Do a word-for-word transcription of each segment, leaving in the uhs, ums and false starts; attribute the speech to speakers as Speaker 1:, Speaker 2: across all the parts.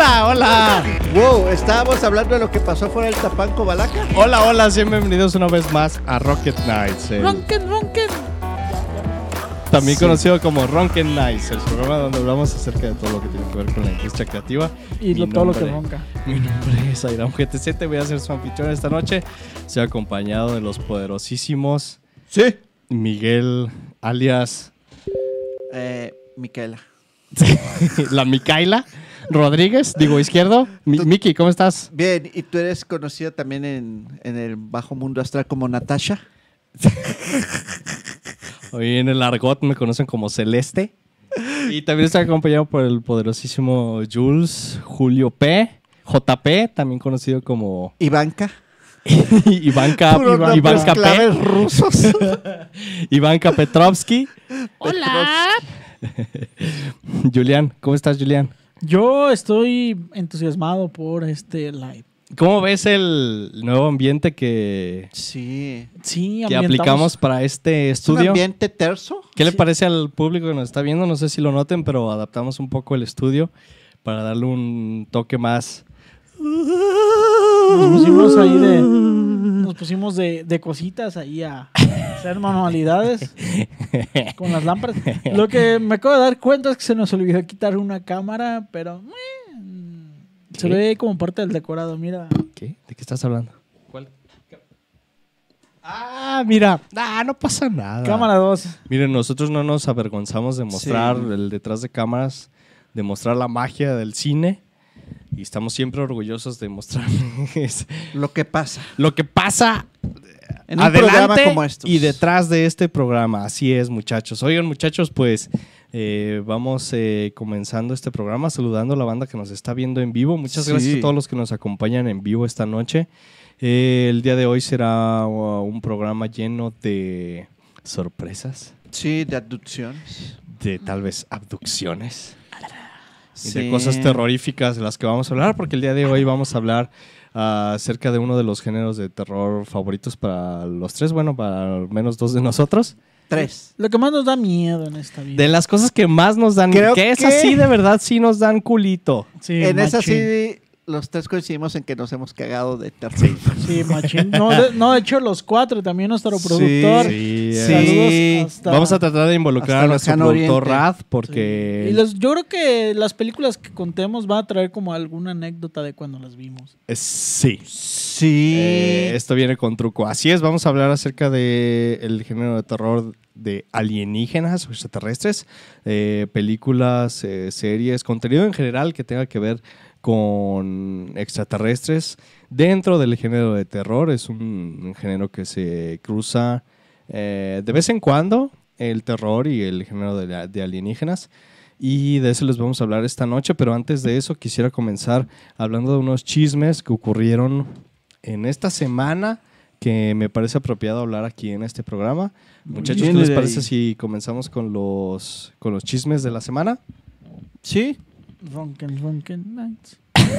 Speaker 1: Hola, hola.
Speaker 2: Wow, estábamos hablando de lo que pasó fuera del Tapanco Balaca.
Speaker 1: Hola, hola, sean bienvenidos una vez más a Rocket Nights. El...
Speaker 3: Ronken, ronken.
Speaker 1: También
Speaker 2: Sí.
Speaker 1: conocido como Ronken Nights, el programa donde hablamos acerca de todo lo que tiene que ver con la industria creativa.
Speaker 3: Y
Speaker 1: Mi
Speaker 3: lo, todo lo que
Speaker 1: nombre-
Speaker 3: ronca.
Speaker 1: Mi nombre es Airam G T Z, te voy a ser su anfitrión esta noche. Estoy acompañado de los poderosísimos
Speaker 2: Sí.
Speaker 1: Miguel, alias
Speaker 2: Eh, Micaela.
Speaker 1: la Micaela Rodríguez, digo izquierdo. Mi- Miki, ¿cómo estás?
Speaker 2: Bien, y tú eres conocida también en, en el bajo mundo astral como Natasha.
Speaker 1: Hoy en el argot me conocen como Celeste. Y también estoy acompañado por el poderosísimo Jules Julio P. J P, también conocido como
Speaker 2: Ivanka.
Speaker 1: Ivanka,
Speaker 2: Puros
Speaker 1: Iva-
Speaker 2: nombres
Speaker 1: Ivanka P.
Speaker 2: claves rusos.
Speaker 1: Ivanka Petrovsky.
Speaker 3: Hola.
Speaker 1: Julián, ¿cómo estás, Julián?
Speaker 3: Yo estoy entusiasmado por este live.
Speaker 1: ¿Cómo ves el nuevo ambiente que,
Speaker 2: Sí.
Speaker 3: Sí,
Speaker 1: que
Speaker 3: ambientamos-
Speaker 1: aplicamos para este
Speaker 2: ¿Es un
Speaker 1: estudio?
Speaker 2: ambiente terso?
Speaker 1: ¿Qué le
Speaker 3: Sí.
Speaker 1: parece al público que nos está viendo? No sé si lo noten, pero adaptamos un poco el estudio para darle un toque más...
Speaker 3: Nos pusimos ahí de. Nos pusimos de, de cositas ahí a hacer manualidades con las lámparas. Lo que me acabo de dar cuenta es que se nos olvidó quitar una cámara, pero eh, se
Speaker 1: ¿Qué?
Speaker 3: ve como parte del decorado. Mira.
Speaker 1: ¿Qué? ¿De qué estás hablando? ¿Cuál? Ah, mira. Ah, no pasa nada.
Speaker 3: Cámara dos.
Speaker 1: Miren, nosotros no nos avergonzamos de mostrar
Speaker 2: Sí.
Speaker 1: el detrás de cámaras, de mostrar la magia del cine. Y estamos siempre orgullosos de mostrarles
Speaker 2: Lo que pasa.
Speaker 1: lo que pasa
Speaker 2: En un programa
Speaker 1: adelante
Speaker 2: como estos.
Speaker 1: y detrás de este programa. Así es, muchachos. Oigan, muchachos, pues eh, vamos eh, comenzando este programa saludando a la banda que nos está viendo en vivo. Muchas
Speaker 2: Sí.
Speaker 1: gracias a todos los que nos acompañan en vivo esta noche. Eh, el día de hoy será uh, un programa lleno de sorpresas,
Speaker 2: Sí, de abducciones.
Speaker 1: de tal vez abducciones y
Speaker 2: Sí.
Speaker 1: de cosas terroríficas de las que vamos a hablar, porque el día de hoy vamos a hablar ah, acerca de uno de los géneros de terror favoritos para los tres, bueno, para al menos dos de nosotros.
Speaker 2: Tres.
Speaker 3: Lo que más nos da miedo en esta vida.
Speaker 1: De las cosas que más nos dan,
Speaker 2: Creo
Speaker 1: que es
Speaker 2: que-
Speaker 1: así de verdad, sí nos dan culito.
Speaker 3: Sí,
Speaker 2: En esa
Speaker 3: machín.
Speaker 2: sí, los tres coincidimos en que nos hemos cagado de terror.
Speaker 3: Sí, machín. No, de, no, de hecho, los cuatro, también nuestro
Speaker 2: Sí,
Speaker 3: productor.
Speaker 1: Sí,
Speaker 2: Sí.
Speaker 1: eh,
Speaker 3: Saludos hasta-
Speaker 1: vamos a tratar de involucrar
Speaker 2: hasta
Speaker 1: a nuestro
Speaker 2: lejano
Speaker 1: productor
Speaker 2: oriente.
Speaker 1: Rad,
Speaker 3: Sí.
Speaker 1: porque
Speaker 3: Y los- yo creo que las películas que contemos van a traer como alguna anécdota de cuando las vimos.
Speaker 1: eh, sí.
Speaker 2: Sí.
Speaker 1: Eh, esto viene con truco. Así es, vamos a hablar acerca de el género de terror de alienígenas o extraterrestres, eh, películas, eh, series, contenido en general que tenga que ver con extraterrestres dentro del género de terror. Es un, un género que se cruza eh, de vez en cuando, el terror y el género de, la- de alienígenas. Y de eso les vamos a hablar esta noche, pero antes de eso quisiera comenzar hablando de unos chismes que ocurrieron en esta semana que me parece apropiado hablar aquí en este programa. Muchachos, ¿qué
Speaker 2: Viene
Speaker 1: les
Speaker 2: de
Speaker 1: parece
Speaker 2: ahí.
Speaker 1: si comenzamos con los, con los chismes de la semana?
Speaker 2: Sí.
Speaker 3: Ronken, Ronken Nights.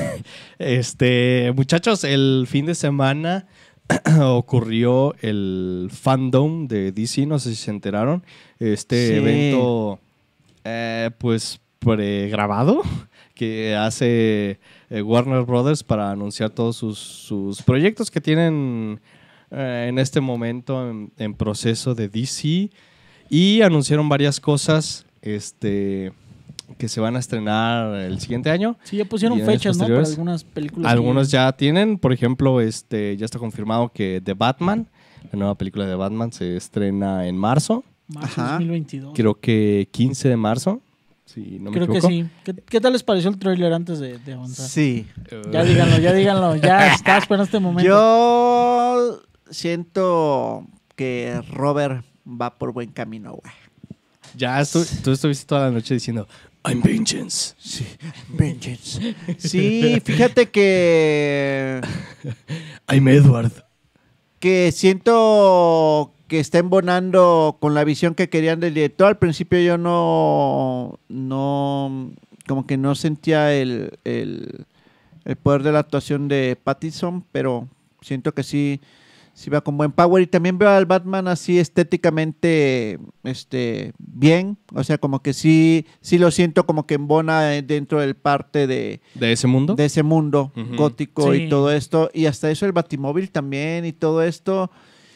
Speaker 1: Este, muchachos, el fin de semana ocurrió el fandom de D C, no sé si se enteraron. Este
Speaker 2: Sí.
Speaker 1: evento, eh, pues, pregrabado que hace eh, Warner Brothers para anunciar todos sus, sus proyectos que tienen eh, en este momento en, en proceso de D C. Y anunciaron varias cosas, este, que se van a estrenar el siguiente año.
Speaker 3: Sí, ya pusieron
Speaker 1: ¿Y años
Speaker 3: fechas, ¿no? Para
Speaker 1: posteriores?
Speaker 3: algunas películas.
Speaker 1: Algunos
Speaker 3: que-
Speaker 1: ya tienen, por ejemplo, este, ya está confirmado que The Batman, la nueva película de Batman, se estrena en marzo.
Speaker 3: Marzo
Speaker 2: Ajá.
Speaker 3: dos mil veintidós.
Speaker 1: Creo que quince de marzo, si no me
Speaker 3: Creo que
Speaker 1: equivoco.
Speaker 3: sí. ¿Qué, qué tal les pareció el tráiler antes de, de avanzar?
Speaker 2: Sí.
Speaker 3: Ya díganlo, ya díganlo. Ya está esperando este momento.
Speaker 2: Yo siento que Robert va por buen camino, güey.
Speaker 1: Ya estu- tú estuviste toda la noche diciendo, I'm vengeance.
Speaker 2: Sí. Vengeance. Sí, fíjate que
Speaker 1: I'm Edward.
Speaker 2: que siento que está embonando con la visión que querían del director. Al principio yo no, no, como que no sentía el, el, el poder de la actuación de Pattinson, pero siento que sí, sí va con buen power. Y también veo al Batman así estéticamente este, bien. O sea, como que sí, sí lo siento como que embona dentro del parte de,
Speaker 1: ¿De ese mundo?
Speaker 2: de ese mundo
Speaker 1: Ujú.
Speaker 2: gótico
Speaker 3: Sí.
Speaker 2: y todo esto. Y hasta eso el Batimóvil también y todo esto.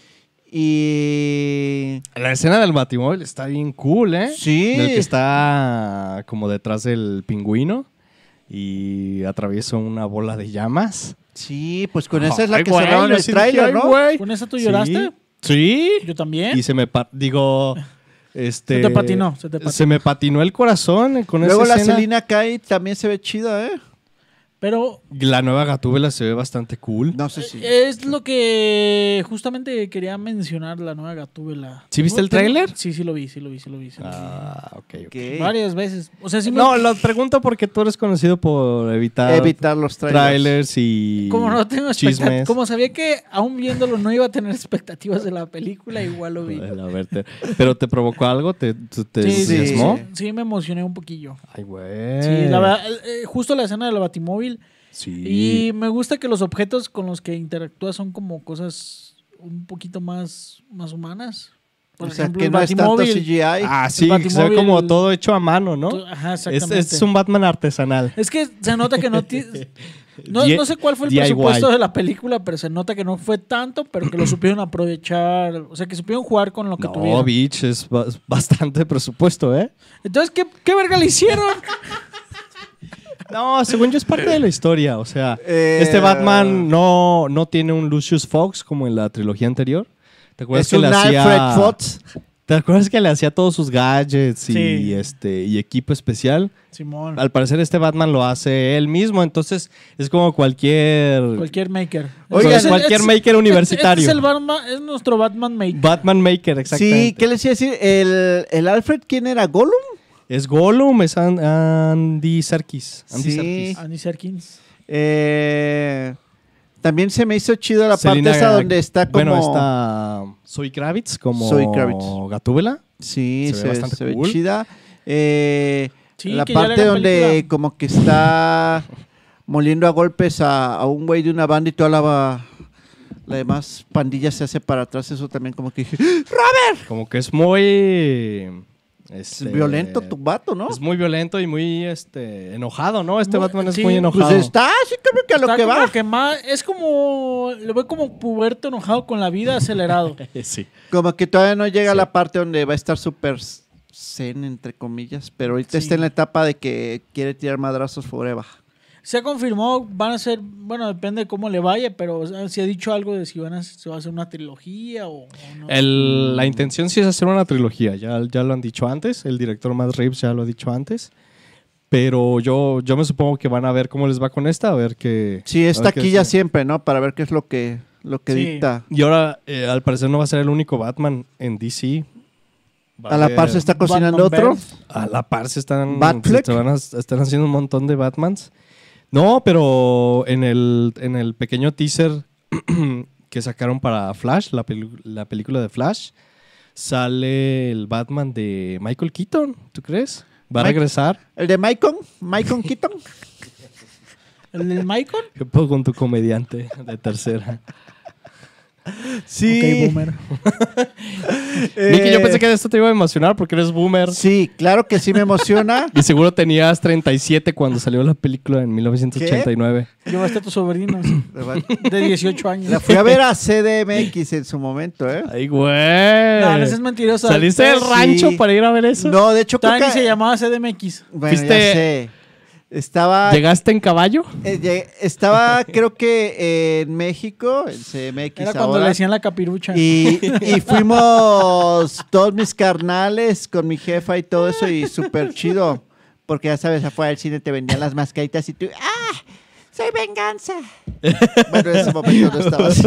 Speaker 2: Y...
Speaker 1: La escena del Batimóvil está bien cool, ¿eh?
Speaker 2: Sí.
Speaker 1: En el que está como detrás del pingüino y atraviesa una bola de llamas.
Speaker 2: Sí, pues con esa es la
Speaker 1: Ay,
Speaker 2: que
Speaker 1: güey,
Speaker 2: cerraron
Speaker 1: yo
Speaker 2: el
Speaker 1: sí dije,
Speaker 2: tráiler,
Speaker 1: ay,
Speaker 2: ¿no?
Speaker 1: güey.
Speaker 3: ¿Con esa tú
Speaker 1: Sí.
Speaker 3: lloraste?
Speaker 1: Sí.
Speaker 3: Yo también.
Speaker 1: Y se me pa- digo, este...
Speaker 3: Se te patinó, se te patinó.
Speaker 1: se me patinó el corazón con
Speaker 2: Luego
Speaker 1: esa
Speaker 2: la
Speaker 1: escena.
Speaker 2: Selina Kyle también se ve chida, ¿eh?
Speaker 3: Pero
Speaker 1: La nueva Gatúbela se ve bastante cool.
Speaker 2: No sé si...
Speaker 3: es lo que justamente quería mencionar, la nueva Gatúbela.
Speaker 1: ¿Sí viste el
Speaker 3: Tengo-
Speaker 1: tráiler?
Speaker 3: Sí, sí lo vi, sí lo vi, sí lo vi. Sí lo vi.
Speaker 1: Ah, ok, ok.
Speaker 2: ¿Qué?
Speaker 3: Varias veces. O sea, sí me...
Speaker 1: No, lo pregunto porque tú eres conocido por evitar,
Speaker 2: Evitar los trailers.
Speaker 1: trailers y
Speaker 3: Como no tengo expectativas,
Speaker 1: chismes.
Speaker 3: como sabía que aún viéndolo no iba a tener expectativas de la película, igual lo vi.
Speaker 1: Bueno, a ver, te- ¿pero te provocó algo? ¿Te, te, te
Speaker 3: Sí, sí,
Speaker 1: entusiasmó?
Speaker 3: sí, sí, me emocioné un poquillo.
Speaker 1: Ay, güey.
Speaker 3: Sí, la verdad, eh, justo la escena del Batimóvil.
Speaker 1: Sí.
Speaker 3: Y me gusta que los objetos con los que interactúas son como cosas un poquito más, más humanas. Por
Speaker 2: O sea,
Speaker 3: ejemplo,
Speaker 2: que
Speaker 3: el
Speaker 2: no es tanto
Speaker 3: Batimóvil.
Speaker 2: C G I.
Speaker 1: Ah, sí,
Speaker 3: el
Speaker 1: que se ve
Speaker 3: Batimóvil-
Speaker 1: como todo hecho a mano, ¿no?
Speaker 3: Tú- Ajá,
Speaker 1: Es,
Speaker 3: exactamente.
Speaker 1: es un Batman artesanal.
Speaker 3: Es que se nota que no... ti- No,
Speaker 1: Die-
Speaker 3: no sé cuál fue el
Speaker 1: D I Y.
Speaker 3: presupuesto de la película, pero se nota que no fue tanto, pero que lo supieron aprovechar. O sea, que supieron jugar con lo que
Speaker 1: No,
Speaker 3: tuvieron.
Speaker 1: bitch, es ba- es bastante presupuesto, ¿eh?
Speaker 3: Entonces, ¿qué, qué verga le hicieron?
Speaker 1: No, según yo es parte de la historia. O sea,
Speaker 2: Eh,
Speaker 1: este Batman no, no tiene un Lucius Fox como en la trilogía anterior. ¿Te acuerdas
Speaker 2: Es
Speaker 1: que
Speaker 2: un
Speaker 1: le hacía...
Speaker 2: Alfred Fox.
Speaker 1: ¿Te acuerdas que le hacía todos sus gadgets y,
Speaker 3: Sí.
Speaker 1: este, y equipo especial?
Speaker 3: Simón.
Speaker 1: Al parecer este Batman lo hace él mismo, entonces es como cualquier...
Speaker 3: Cualquier maker.
Speaker 2: Oigan,
Speaker 3: Este es el-
Speaker 1: cualquier
Speaker 3: este-
Speaker 1: maker universitario.
Speaker 3: Este es, el Batman, es nuestro Batman maker.
Speaker 1: Batman Maker, exactamente.
Speaker 2: Sí, ¿qué les iba a decir? ¿El, el Alfred quién era? ¿Gollum?
Speaker 1: Es Gollum, es An- Andy Serkis. Andy
Speaker 2: Sí.
Speaker 1: Serkis.
Speaker 3: Andy Serkins.
Speaker 2: Eh, también se me hizo chido la
Speaker 1: Selena-
Speaker 2: parte esa donde está como...
Speaker 1: Bueno, está Zoe Kravitz como
Speaker 2: Zoe Kravitz.
Speaker 1: Gatúbela.
Speaker 2: Sí,
Speaker 1: se ve
Speaker 2: se,
Speaker 1: bastante
Speaker 2: se ve
Speaker 1: cool.
Speaker 2: chida. Eh,
Speaker 3: Sí,
Speaker 2: la
Speaker 3: que ya le
Speaker 2: parte
Speaker 3: hagan
Speaker 2: donde
Speaker 3: película.
Speaker 2: como que está moliendo a golpes a, a un güey de una banda y toda la, la demás pandilla se hace para atrás, eso también como que dije,
Speaker 1: Como que es muy...
Speaker 2: es
Speaker 1: este,
Speaker 2: violento tu vato, ¿no?
Speaker 1: Es muy violento y muy este, enojado, ¿no? Este
Speaker 3: Muy-
Speaker 1: Batman es
Speaker 3: sí,
Speaker 1: muy
Speaker 3: pues
Speaker 1: enojado.
Speaker 2: Pues está así como que a lo
Speaker 3: Está
Speaker 2: que
Speaker 3: como
Speaker 2: va.
Speaker 3: que más, es como, lo veo como puberto enojado con la vida acelerado.
Speaker 1: Sí.
Speaker 2: Como que todavía no llega a
Speaker 1: Sí.
Speaker 2: la parte donde va a estar súper zen, entre comillas, pero ahorita
Speaker 3: Sí.
Speaker 2: está en la etapa de que quiere tirar madrazos forever.
Speaker 3: Se ha confirmado, van a ser, bueno, depende de cómo le vaya, pero o sea, se ha dicho algo de si van a, se va a hacer una trilogía o, o no.
Speaker 1: El- la intención sí es hacer una trilogía, ya, ya lo han dicho antes, el director Matt Reeves ya lo ha dicho antes, pero yo, yo me supongo que van a ver cómo les va con esta, a ver qué...
Speaker 2: Sí,
Speaker 1: a
Speaker 2: está
Speaker 1: ver qué
Speaker 2: aquí ya
Speaker 1: hacen.
Speaker 2: siempre, ¿no? Para ver qué es lo que, lo que
Speaker 3: Sí.
Speaker 2: dicta.
Speaker 1: Y ahora, eh, al parecer, no va a ser el único Batman en D C. Va
Speaker 2: A la
Speaker 1: haber-
Speaker 2: par se está cocinando
Speaker 3: Batman
Speaker 2: otro.
Speaker 3: Verse.
Speaker 1: A la par se están,
Speaker 2: Batfleck.
Speaker 1: se van a- están haciendo un montón de Batmans. No, pero en el, en el pequeño teaser que sacaron para Flash, la, pelu- la película de Flash, sale el Batman de Michael Keaton, ¿tú crees? ¿Va a
Speaker 2: Mike-
Speaker 1: regresar?
Speaker 2: El de Maicon, Maicon Keaton.
Speaker 3: ¿El del Michael?
Speaker 1: ¿Qué puedo con tu comediante de tercera?
Speaker 2: Sí.
Speaker 3: Ok, boomer.
Speaker 2: Eh,
Speaker 1: Miki, yo pensé que de esto te iba a emocionar porque eres boomer.
Speaker 2: Sí, claro que sí me emociona.
Speaker 1: Y seguro tenías treinta y siete cuando salió la película en mil novecientos ochenta y nueve.
Speaker 3: Llevaste a tus sobrinos de dieciocho años.
Speaker 2: La fui a ver a C D M X en su momento, ¿eh?
Speaker 1: Ay, güey.
Speaker 3: No, no es mentiroso.
Speaker 1: ¿Saliste del
Speaker 2: Sí.
Speaker 1: rancho para ir a ver eso?
Speaker 2: No, de hecho creo
Speaker 3: Todavía
Speaker 2: que...
Speaker 3: ni se llamaba C D M X.
Speaker 2: Bueno,
Speaker 1: Fuiste-
Speaker 2: ya sé. Estaba...
Speaker 1: ¿Llegaste en caballo?
Speaker 2: eh, lleg- estaba creo que en México, en C D M X
Speaker 3: Era cuando
Speaker 2: ahora.
Speaker 3: le decían la capirucha.
Speaker 2: Y, y fuimos todos mis carnales con mi jefa y todo eso y súper chido. Porque ya sabes, afuera del cine te vendían las mascaritas y tú, ¡ah! ¡Soy venganza! Bueno, en ese momento no estabas.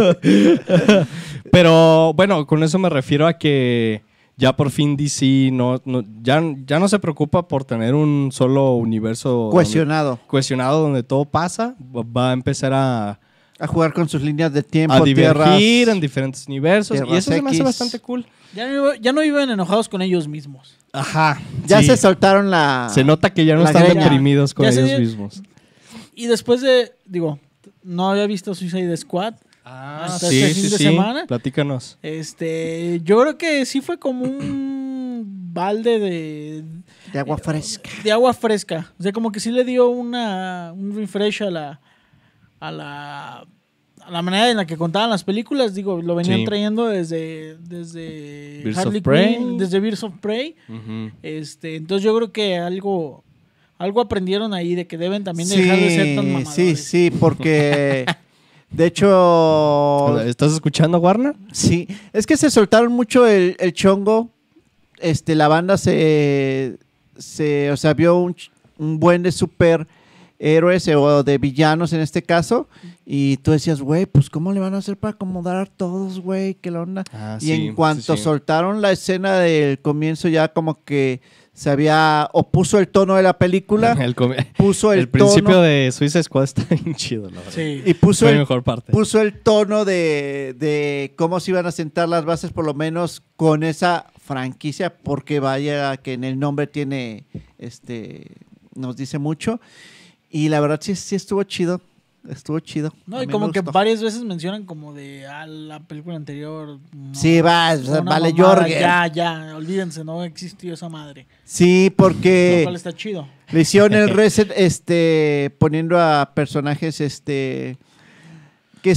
Speaker 1: Pero bueno, con eso me refiero a que ya por fin D C no, no- ya, ya no se preocupa por tener un solo universo
Speaker 2: Cuestionado.
Speaker 1: donde, cuestionado donde todo pasa. Va a empezar a,
Speaker 2: A jugar con sus líneas de tiempo,
Speaker 1: a divergir
Speaker 2: tierras.
Speaker 1: en diferentes universos. Y
Speaker 2: tierras
Speaker 1: eso se me hace
Speaker 2: X.
Speaker 1: bastante cool.
Speaker 3: Ya, no, ya no viven enojados con ellos mismos.
Speaker 1: Ajá.
Speaker 2: Ya
Speaker 1: sí.
Speaker 2: se soltaron la...
Speaker 1: Se nota que ya no
Speaker 2: la
Speaker 1: están
Speaker 2: greña.
Speaker 1: deprimidos con
Speaker 3: Ya se
Speaker 1: ellos
Speaker 3: dio-
Speaker 1: mismos.
Speaker 3: Y después de, digo, no había visto Suicide Squad.
Speaker 1: Ah,
Speaker 3: hasta
Speaker 1: sí,
Speaker 3: este
Speaker 1: sí,
Speaker 3: fin de
Speaker 1: sí.
Speaker 3: semana.
Speaker 1: Platícanos.
Speaker 3: Este, yo creo que sí fue como un balde de,
Speaker 2: De agua fresca.
Speaker 3: de agua fresca. O sea, como que sí le dio una, un refresh a la, a la, a la manera en la que contaban las películas. Digo, lo venían
Speaker 1: Sí.
Speaker 3: trayendo desde, desde
Speaker 1: Birds
Speaker 3: Harley
Speaker 1: of Prey.
Speaker 3: Quinn, desde Birds of Prey.
Speaker 1: Ujú.
Speaker 3: Este, entonces yo creo que algo, algo aprendieron ahí de que deben también dejar de ser tan mamadores.
Speaker 2: sí, sí, porque de hecho,
Speaker 1: ¿Estás escuchando, Warner?
Speaker 2: sí, es que se soltaron mucho el, el chongo. Este, la banda se, se, o sea, vio un, ch- un buen de superhéroes eh, o de villanos en este caso. Y tú decías, güey, pues ¿cómo le van a hacer para acomodar a todos, güey? ¿Qué la onda?
Speaker 1: Ah,
Speaker 2: Y
Speaker 1: sí,
Speaker 2: en cuanto
Speaker 1: sí, sí.
Speaker 2: soltaron la escena del comienzo, ya como que se había, o puso el tono de la película,
Speaker 1: El, com-
Speaker 2: puso el,
Speaker 1: el principio
Speaker 2: tono,
Speaker 1: de Suicide Squad está bien chido, la verdad.
Speaker 3: Sí.
Speaker 2: y puso
Speaker 1: Fue mi
Speaker 2: el,
Speaker 1: mejor parte.
Speaker 2: puso el tono de, de cómo se iban a sentar las bases, por lo menos con esa franquicia, porque vaya que en el nombre tiene, este, nos dice mucho. Y la verdad sí, sí estuvo chido, estuvo chido.
Speaker 3: No,
Speaker 2: A
Speaker 3: y
Speaker 2: mí
Speaker 3: como
Speaker 2: me
Speaker 3: que
Speaker 2: gustó.
Speaker 3: varias veces mencionan como de ah, la película anterior. no,
Speaker 2: Sí, va, o sea,
Speaker 3: una
Speaker 2: vale,
Speaker 3: mamada,
Speaker 2: Jorge.
Speaker 3: Ya, ya, olvídense, no existió esa madre.
Speaker 2: Sí,
Speaker 3: Lo
Speaker 2: porque
Speaker 3: cual está chido.
Speaker 2: le hicieron el reset, este, poniendo a personajes, este, que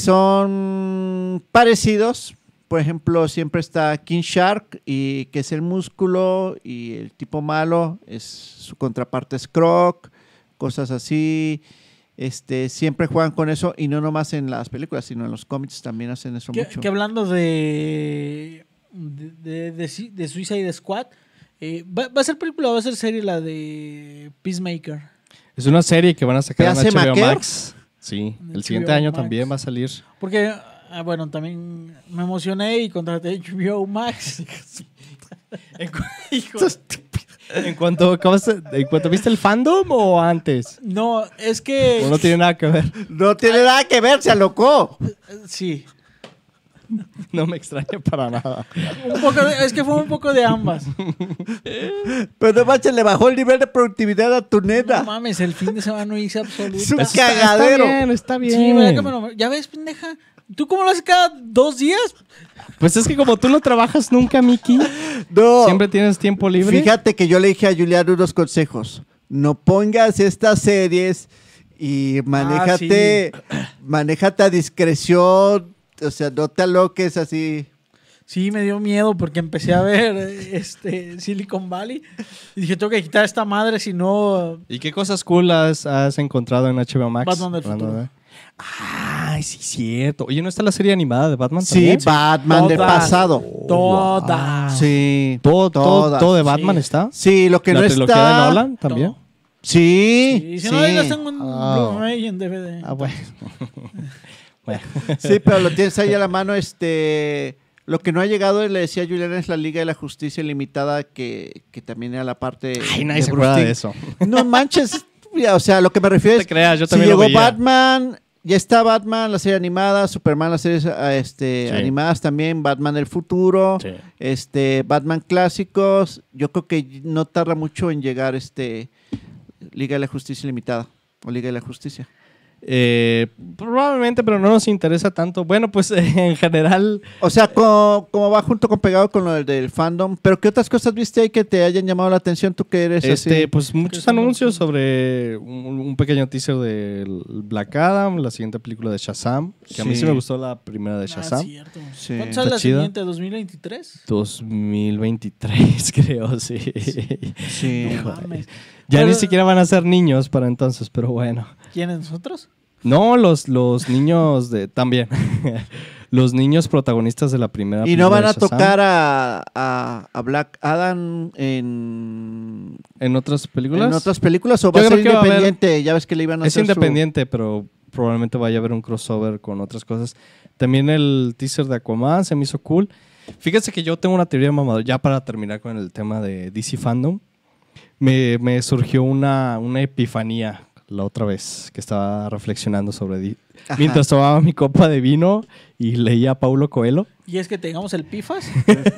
Speaker 2: son parecidos. Por ejemplo, siempre está King Shark, y que es el músculo, y el tipo malo es su contraparte es Croc, cosas así. Este, siempre juegan con eso, y no nomás en las películas, sino en los cómics también hacen eso
Speaker 3: Que,
Speaker 2: mucho.
Speaker 3: que hablando de de, de, de, Su- de Suicide Squad, eh, ¿va, ¿va a ser película o va a ser serie la de Peacemaker?
Speaker 1: Es una serie que van a sacar en
Speaker 2: ¿Te hace
Speaker 1: H B O
Speaker 2: Maquer?
Speaker 1: Max. Sí,
Speaker 3: En
Speaker 1: el
Speaker 3: H
Speaker 1: siguiente
Speaker 3: B O
Speaker 1: año
Speaker 3: Max.
Speaker 1: también va a salir.
Speaker 3: Porque, ah, bueno, también me emocioné y contraté H B O Max.
Speaker 1: En, cu- en cuanto acabaste- en cuanto viste el fandom o antes.
Speaker 3: No, es que...
Speaker 1: O no tiene nada que ver.
Speaker 2: No tiene nada que ver, se alocó.
Speaker 3: Sí.
Speaker 1: No me extraña para nada.
Speaker 3: Un poco de- es que fue un poco de ambas.
Speaker 2: Pero no manches, le bajó el nivel de productividad a tu nena.
Speaker 3: No mames, el fin de semana no hice absoluto.
Speaker 2: Es un
Speaker 1: Eso está-
Speaker 2: cagadero.
Speaker 1: Está bien, está bien.
Speaker 3: Sí, ¿verdad que me lo- ya ves, pendeja. ¿Tú cómo lo haces cada dos días?
Speaker 1: Pues es que como tú no trabajas nunca, Miki,
Speaker 2: No.
Speaker 1: siempre tienes tiempo libre.
Speaker 2: Fíjate que yo le dije a Julián unos consejos. No pongas estas series y manéjate, manéjate a discreción. O sea, no te aloques así.
Speaker 3: Sí, me dio miedo porque empecé a ver eh, este Silicon Valley y dije, tengo que quitar esta madre si no...
Speaker 1: ¿Y qué cosas cool has, has encontrado en H B O Max?
Speaker 3: Batman del
Speaker 1: Hablando
Speaker 3: futuro.
Speaker 1: de- Ay, sí, cierto. Oye, ¿no está la serie animada de Batman
Speaker 2: Sí,
Speaker 1: también?
Speaker 2: Batman del
Speaker 3: Todas.
Speaker 2: pasado.
Speaker 3: Toda.
Speaker 2: Sí.
Speaker 1: ¿Todo, todo,
Speaker 2: todas.
Speaker 1: todo de Batman
Speaker 3: Sí.
Speaker 1: está?
Speaker 2: Sí, lo que
Speaker 1: ¿La
Speaker 2: no
Speaker 1: trilogía
Speaker 2: está.
Speaker 1: de Nolan también?
Speaker 3: Todo.
Speaker 2: Sí.
Speaker 3: Y si
Speaker 2: sí.
Speaker 3: no, ahí las tengo en
Speaker 1: Ah.
Speaker 3: Blu-ray y en D V D.
Speaker 1: Ah, bueno. Bueno.
Speaker 2: Sí, pero lo tienes ahí a la mano. Este, lo que no ha llegado, le decía a Julián, es la Liga de la Justicia Limitada, que, que también era la parte.
Speaker 1: Ay, nadie
Speaker 2: de
Speaker 1: se
Speaker 2: Bruce
Speaker 1: acuerda de
Speaker 2: Timm.
Speaker 1: eso.
Speaker 2: No manches. O sea, lo que me refiero
Speaker 1: No
Speaker 2: es.
Speaker 1: te creas, yo
Speaker 2: Si
Speaker 1: también lo
Speaker 2: llegó
Speaker 1: veía.
Speaker 2: Batman, ya está Batman, la serie animada, Superman, las series ah, este,
Speaker 1: Sí.
Speaker 2: animadas también, Batman del futuro,
Speaker 1: Sí.
Speaker 2: este, Batman clásicos. Yo creo que no tarda mucho en llegar este Liga de la Justicia Limitada o Liga de la Justicia.
Speaker 1: Eh, probablemente, pero no nos interesa tanto. Bueno, pues en general,
Speaker 2: O sea, co- como, va junto con pegado con lo del, del fandom. Pero ¿qué otras cosas viste ahí que te hayan llamado la atención? Tú que eres
Speaker 1: este,
Speaker 2: así.
Speaker 1: pues muchos
Speaker 3: son
Speaker 1: anuncios
Speaker 3: los-
Speaker 1: sobre un, un pequeño teaser de Black Adam, la siguiente película de Shazam, que a mí
Speaker 2: Sí.
Speaker 1: sí me gustó la primera de
Speaker 3: Ah,
Speaker 1: Shazam.
Speaker 3: cierto.
Speaker 2: Sí.
Speaker 3: ¿Cuándo
Speaker 1: Está
Speaker 3: sale la
Speaker 1: chida.
Speaker 3: siguiente? ¿dos mil veintitrés?
Speaker 1: dos mil veintitrés, creo, sí.
Speaker 2: Sí.
Speaker 3: No mames.
Speaker 1: Ya
Speaker 3: Pero-
Speaker 1: ni siquiera van a ser niños para entonces, pero bueno.
Speaker 3: ¿Quiénes nosotros?
Speaker 1: No, los, los niños de también. Los niños protagonistas de la primera
Speaker 2: Y no
Speaker 1: película
Speaker 2: van
Speaker 1: de
Speaker 2: a
Speaker 1: Shazam.
Speaker 2: tocar a, a, a Black Adam en,
Speaker 1: ¿En otras películas?
Speaker 2: en otras películas, o
Speaker 1: Yo
Speaker 2: va a ser
Speaker 1: creo que va a haber-
Speaker 2: independiente. Ya ves que le iban a
Speaker 1: Es
Speaker 2: hacer su-
Speaker 1: independiente, pero probablemente vaya a haber un crossover con otras cosas. También el teaser de Aquaman se me hizo cool. Fíjense que yo tengo una teoría mamadora, ya para terminar con el tema de D C Fandom. Me, me surgió una, una epifanía la otra vez que estaba reflexionando sobre D-
Speaker 2: Ajá.
Speaker 1: mientras tomaba mi copa de vino y leía a Paulo Coelho.
Speaker 3: ¿Y es que tengamos el Pifas?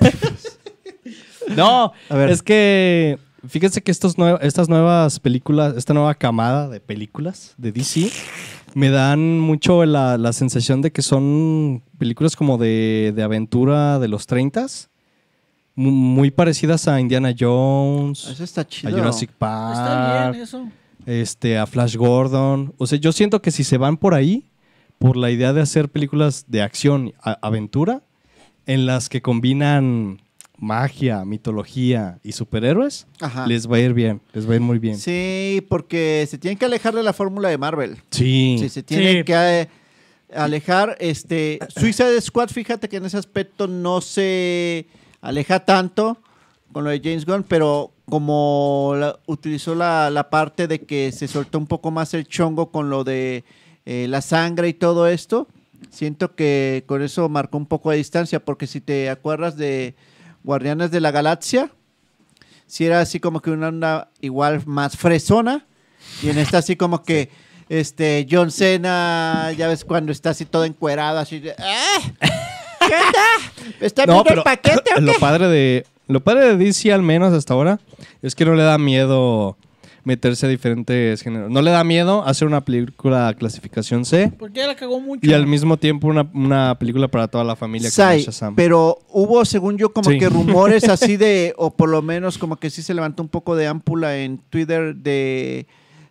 Speaker 1: No,
Speaker 2: A ver.
Speaker 1: es que fíjense que estos nue- estas nuevas películas, esta nueva camada de películas de D C me dan mucho la, la sensación de que son películas como de, de aventura de los treintas, mu- muy parecidas a Indiana Jones,
Speaker 2: Eso está
Speaker 1: a
Speaker 2: chido.
Speaker 1: Jurassic
Speaker 3: Está
Speaker 1: Park,
Speaker 3: bien eso.
Speaker 1: este, a Flash Gordon. O sea, yo siento que si se van por ahí, por la idea de hacer películas de acción, a- aventura, en las que combinan magia, mitología y superhéroes,
Speaker 2: Ajá.
Speaker 1: les va a ir bien, les va a ir muy bien.
Speaker 2: Sí, porque se tienen que alejar de la fórmula de Marvel.
Speaker 1: Sí.
Speaker 2: Sí, se tienen
Speaker 3: Sí.
Speaker 2: que eh, alejar. Este, Suicide Squad, fíjate que en ese aspecto no se aleja tanto con lo de James Gunn, pero como la- utilizó la, la parte de que se soltó un poco más el chongo con lo de eh, la sangre y todo esto, siento que con eso marcó un poco de distancia, porque si te acuerdas de Guardianes de la Galaxia, si era así como que una onda igual más fresona, y en esta así como que este John Cena, ya ves cuando está así todo encuerado, así de ¡ah! ¿Qué onda? ¿Está
Speaker 1: No,
Speaker 2: viendo
Speaker 1: pero
Speaker 2: el paquete o
Speaker 1: lo
Speaker 2: qué?
Speaker 1: padre de lo padre de D C, al menos hasta ahora, es que no le da miedo meterse a diferentes géneros. No le da miedo hacer una película clasificación C
Speaker 3: Porque ya la cagó mucho.
Speaker 1: y al mismo tiempo una, una película para toda la familia como
Speaker 2: Sai,
Speaker 1: Shazam.
Speaker 2: pero hubo, según yo, como
Speaker 1: Sí.
Speaker 2: que rumores así de, o por lo menos como que sí se levantó un poco de ámpula en Twitter de,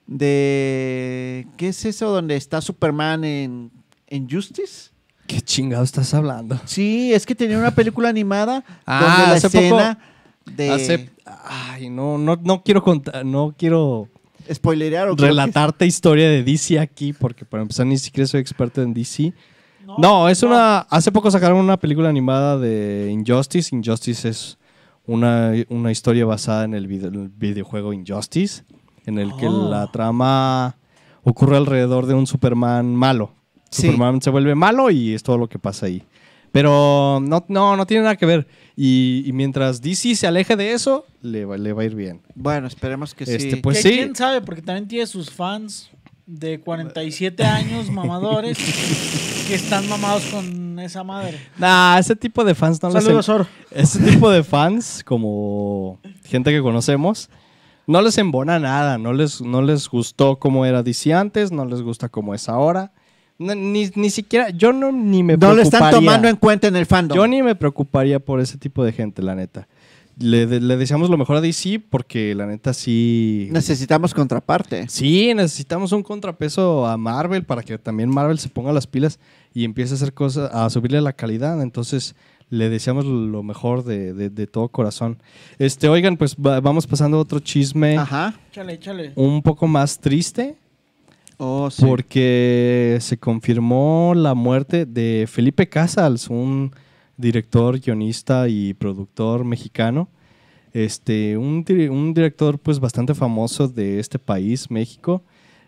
Speaker 2: de, ¿qué es eso donde está Superman en, en Justice?
Speaker 1: ¿Qué chingado estás hablando?
Speaker 2: Sí, es que tenía una película animada
Speaker 1: Ah,
Speaker 2: donde la
Speaker 1: hace
Speaker 2: escena de
Speaker 1: Hace- ay, no, no, no quiero contar, no quiero
Speaker 2: spoilerear o creo que-
Speaker 1: relatarte historia de D C aquí, porque para empezar ni siquiera soy experto en D C.
Speaker 3: No,
Speaker 1: No, es
Speaker 3: no.
Speaker 1: una. Hace poco sacaron una película animada de Injustice. Injustice es una, una historia basada en el, video- el videojuego Injustice, en el que
Speaker 3: Oh.
Speaker 1: la trama ocurre alrededor de un Superman malo.
Speaker 2: Sí.
Speaker 1: Superman se vuelve malo y es todo lo que pasa ahí. Pero no, no, no tiene nada que ver. Y, y mientras D C se aleje de eso, le va, le va a ir bien.
Speaker 2: Bueno, esperemos que
Speaker 1: Este,
Speaker 2: sí.
Speaker 1: pues
Speaker 3: Que
Speaker 1: sí.
Speaker 3: quién sabe, porque también tiene sus fans de cuarenta y siete años, mamadores, que están mamados con esa madre.
Speaker 1: Nah, ese tipo de fans no les
Speaker 3: Saludos, Oro.
Speaker 1: Ese tipo de fans, como gente que conocemos, no les embona nada, no les, no les gustó cómo era D C antes, no les gusta cómo es ahora. No, ni, ni siquiera, yo no ni me
Speaker 2: No
Speaker 1: preocuparía.
Speaker 2: lo están tomando en cuenta en el fandom.
Speaker 1: Yo ni me preocuparía por ese tipo de gente, la neta. Le, de- le deseamos lo mejor a D C porque la neta sí...
Speaker 2: Necesitamos contraparte.
Speaker 1: Sí, necesitamos un contrapeso a Marvel para que también Marvel se ponga las pilas y empiece a hacer cosas, a subirle la calidad. Entonces, le deseamos lo mejor de, de- de todo corazón. Este, oigan, pues va- vamos pasando a otro chisme
Speaker 2: Ajá.
Speaker 3: Échale, échale.
Speaker 1: un poco más triste,
Speaker 2: Oh, sí.
Speaker 1: porque se confirmó la muerte de Felipe Casals, un director, guionista y productor mexicano. Este, un, di- un director pues bastante famoso de este país, México,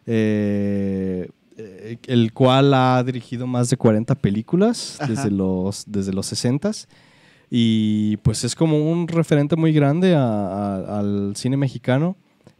Speaker 1: eh, eh, el cual ha dirigido más de cuarenta películas
Speaker 2: Ajá.
Speaker 1: desde los, desde los sesentas. Y pues es como un referente muy grande a- a- al cine mexicano.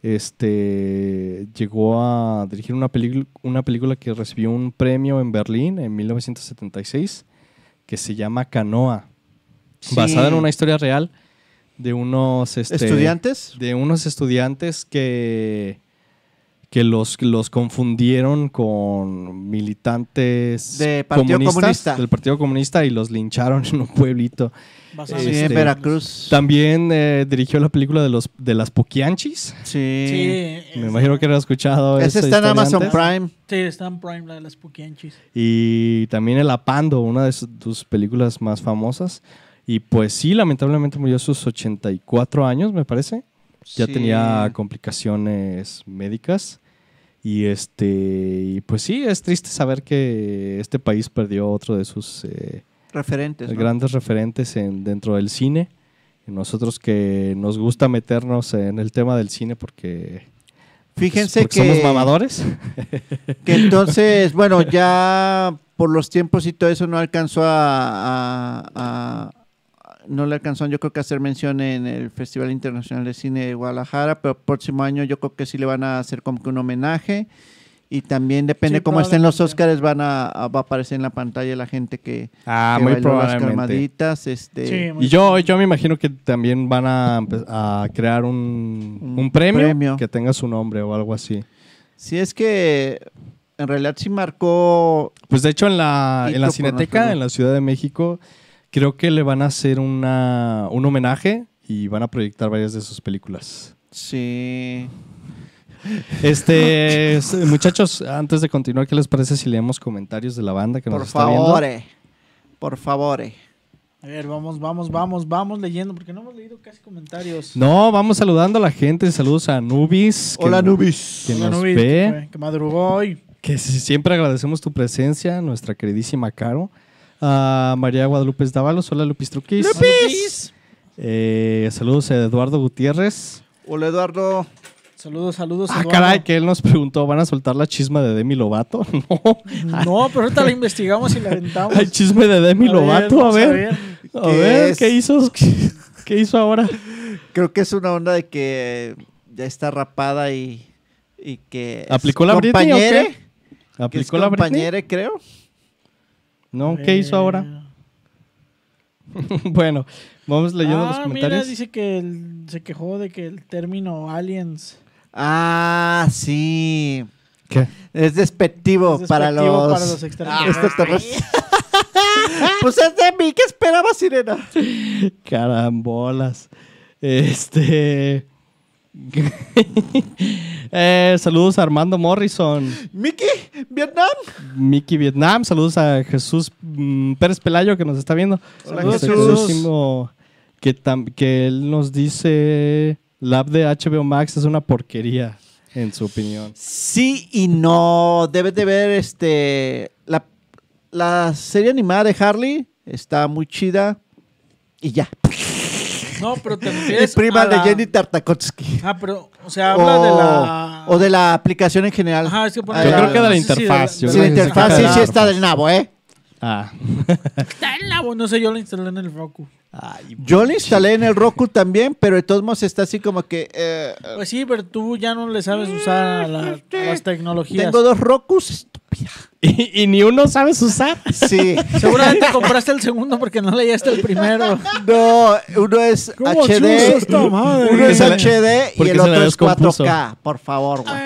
Speaker 1: Este llegó a dirigir una, pelicu- una película que recibió un premio en Berlín en mil novecientos setenta y seis que se llama Canoa,
Speaker 2: Sí.
Speaker 1: basada en una historia real de unos este,
Speaker 2: ¿Estudiantes?
Speaker 1: de unos estudiantes que que los, los confundieron con militantes
Speaker 2: De Partido
Speaker 1: comunistas,
Speaker 2: Comunista.
Speaker 1: del Partido Comunista y los lincharon en un pueblito.
Speaker 3: Basado
Speaker 2: Sí,
Speaker 1: Este,
Speaker 2: en Veracruz.
Speaker 1: También eh, dirigió la película de los de las Poquianchis.
Speaker 2: Sí.
Speaker 3: Sí.
Speaker 1: Me imagino que has escuchado
Speaker 2: Ese
Speaker 1: esa
Speaker 2: está en
Speaker 1: historia
Speaker 2: Amazon
Speaker 1: antes.
Speaker 2: Prime.
Speaker 3: Sí, está en Prime, la de las Puquianchis.
Speaker 1: Y también El Apando, una de sus- tus películas más famosas. Y pues sí, lamentablemente murió a sus ochenta y cuatro años, me parece. Ya
Speaker 2: Sí.
Speaker 1: tenía complicaciones médicas. Y este y pues sí, es triste saber que este país perdió otro de sus eh,
Speaker 2: Referentes, ¿no?
Speaker 1: grandes referentes en, dentro del cine. Y nosotros que nos gusta meternos en el tema del cine porque,
Speaker 2: Fíjense
Speaker 1: porque
Speaker 2: que,
Speaker 1: somos mamadores.
Speaker 2: que entonces, bueno, ya por los tiempos y todo eso no alcanzó a, a- a- no le alcanzó, yo creo que a hacer mención en el Festival Internacional de Cine de Guadalajara, pero el próximo año yo creo que sí le van a hacer como que un homenaje y también depende
Speaker 3: Sí,
Speaker 2: cómo estén los
Speaker 3: probablemente.
Speaker 2: Óscares, van a, a- va a aparecer en la pantalla la gente que,
Speaker 1: Ah,
Speaker 2: que
Speaker 1: muy
Speaker 2: bailó las
Speaker 1: probablemente.
Speaker 2: calmaditas, este,
Speaker 3: Sí, muy
Speaker 1: Y yo, yo me imagino que también van a, empe- a crear un,
Speaker 2: Un
Speaker 1: un premio,
Speaker 2: premio.
Speaker 1: que tenga su nombre o algo así.
Speaker 2: si es que en realidad sí marcó...
Speaker 1: Pues de hecho en la, en la
Speaker 2: Hito por
Speaker 1: Cineteca,
Speaker 2: nosotros.
Speaker 1: en la Ciudad de México, creo que le van a hacer una, un homenaje y van a proyectar varias de sus películas.
Speaker 2: Sí.
Speaker 1: Este, s- muchachos, antes de continuar, ¿qué les parece si leemos comentarios de la banda que nos
Speaker 2: Por
Speaker 1: está viendo?
Speaker 2: favor. Por favor.
Speaker 3: A ver, vamos, vamos, vamos, vamos leyendo, porque no hemos leído casi comentarios.
Speaker 1: No, vamos saludando a la gente. Saludos a Nubis. que
Speaker 2: Hola,
Speaker 1: no-
Speaker 2: Nubis.
Speaker 1: que
Speaker 3: Hola,
Speaker 1: nos
Speaker 3: Nubis,
Speaker 1: ve.
Speaker 3: que, fue- que madrugó hoy.
Speaker 1: Que si- siempre agradecemos tu presencia, nuestra queridísima Caro. A María Guadalupe Dávalos. Hola, Lupis Truquis.
Speaker 3: Lupis.
Speaker 1: Eh, saludos a Eduardo Gutiérrez.
Speaker 2: Hola, Eduardo.
Speaker 3: Saludos, saludos.
Speaker 1: Ah,
Speaker 3: Eduardo.
Speaker 1: caray, que él nos preguntó, ¿van a soltar la chisma de Demi Lovato? No.
Speaker 3: No, pero ahorita la investigamos y la aventamos.
Speaker 1: Hay chisme de Demi
Speaker 3: A ver,
Speaker 1: Lovato, a
Speaker 3: vamos
Speaker 1: ver. A
Speaker 2: ¿Qué
Speaker 1: ver,
Speaker 2: es?
Speaker 1: ¿qué hizo? ¿Qué hizo ahora?
Speaker 2: Creo que es una onda de que ya está rapada y, y que... es
Speaker 1: ¿Aplicó la Britney o
Speaker 2: compañere,
Speaker 1: qué?
Speaker 2: que es
Speaker 1: ¿Aplicó la Britney?
Speaker 2: compañere, creo.
Speaker 1: No, ¿qué hizo ahora? Bueno, vamos leyendo
Speaker 3: ah,
Speaker 1: los comentarios.
Speaker 3: Mira, dice que el- se quejó de que el término aliens
Speaker 2: Ah, sí.
Speaker 1: ¿Qué?
Speaker 2: Es despectivo,
Speaker 3: es
Speaker 2: para,
Speaker 3: despectivo
Speaker 2: los...
Speaker 3: para los extraterrestres.
Speaker 2: extraterrestres. Pues es de mí, ¿qué esperaba, Sirena?
Speaker 1: Carambolas. Este. Eh, saludos a Armando Morrison,
Speaker 2: Mickey, Vietnam.
Speaker 1: Mickey Vietnam. Saludos a Jesús mm, Pérez Pelayo que nos está viendo.
Speaker 2: Hola,
Speaker 1: Que
Speaker 2: Jesús.
Speaker 1: segurísimo Que, tam- que él nos dice: la app de H B O Max es una porquería, en su opinión.
Speaker 2: Sí y no. Debes de ver este la, la serie animada de Harley. Está muy chida. Y ya.
Speaker 3: No, pero te
Speaker 2: Es
Speaker 3: refieres
Speaker 2: prima
Speaker 3: a
Speaker 2: de
Speaker 3: la-
Speaker 2: Jenny Tartakovsky.
Speaker 3: Ah, pero, o sea, habla
Speaker 2: o,
Speaker 3: de la...
Speaker 2: o de la aplicación en general.
Speaker 3: Ajá, es que pone
Speaker 2: Ah,
Speaker 1: Yo
Speaker 2: ya.
Speaker 1: creo que de la
Speaker 3: sí, sí,
Speaker 1: interfaz.
Speaker 3: de
Speaker 1: yo
Speaker 2: Sí,
Speaker 1: creo
Speaker 2: la
Speaker 1: que se
Speaker 2: interfaz
Speaker 1: quita
Speaker 2: sí,
Speaker 1: de
Speaker 2: sí
Speaker 1: la
Speaker 2: está del
Speaker 1: interfaz.
Speaker 2: nabo, ¿eh?
Speaker 1: Ah.
Speaker 3: Está en la... No sé, yo lo instalé en el Roku.
Speaker 1: Ay,
Speaker 2: Yo lo instalé en el Roku también, pero de todos modos está así como que... eh,
Speaker 3: Pues sí, pero tú ya no le sabes usar a, la- a las tecnologías.
Speaker 2: tengo dos Rokus, estúpida.
Speaker 1: y, y ni uno sabes usar.
Speaker 2: Sí.
Speaker 3: Seguramente compraste el segundo porque no leíste el primero.
Speaker 2: No, uno es
Speaker 3: ¿Cómo
Speaker 2: H
Speaker 3: chusa
Speaker 2: D,
Speaker 3: esta madre?
Speaker 2: uno es
Speaker 1: se le-
Speaker 2: H D y
Speaker 1: porque
Speaker 2: el
Speaker 1: se le
Speaker 2: otro es cuatro
Speaker 1: descompuso.
Speaker 2: K, por favor, güey.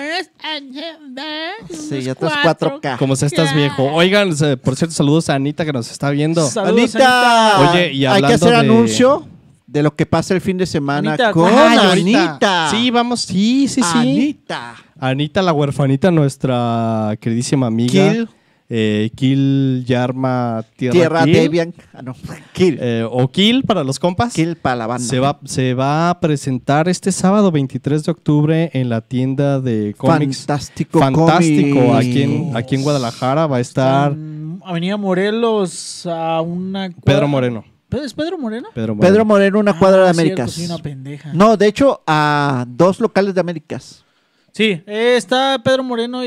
Speaker 2: Sí, y otro es cuatro K.
Speaker 1: Como si estás viejo. Oigan, se- por cierto, saludos a Anita que nos está viendo.
Speaker 3: Saludos,
Speaker 2: Anita,
Speaker 3: Anita.
Speaker 1: Oye, y
Speaker 2: hay que
Speaker 1: hablando
Speaker 2: hacer
Speaker 1: de-
Speaker 2: anuncio de lo que pasa el fin de semana
Speaker 3: Anita,
Speaker 2: con
Speaker 3: Ay,
Speaker 1: ahorita.
Speaker 2: Anita.
Speaker 1: Sí, vamos, sí, sí, sí.
Speaker 2: Anita.
Speaker 1: Anita, la huerfanita, nuestra queridísima amiga.
Speaker 2: Kill,
Speaker 1: Eh, Kill Yarma Tierra,
Speaker 2: Tierra
Speaker 1: Kill.
Speaker 2: Debian. Ah, no. Kill.
Speaker 1: Eh, o Kill para los compas.
Speaker 2: Kill para la banda.
Speaker 1: Se va, se va a presentar este sábado veintitrés de octubre en la tienda de cómics
Speaker 2: Fantástico.
Speaker 1: Fantástico
Speaker 2: Comics.
Speaker 1: aquí en, aquí en Guadalajara. Va a estar
Speaker 3: En Avenida Morelos a una... cuadra-
Speaker 1: Pedro Moreno.
Speaker 3: ¿Pe- ¿Es Pedro Moreno?
Speaker 1: Pedro Moreno.
Speaker 2: Pedro Moreno, una cuadra
Speaker 3: Ah,
Speaker 2: de
Speaker 3: cierto,
Speaker 2: Américas.
Speaker 3: soy una pendeja.
Speaker 2: No, de hecho, a dos locales de Américas.
Speaker 3: Sí, eh, está Pedro Moreno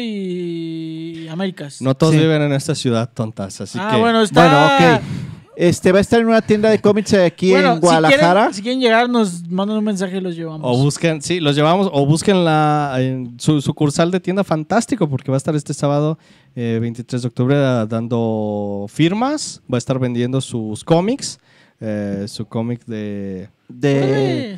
Speaker 3: y Américas.
Speaker 1: No todos
Speaker 2: Sí.
Speaker 1: viven en esta ciudad, tontas, así
Speaker 3: ah,
Speaker 1: que...
Speaker 3: bueno, está...
Speaker 2: Bueno, ok. Este va a estar en una tienda de cómics aquí
Speaker 3: Bueno,
Speaker 2: en Guadalajara.
Speaker 3: Si quieren, si quieren llegar, nos mandan un mensaje y los llevamos.
Speaker 1: O busquen, sí, los llevamos, o busquen la, en su sucursal de tienda Fantástico, porque va a estar este sábado eh, veintitrés de octubre da- dando firmas, va a estar vendiendo sus cómics, eh, su cómic de
Speaker 2: de
Speaker 3: Órale.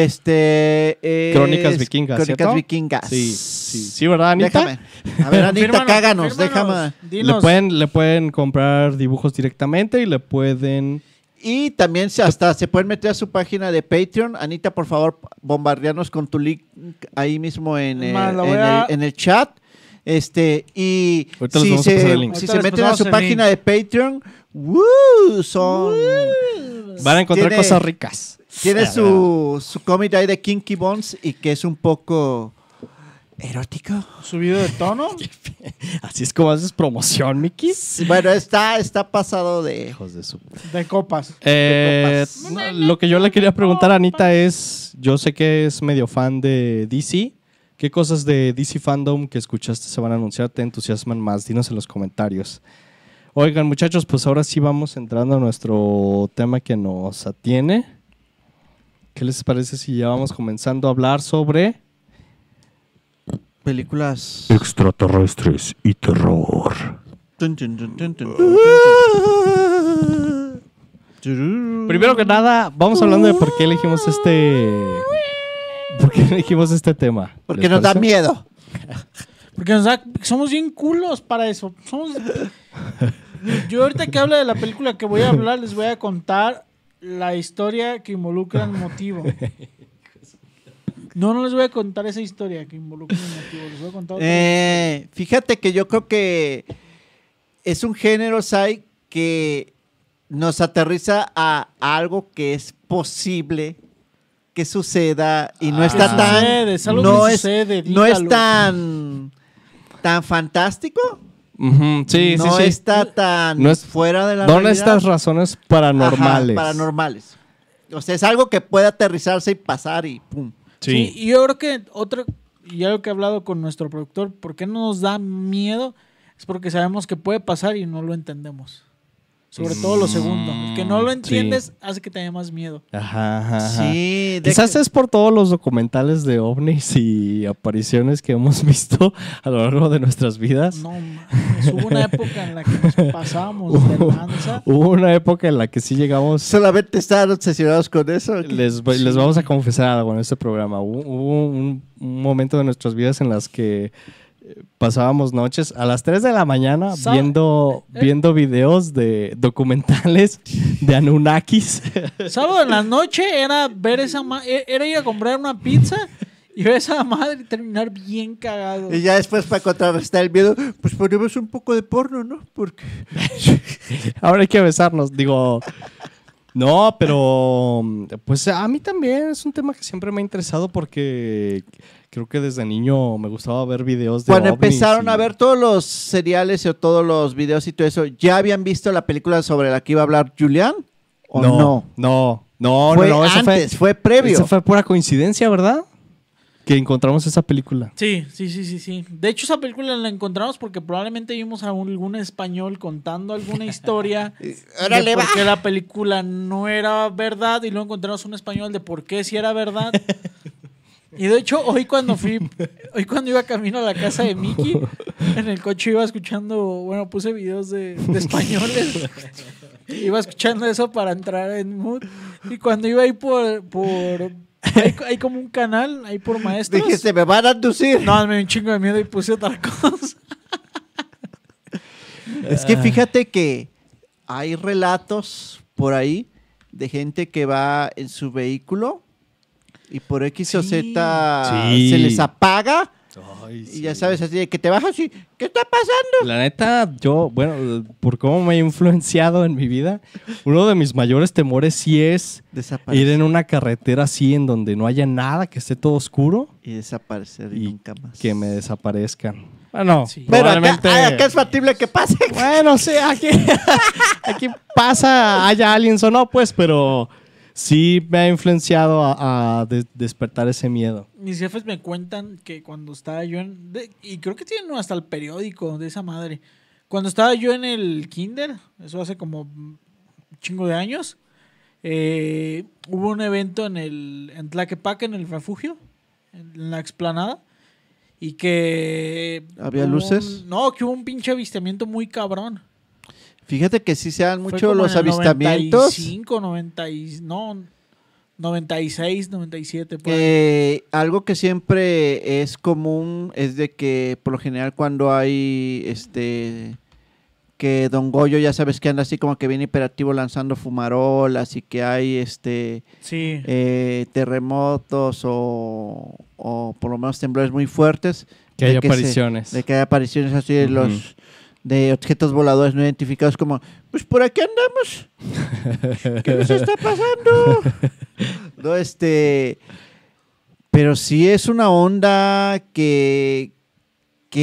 Speaker 2: este es
Speaker 1: Crónicas Vikingas,
Speaker 2: Crónicas
Speaker 1: ¿cierto?
Speaker 2: Vikingas.
Speaker 1: Sí, sí, sí, ¿verdad, Anita?
Speaker 2: Déjame. A ver, Anita,
Speaker 3: Confírmanos,
Speaker 2: cáganos,
Speaker 3: confírmanos.
Speaker 2: déjame.
Speaker 1: Le
Speaker 3: Dinos.
Speaker 1: pueden, le pueden comprar dibujos directamente y le pueden...
Speaker 2: Y también se- hasta se pueden meter a su página de Patreon. Anita, por favor, bombardearnos con tu link ahí mismo en,
Speaker 3: Es
Speaker 2: el,
Speaker 3: más, la
Speaker 2: en
Speaker 3: voy a-
Speaker 2: el- en el chat. Este, y
Speaker 1: Ahorita les
Speaker 2: si
Speaker 1: vamos a
Speaker 2: se,
Speaker 1: pasar el link.
Speaker 2: si
Speaker 3: Ahorita
Speaker 2: se
Speaker 3: les
Speaker 2: meten a
Speaker 3: pasamos
Speaker 2: su
Speaker 3: el
Speaker 2: página
Speaker 3: link.
Speaker 2: de Patreon, ¡woo! Son,
Speaker 1: Van a encontrar
Speaker 2: Tiene-
Speaker 1: cosas ricas.
Speaker 2: tiene su, su cómic ahí de Kinky Bones y que es un poco erótico.
Speaker 3: ¿Subido de tono?
Speaker 1: Así es como haces promoción, Mickey.
Speaker 2: Bueno, está, está pasado de...
Speaker 1: Hijos de su...
Speaker 3: De copas.
Speaker 1: Eh,
Speaker 2: copas.
Speaker 1: no, lo que yo le quería preguntar a Anita es, yo sé que es medio fan de D C, ¿qué cosas de D C Fandom que escuchaste se van a anunciar te entusiasman más? Dinos en los comentarios. Oigan, muchachos, pues ahora sí vamos entrando a nuestro tema que nos atiene. ¿Qué les parece si ya vamos comenzando a hablar sobre
Speaker 2: Películas...
Speaker 4: Extraterrestres y terror.
Speaker 2: Tun, tun, tun, tun, tun, tun.
Speaker 1: Primero que nada, vamos hablando de por qué elegimos este... ¿Por qué elegimos este tema?
Speaker 2: Porque
Speaker 1: ¿Les
Speaker 2: nos da
Speaker 1: parece?
Speaker 2: miedo.
Speaker 3: Porque nos da, somos bien culos para eso. Somos... Yo ahorita que hablo de la película que voy a hablar, les voy a contar la historia que involucra el motivo. No, no les voy a contar esa historia que involucra el motivo. Les voy a contar otra
Speaker 2: Eh, fíjate que yo creo que es un género, Sai, que nos aterriza a algo que es posible que suceda y no
Speaker 1: Ah,
Speaker 2: está
Speaker 1: que
Speaker 2: tan
Speaker 3: sucede, es algo
Speaker 2: no
Speaker 3: que
Speaker 2: es
Speaker 3: sucede,
Speaker 2: no es
Speaker 3: dígalo.
Speaker 2: tan tan fantástico,
Speaker 1: Ujú, sí,
Speaker 2: no
Speaker 1: sí, sí.
Speaker 2: está tan
Speaker 1: No es-
Speaker 2: fuera de la
Speaker 1: Son
Speaker 2: realidad.
Speaker 1: estas razones paranormales.
Speaker 2: Ajá, paranormales. O sea, es algo que puede aterrizarse y pasar y pum.
Speaker 3: Sí. Y yo creo que otro, y algo que he hablado con nuestro productor, ¿por qué no nos da miedo? Es porque sabemos que puede pasar y no lo entendemos. Sobre todo lo segundo. El que no lo entiendes
Speaker 1: Sí.
Speaker 3: hace que te dé más miedo.
Speaker 1: Ajá, ajá, ajá.
Speaker 2: Sí, de
Speaker 1: Quizás
Speaker 2: que-
Speaker 1: es por todos los documentales de ovnis y apariciones que hemos visto a lo largo de nuestras vidas.
Speaker 3: No mames, hubo una época en la que nos pasábamos de lanza.
Speaker 1: Hubo una época en la que sí llegamos.
Speaker 2: solamente están obsesionados con eso.
Speaker 1: Les, voy- les vamos a confesar algo en este programa. Hubo, hubo un, un momento de nuestras vidas en las que eh, pasábamos noches a las tres de la mañana
Speaker 3: ¿Sabe?
Speaker 1: viendo,
Speaker 3: ¿Eh?
Speaker 1: viendo videos de documentales de Anunnakis.
Speaker 3: Sábado en la noche era ver esa ma- e- era ir a comprar una pizza y ver esa madre y terminar bien cagado.
Speaker 2: Y ya después, para contrarrestar el miedo, pues ponemos un poco de porno, ¿no? Porque
Speaker 1: Ahora hay que besarnos. Digo, no, pero pues a mí también es un tema que siempre me ha interesado porque creo que desde niño me gustaba ver videos de
Speaker 2: cuando
Speaker 1: ovnis
Speaker 2: empezaron
Speaker 1: y-
Speaker 2: a ver todos los seriales o todos los videos y todo eso, ¿ya habían visto la película sobre la que iba a hablar Julián? ¿O no?
Speaker 1: No, no, no,
Speaker 2: fue
Speaker 1: no, eso
Speaker 2: antes,
Speaker 1: fue,
Speaker 2: fue previo.
Speaker 1: eso fue pura coincidencia, ¿verdad? Que encontramos esa película.
Speaker 3: Sí, sí, sí, sí, sí. De hecho, esa película la encontramos porque probablemente vimos a un- algún español contando alguna historia
Speaker 2: Órale,
Speaker 3: de por
Speaker 2: va.
Speaker 3: qué la película no era verdad y luego encontramos un español de por qué sí era verdad. Y de hecho, hoy cuando fui, hoy cuando iba camino a la casa de Mickey, en el coche iba escuchando, bueno, puse videos de, de españoles. Iba escuchando eso para entrar en mood. Y cuando iba ahí por, por hay, hay como un canal ahí por maestros.
Speaker 2: Dije, se me van a inducir.
Speaker 3: No, me dio un chingo de miedo y puse otra cosa.
Speaker 2: Es que fíjate que hay relatos por ahí de gente que va en su vehículo y por X o
Speaker 3: Sí.
Speaker 2: Z
Speaker 1: Sí.
Speaker 2: se les apaga
Speaker 1: Ay,
Speaker 2: y ya sabes, así de que te bajas y ¿qué está pasando?
Speaker 1: La neta, yo, bueno, por cómo me ha influenciado en mi vida, uno de mis mayores temores sí es
Speaker 2: Desaparecer.
Speaker 1: ir en una carretera así en donde no haya nada, que esté todo oscuro
Speaker 2: Y desaparecer y,
Speaker 1: y
Speaker 2: nunca más.
Speaker 1: que me desaparezcan. Bueno,
Speaker 3: Sí.
Speaker 2: Pero acá,
Speaker 1: probablemente...
Speaker 2: ay, acá es factible que pase.
Speaker 1: Bueno, sí, aquí, aquí pasa, haya aliens o no, pues, pero sí me ha influenciado a, a des- despertar ese miedo.
Speaker 3: Mis jefes me cuentan que cuando estaba yo en... de- y creo que tienen hasta el periódico de esa madre. Cuando estaba yo en el kinder, eso hace como un chingo de años, eh, hubo un evento en el en Tlaquepaque, en el refugio, en la explanada, y que...
Speaker 2: ¿Había
Speaker 3: hubo
Speaker 2: luces?
Speaker 3: un- no, que hubo un pinche avistamiento muy cabrón.
Speaker 2: Fíjate que sí se dan
Speaker 3: Fue
Speaker 2: mucho
Speaker 3: como
Speaker 2: los
Speaker 3: en el
Speaker 2: avistamientos.
Speaker 3: noventa y cinco, noventa y, no, noventa y seis, noventa y siete. Por ahí.
Speaker 2: Que algo que siempre es común es de que por lo general cuando hay este que Don Goyo ya sabes que anda así como que viene hiperactivo lanzando fumarolas y que hay este
Speaker 3: Sí.
Speaker 2: eh, terremotos o, o por lo menos temblores muy fuertes.
Speaker 1: Que
Speaker 2: de
Speaker 1: hay
Speaker 2: se-
Speaker 1: apariciones.
Speaker 2: de que hay apariciones así de
Speaker 1: Ujú.
Speaker 2: los de objetos voladores no identificados como, pues por aquí andamos. ¿Qué nos está pasando? No, este, pero sí es una onda que, que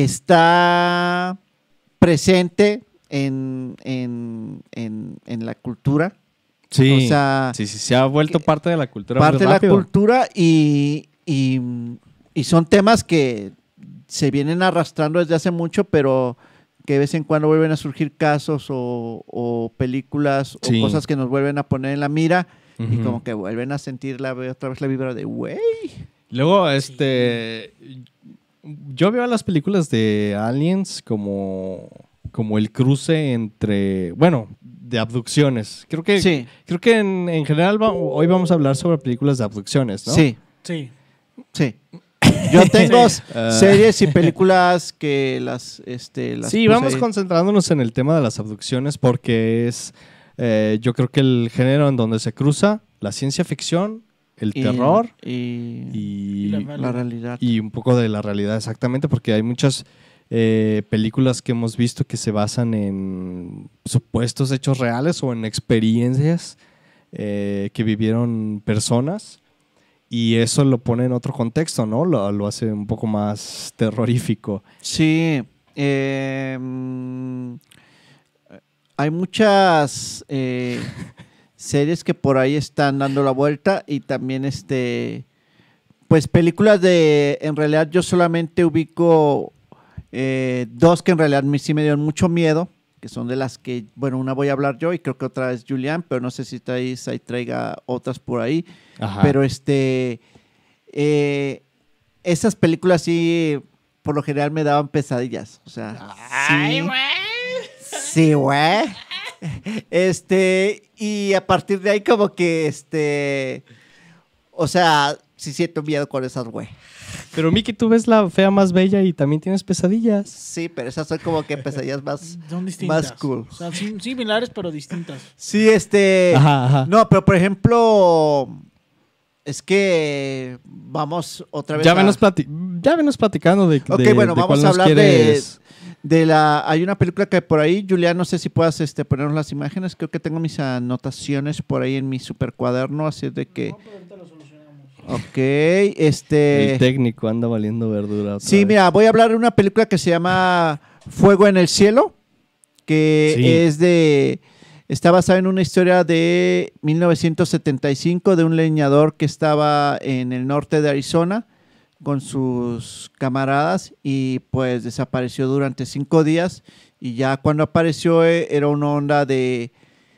Speaker 2: está presente en, en, en, en la cultura.
Speaker 1: Sí,
Speaker 2: O sea,
Speaker 1: sí, sí, se ha vuelto
Speaker 2: que-
Speaker 1: parte de la cultura
Speaker 2: parte
Speaker 1: muy
Speaker 2: de la
Speaker 1: rápido.
Speaker 2: cultura y, y, y son temas que se vienen arrastrando desde hace mucho, pero que de vez en cuando vuelven a surgir casos o, o películas
Speaker 1: Sí.
Speaker 2: o cosas que nos vuelven a poner en la mira y
Speaker 1: Ujú.
Speaker 2: como que vuelven a sentir la, otra vez la vibra de güey.
Speaker 1: Luego, este. Yo veo las películas de aliens como, como el cruce entre. Bueno, de abducciones. Creo que,
Speaker 2: Sí,
Speaker 1: creo que en, en general va- hoy vamos a hablar sobre películas de abducciones, ¿no?
Speaker 2: sí,
Speaker 3: Sí.
Speaker 2: sí. Yo tengo
Speaker 1: Ah.
Speaker 2: series y películas que las, este, las
Speaker 1: Sí,
Speaker 2: puse
Speaker 1: vamos
Speaker 2: ahí.
Speaker 1: concentrándonos en el tema de las abducciones porque es, eh, yo creo que el género en donde se cruza la ciencia ficción, el
Speaker 2: Y-
Speaker 1: terror
Speaker 2: y,
Speaker 1: y,
Speaker 3: la
Speaker 2: la realidad.
Speaker 1: y un poco de la realidad, exactamente, porque hay muchas eh, películas que hemos visto que se basan en supuestos hechos reales o en experiencias eh, que vivieron personas. Y eso lo pone en otro contexto, ¿no? Lo, lo hace un poco más terrorífico.
Speaker 2: Sí, eh, mm, hay muchas eh, series que por ahí están dando la vuelta y también este, pues películas de, en realidad yo solamente ubico eh, dos que en realidad me, sí me dieron mucho miedo, que son de las que, bueno, una voy a hablar yo y creo que otra es Julián, pero no sé si traes, ahí traiga otras por ahí.
Speaker 1: Ajá.
Speaker 2: Pero este, eh, esas películas sí, por lo general me daban pesadillas. O sea, sí. Sí, güey. Este, y a partir de ahí como que, este, o sea, sí siento miedo con esas, güey.
Speaker 1: Pero Miki, tú ves la fea más bella y también tienes pesadillas.
Speaker 2: Sí, pero esas son como que pesadillas más,
Speaker 3: Son distintas.
Speaker 2: más cool.
Speaker 3: O sea, sim- similares, pero distintas.
Speaker 2: Sí, este,
Speaker 1: Ajá, ajá.
Speaker 2: no, pero por ejemplo, es que vamos otra vez
Speaker 1: Ya
Speaker 2: a-
Speaker 1: venos, plati- ya venos platicando de,
Speaker 2: Ok,
Speaker 1: de-
Speaker 2: bueno,
Speaker 1: de
Speaker 2: vamos
Speaker 1: cuál
Speaker 2: a
Speaker 1: nos
Speaker 2: hablar de,
Speaker 1: quieres.
Speaker 2: de la... Hay una película que por ahí, Julián, no sé si puedas este, ponernos las imágenes. Creo que tengo mis anotaciones por ahí en mi super cuaderno, así es de que... Ok, este...
Speaker 1: El técnico anda valiendo verdura. otra
Speaker 2: Sí,
Speaker 1: vez.
Speaker 2: mira, voy a hablar de una película que se llama Fuego en el Cielo, que
Speaker 1: Sí.
Speaker 2: es de... Está basada en una historia de mil novecientos setenta y cinco de un leñador que estaba en el norte de Arizona con sus camaradas y pues desapareció durante cinco días y ya cuando apareció eh, era una onda de,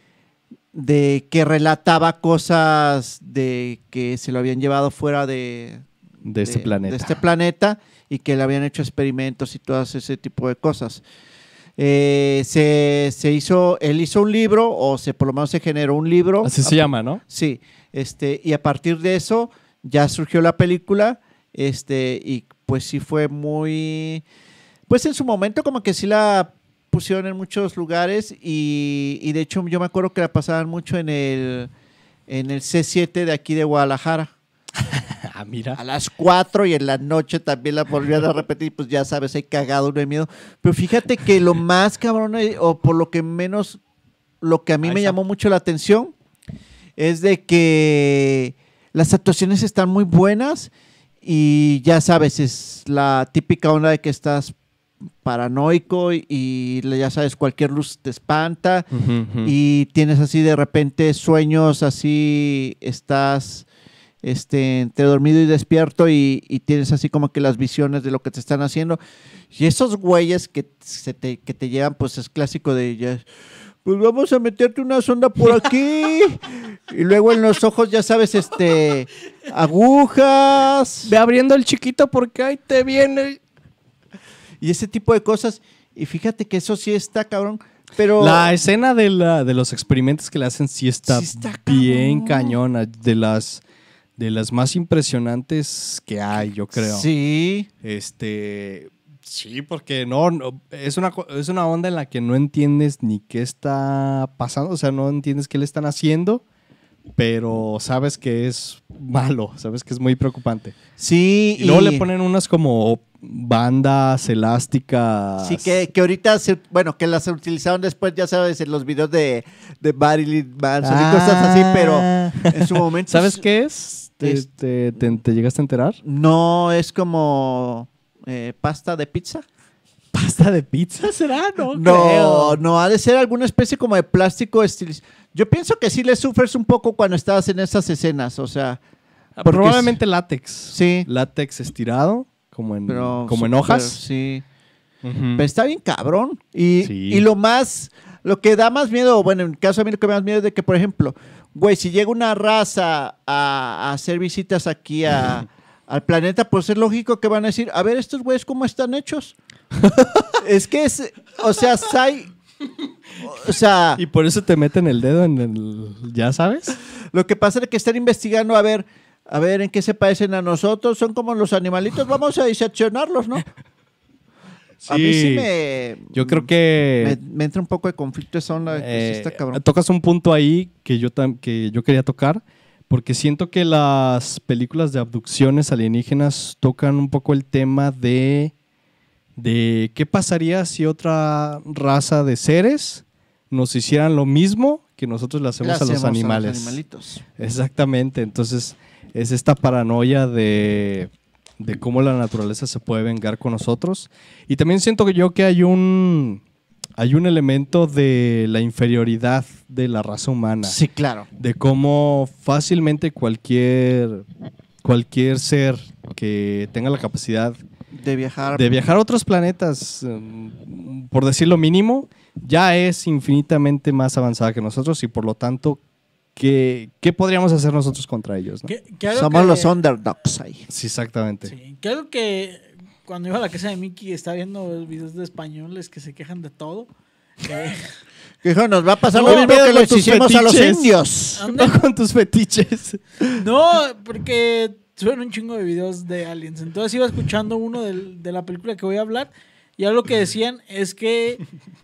Speaker 2: de que relataba cosas de que se lo habían llevado fuera de,
Speaker 1: De este planeta.
Speaker 2: de este planeta y que le habían hecho experimentos y todo ese tipo de cosas. Eh, se, se hizo, él hizo un libro, o se, por lo menos se generó un libro.
Speaker 1: Así se llama, ¿no?
Speaker 2: Sí, este, y a partir de eso ya surgió la película, este, y pues sí fue muy, pues en su momento como que sí la pusieron en muchos lugares y, y de hecho yo me acuerdo que la pasaban mucho en el, en el C siete de aquí de Guadalajara.
Speaker 1: Ah, mira.
Speaker 2: A las cuatro y en la noche también la volvían a repetir, pues ya sabes, hay cagado, no hay miedo. Pero fíjate que lo más cabrón, eh, o por lo que menos, lo que a mí
Speaker 1: Ahí
Speaker 2: me
Speaker 1: está.
Speaker 2: llamó mucho la atención, es de que las actuaciones están muy buenas y ya sabes, es la típica onda de que estás paranoico y, y ya sabes, cualquier luz te espanta
Speaker 1: Ujú, ujú.
Speaker 2: y tienes así de repente sueños, así estás este, entre dormido y despierto y, y tienes así como que las visiones de lo que te están haciendo. Y esos güeyes que, se te, que te llevan, pues es clásico de ya, pues vamos a meterte una sonda por aquí. Y luego en los ojos, ya sabes, este, agujas.
Speaker 1: Ve abriendo el chiquito porque ahí te viene.
Speaker 2: Y ese tipo de cosas. Y fíjate que eso sí está cabrón. Pero
Speaker 1: La escena de, la, de los experimentos que le hacen sí está,
Speaker 2: Sí está
Speaker 1: bien
Speaker 2: cabrón.
Speaker 1: cañona. De las, de las más impresionantes que hay, yo creo.
Speaker 2: sí.
Speaker 1: Este, sí, porque no, no, es una co- es una onda en la que no entiendes ni qué está pasando, o sea, no entiendes qué le están haciendo, pero sabes que es malo, sabes que es muy preocupante.
Speaker 2: Sí.
Speaker 1: Y luego le ponen unas como bandas elásticas.
Speaker 2: Sí, que, que ahorita, se, bueno, que las utilizaron después, ya sabes, en los videos de, de Marilyn Manson y cosas así, pero en su momento...
Speaker 1: ¿Sabes qué es? ¿Te,
Speaker 2: Es-
Speaker 1: te- te- te llegaste a enterar?
Speaker 2: No, es como eh, pasta de pizza.
Speaker 1: ¿Pasta de pizza será? No,
Speaker 2: No,
Speaker 1: creo.
Speaker 2: no, ha de ser alguna especie como de plástico estilizado. Yo pienso que sí le sufres un poco cuando estabas en esas escenas, o sea, porque
Speaker 1: Probablemente látex.
Speaker 2: sí,
Speaker 1: Látex estirado, como en,
Speaker 2: pero...
Speaker 1: como en
Speaker 2: súper,
Speaker 1: hojas.
Speaker 2: Sí.
Speaker 1: Ujú.
Speaker 2: Pero está bien cabrón. Y,
Speaker 1: Sí.
Speaker 2: y lo más, lo que da más miedo, bueno, en el caso a mí lo que me da más miedo es de que, por ejemplo, güey, si llega una raza a, a hacer visitas aquí a, al planeta, pues es lógico que van a decir, a ver, estos güeyes, ¿cómo están hechos? Es que es, o sea, hay, o sea,
Speaker 1: Y por eso te meten el dedo en el... ¿Ya sabes?
Speaker 2: lo que pasa es que están investigando, a ver, A ver, ¿en qué se parecen a nosotros? Son como los animalitos, vamos a diseccionarlos, ¿no? A mí sí me...
Speaker 1: Yo creo que...
Speaker 2: Me, me entra un poco de conflicto esa onda de que
Speaker 1: eh,
Speaker 2: sí está cabrón.
Speaker 1: tocas un punto ahí que yo, tam- que yo quería tocar, porque siento que las películas de abducciones alienígenas tocan un poco el tema de, de qué pasaría si otra raza de seres nos hicieran lo mismo que nosotros le hacemos,
Speaker 2: Le
Speaker 1: a los
Speaker 2: hacemos
Speaker 1: animales.
Speaker 2: animalitos.
Speaker 1: Exactamente, entonces es esta paranoia de, de cómo la naturaleza se puede vengar con nosotros. Y también siento que yo que hay un, hay un elemento de la inferioridad de la raza humana.
Speaker 2: Sí, claro.
Speaker 1: De cómo fácilmente cualquier, cualquier ser que tenga la capacidad
Speaker 2: De viajar.
Speaker 1: de viajar a otros planetas, um, por decir lo mínimo, ya es infinitamente más avanzada que nosotros y por lo tanto, ¿qué, qué podríamos hacer nosotros contra ellos? ¿No?
Speaker 3: Que- que algo
Speaker 2: Somos
Speaker 3: que-
Speaker 2: los underdogs ahí.
Speaker 1: Sí, exactamente.
Speaker 3: Sí, que algo que cuando iba a la casa de Mickey estaba viendo videos de españoles que se quejan de todo. Eh,
Speaker 2: Que dijo, nos va a pasar
Speaker 1: No,
Speaker 2: lo mismo
Speaker 1: mira
Speaker 2: que
Speaker 1: con
Speaker 2: les
Speaker 1: tus
Speaker 2: hicimos a los
Speaker 1: fetiches.
Speaker 2: indios.
Speaker 3: anda-
Speaker 1: No con tus fetiches.
Speaker 3: no, porque suben un chingo de videos de aliens. Entonces iba escuchando uno del- de la película que voy a hablar y algo que decían es que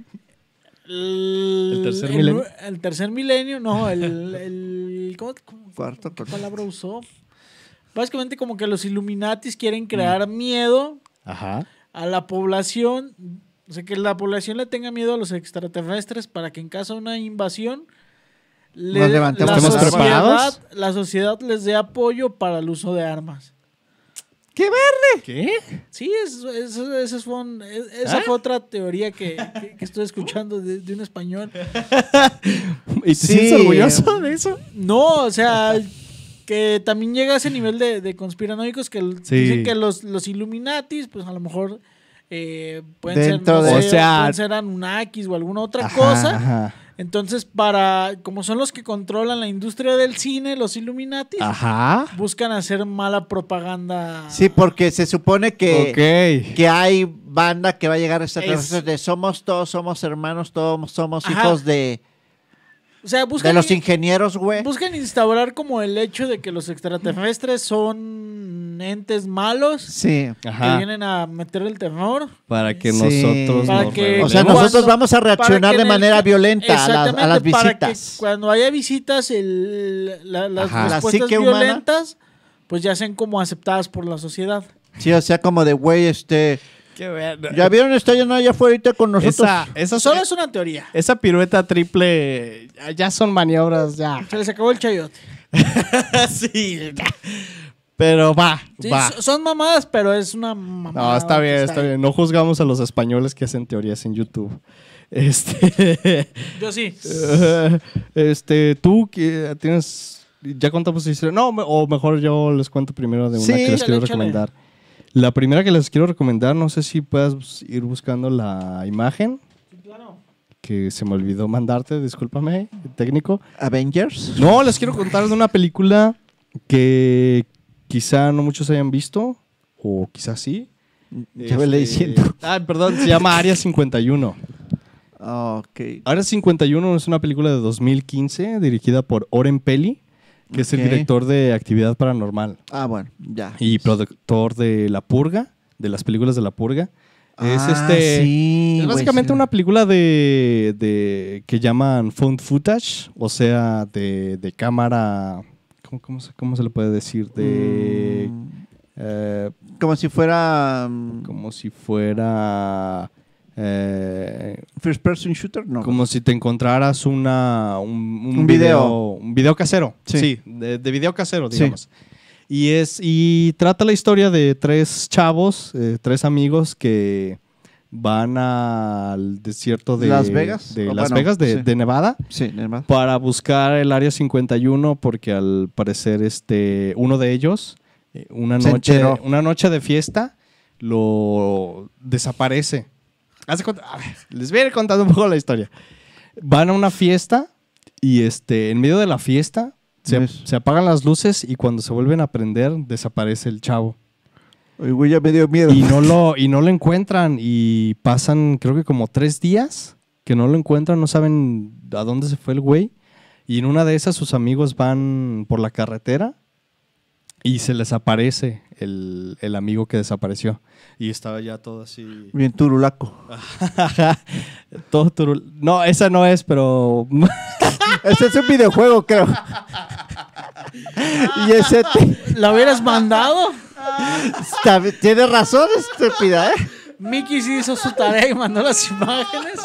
Speaker 3: el,
Speaker 1: ¿El tercer milenio?
Speaker 3: el tercer milenio, no, el, el ¿cómo, cómo-
Speaker 2: Cuarto,
Speaker 3: qué
Speaker 2: cuarto.
Speaker 3: palabra usó? Básicamente como que los Illuminatis quieren crear miedo
Speaker 1: Ajá.
Speaker 3: a la población, o sea, que la población le tenga miedo a los extraterrestres para que en caso de una invasión le-
Speaker 2: Nos levantemos
Speaker 3: la,
Speaker 1: ¿Estamos
Speaker 2: las armas.
Speaker 3: sociedad,
Speaker 1: preparados?
Speaker 3: la sociedad les dé apoyo para el uso de armas.
Speaker 2: ¡Qué verde!
Speaker 1: ¿Qué?
Speaker 3: Sí, es- es- esas fueron- es- esa
Speaker 1: ¿Ah?
Speaker 3: fue otra teoría que, que- que estoy escuchando de, de un español.
Speaker 1: ¿Y te
Speaker 2: Sí.
Speaker 1: sientes orgulloso de eso?
Speaker 3: No, o sea, que también llega a ese nivel de, de conspiranoicos que l-
Speaker 1: Sí.
Speaker 3: dicen que los, los Illuminatis, pues a lo mejor eh, pueden,
Speaker 2: Dentro
Speaker 3: ser, no
Speaker 2: de-
Speaker 3: sé,
Speaker 1: O sea-
Speaker 3: pueden ser Anunnakis o alguna otra
Speaker 1: Ajá,
Speaker 3: cosa.
Speaker 1: Ajá.
Speaker 3: Entonces, para como son los que controlan la industria del cine, los Illuminatis,
Speaker 1: Ajá.
Speaker 3: buscan hacer mala propaganda.
Speaker 2: Sí, porque se supone que,
Speaker 1: Ok.
Speaker 2: que hay banda que va a llegar a extraterrestres
Speaker 3: Es-
Speaker 2: de somos todos, somos hermanos, todos somos
Speaker 3: Ajá.
Speaker 2: hijos de,
Speaker 3: O sea, buscan,
Speaker 2: de los ingenieros, güey.
Speaker 3: buscan instaurar como el hecho de que los extraterrestres son entes malos
Speaker 2: Sí.
Speaker 3: que
Speaker 1: Ajá.
Speaker 3: vienen a meter el terror.
Speaker 1: Para que
Speaker 2: Sí.
Speaker 1: nosotros
Speaker 3: Para
Speaker 1: nos
Speaker 3: que-
Speaker 1: rebelemos.
Speaker 2: O sea,
Speaker 3: Cuando-
Speaker 2: nosotros vamos a reaccionar
Speaker 3: para que
Speaker 2: de
Speaker 3: en el-
Speaker 2: manera violenta a las, a las
Speaker 3: Exactamente, para que
Speaker 2: visitas.
Speaker 3: cuando haya visitas, el, la- las
Speaker 1: Ajá.
Speaker 2: La
Speaker 3: respuestas
Speaker 2: psique humana.
Speaker 3: violentas, pues ya sean como aceptadas por la sociedad.
Speaker 2: Sí, o sea, como de, güey, este...
Speaker 1: Qué bueno.
Speaker 2: ¿Ya vieron? Está lleno allá afuera con nosotros.
Speaker 1: Esa, esa,
Speaker 3: Solo es una teoría.
Speaker 1: esa pirueta triple ya- ya son maniobras, ya.
Speaker 3: Se les acabó el chayote.
Speaker 1: Sí, ya. Pero va,
Speaker 3: Sí,
Speaker 1: va.
Speaker 3: so- son mamadas, pero es una mamada.
Speaker 1: No, está
Speaker 3: que
Speaker 1: bien, está
Speaker 3: ahí.
Speaker 1: bien. No juzgamos a los españoles que hacen teorías en YouTube. Este,
Speaker 3: Yo sí.
Speaker 1: este, tú que tienes, ya contamos tu historia. No, me- o mejor yo les cuento primero de una
Speaker 2: Sí,
Speaker 1: que les
Speaker 3: échale,
Speaker 1: quiero
Speaker 3: échale.
Speaker 1: recomendar. La primera que les quiero recomendar, no sé si puedas ir buscando la imagen
Speaker 3: Claro.
Speaker 1: que se me olvidó mandarte, discúlpame, técnico.
Speaker 2: Avengers.
Speaker 1: No, les quiero contar de una película que quizá no muchos hayan visto, o quizá sí.
Speaker 2: Ya me le
Speaker 1: Este,
Speaker 2: diciendo.
Speaker 1: Ah, perdón, se llama Área cincuenta y uno.
Speaker 2: Ok.
Speaker 1: Área cincuenta y uno es una película de dos mil quince dirigida por Oren Peli, que es el
Speaker 2: Ok.
Speaker 1: director de Actividad Paranormal
Speaker 2: Ah, bueno, ya.
Speaker 1: y productor de La Purga, de las películas de La Purga. Es
Speaker 2: Ah,
Speaker 1: este.
Speaker 2: sí,
Speaker 1: es
Speaker 2: güey,
Speaker 1: básicamente
Speaker 2: sí.
Speaker 1: una película de, de que llaman found footage, o sea, de, de cámara. ¿Cómo, cómo, se, cómo se le puede decir? De.
Speaker 2: Mm,
Speaker 1: eh,
Speaker 2: como si fuera... mm,
Speaker 1: como si fuera. eh,
Speaker 2: First person shooter, no.
Speaker 1: como si te encontraras una, un, un
Speaker 2: Un
Speaker 1: video,
Speaker 2: video.
Speaker 1: un video casero.
Speaker 2: Sí.
Speaker 1: Sí, de, de video casero,
Speaker 2: Sí.
Speaker 1: digamos. Y, es, y trata la historia de tres chavos, eh, tres amigos que van al desierto de
Speaker 2: Las Vegas,
Speaker 1: de
Speaker 2: o
Speaker 1: Las
Speaker 2: bueno,
Speaker 1: Vegas, de,
Speaker 2: sí.
Speaker 1: de Nevada,
Speaker 2: Sí, nada más.
Speaker 1: para buscar el área cincuenta y uno porque al parecer este, uno de ellos, eh, una
Speaker 2: Se
Speaker 1: noche,
Speaker 2: enteró.
Speaker 1: una noche de fiesta, lo desaparece. Haz de cuenta- a ver, les voy a ir contando un poco la historia. Van a una fiesta y este, en medio de la fiesta se,
Speaker 2: Pues-
Speaker 1: se apagan las luces y cuando se vuelven a prender desaparece el chavo.
Speaker 2: Ay, güey, ya me dio miedo.
Speaker 1: Y no lo, y no lo encuentran y pasan creo que como tres días que no lo encuentran, no saben a dónde se fue el güey. Y en una de esas sus amigos van por la carretera y se les aparece el, el amigo que desapareció. Y estaba ya todo así.
Speaker 2: Bien turulaco.
Speaker 1: todo turul... No, esa no es, pero.
Speaker 2: Ese es un videojuego, creo. Y ese te...
Speaker 3: ¿La hubieras mandado?
Speaker 2: Está- Tienes razón, estúpida, ¿eh?
Speaker 3: Mickey sí hizo su tarea y mandó las imágenes.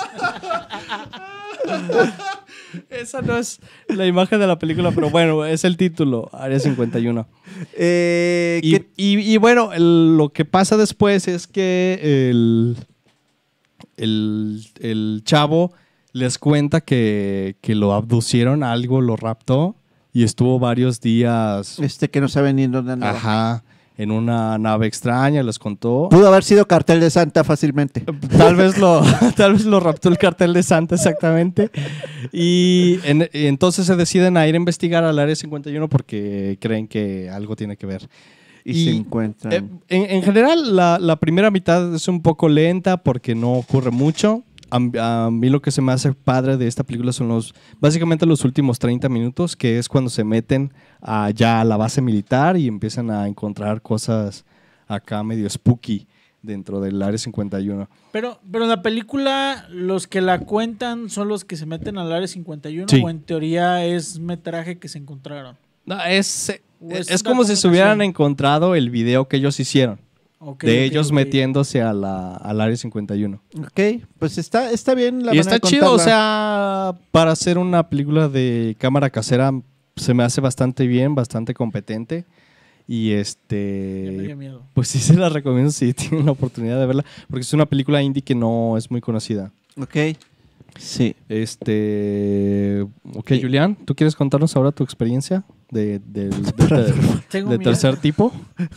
Speaker 1: Esa no es la imagen de la película, pero bueno, es el título, Área cincuenta y uno.
Speaker 2: Eh,
Speaker 1: Y,
Speaker 2: ¿qué-
Speaker 1: y- y bueno, el- lo que pasa después es que el, el, el chavo les cuenta que, que lo abducieron, algo lo raptó y estuvo varios días
Speaker 2: Este que no sabe ni en dónde andaba.
Speaker 1: ajá, en una nave extraña, les contó.
Speaker 2: Pudo haber sido cartel de Santa fácilmente.
Speaker 1: Tal vez lo, tal vez lo raptó el cartel de Santa, exactamente. Y, en- y entonces se deciden a ir a investigar al Área cincuenta y uno porque creen que algo tiene que ver.
Speaker 2: Y,
Speaker 1: Y,
Speaker 2: se encuentran.
Speaker 1: Eh, en, en general, la, la primera mitad es un poco lenta porque no ocurre mucho. A, a mí lo que se me hace padre de esta película son los, básicamente los últimos treinta minutos, que es cuando se meten a, ya a la base militar y empiezan a encontrar cosas acá medio spooky dentro del Área cincuenta y uno.
Speaker 3: Pero, pero en la película, los que la cuentan son los que se meten al área cincuenta y uno,
Speaker 1: Sí.
Speaker 3: o en teoría es metraje que se encontraron.
Speaker 1: No, es,
Speaker 3: ¿O
Speaker 1: es,
Speaker 3: es
Speaker 1: como si se
Speaker 3: documentación?
Speaker 1: hubieran encontrado el video que ellos hicieron,
Speaker 3: Ok,
Speaker 1: de
Speaker 3: ok,
Speaker 1: ellos
Speaker 3: ok.
Speaker 1: metiéndose a la, al Área cincuenta y uno.
Speaker 2: Ok, pues está, está bien la
Speaker 1: Y
Speaker 2: manera
Speaker 1: está
Speaker 2: de
Speaker 1: chido, o
Speaker 2: contarla.
Speaker 1: sea, para hacer una película de cámara casera se me hace bastante bien, bastante competente. Y
Speaker 3: Ya me dio
Speaker 1: este,
Speaker 3: miedo.
Speaker 1: pues sí se la recomiendo si tienen la oportunidad de verla, porque es una película indie que no es muy conocida.
Speaker 2: Ok. Sí.
Speaker 1: Este, ok, Julián, ¿tú quieres contarnos ahora tu experiencia de, del- de, de-
Speaker 3: Tengo
Speaker 1: de
Speaker 3: miedo.
Speaker 1: tercer tipo?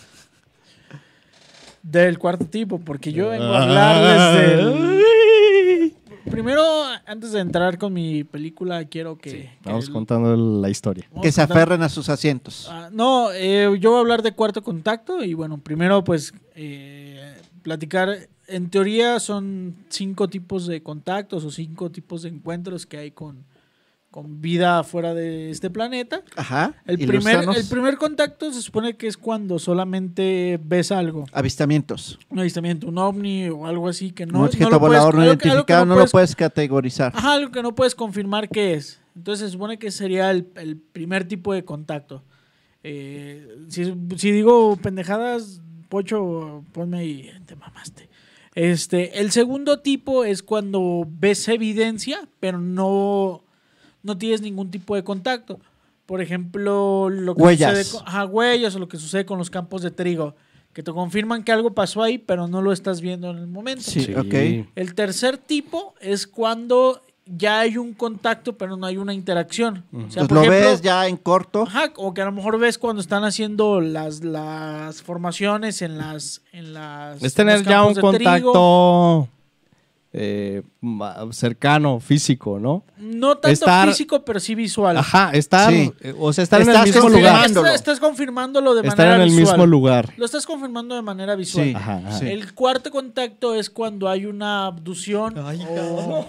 Speaker 3: Del cuarto tipo, porque yo vengo a
Speaker 1: Ah.
Speaker 3: hablarles del... Primero, antes de entrar con mi película, quiero que... que
Speaker 1: Vamos
Speaker 3: el-
Speaker 1: contando la historia.
Speaker 3: vamos
Speaker 2: Que se
Speaker 3: contando-
Speaker 2: aferren a sus asientos.
Speaker 3: Ah, no, eh, yo voy a hablar de Cuarto Contacto y bueno, primero pues eh, platicar, en teoría son cinco tipos de contactos o cinco tipos de encuentros que hay con, con vida fuera de este planeta.
Speaker 2: Ajá.
Speaker 3: El primer,
Speaker 2: ilústranos.
Speaker 3: el primer contacto se supone que es cuando solamente ves algo,
Speaker 2: Avistamientos.
Speaker 3: un avistamiento, un ovni o algo así que no,
Speaker 2: un
Speaker 3: no
Speaker 2: objeto
Speaker 3: lo puedes-
Speaker 2: volador no
Speaker 3: algo que- algo que
Speaker 2: identificado no, lo
Speaker 3: puedes-
Speaker 2: puedes categorizar.
Speaker 3: Ajá, algo que no puedes confirmar qué es. Entonces se supone que sería el, el primer tipo de contacto. Eh, si, si digo pendejadas, Pocho, ponme ahí, te mamaste. Este, el segundo tipo es cuando ves evidencia, pero no, no tienes ningún tipo de contacto. Por ejemplo, lo que
Speaker 2: Huellas.
Speaker 3: sucede con, ajá, huellas o lo que sucede con los campos de trigo, que te confirman que algo pasó ahí, pero no lo estás viendo en el momento.
Speaker 2: Sí, ok.
Speaker 3: El tercer tipo es cuando ya hay un contacto, pero no hay una interacción. O sea,
Speaker 2: Pues
Speaker 3: por
Speaker 2: lo
Speaker 3: ejemplo,
Speaker 2: ves ya en corto.
Speaker 3: ajá, o que a lo mejor ves cuando están haciendo las, las formaciones en las en las
Speaker 1: Es tener
Speaker 3: los
Speaker 1: ya un
Speaker 3: campos de trigo.
Speaker 1: contacto eh, ma- cercano, físico, ¿no?
Speaker 3: No tanto
Speaker 1: estar-
Speaker 3: físico, pero sí visual.
Speaker 1: Ajá, estar,
Speaker 2: Sí.
Speaker 1: eh, o sea, estar en el
Speaker 2: Estás
Speaker 1: mismo
Speaker 2: confirmando.
Speaker 1: lugar.
Speaker 2: confirmándolo.
Speaker 3: Estás, estás confirmándolo de
Speaker 1: Estar
Speaker 3: manera
Speaker 1: en el
Speaker 3: visual.
Speaker 1: mismo lugar.
Speaker 3: Lo estás confirmando de manera visual.
Speaker 2: Sí.
Speaker 1: Ajá, ajá.
Speaker 2: Sí.
Speaker 3: El cuarto contacto es cuando hay una abducción. o-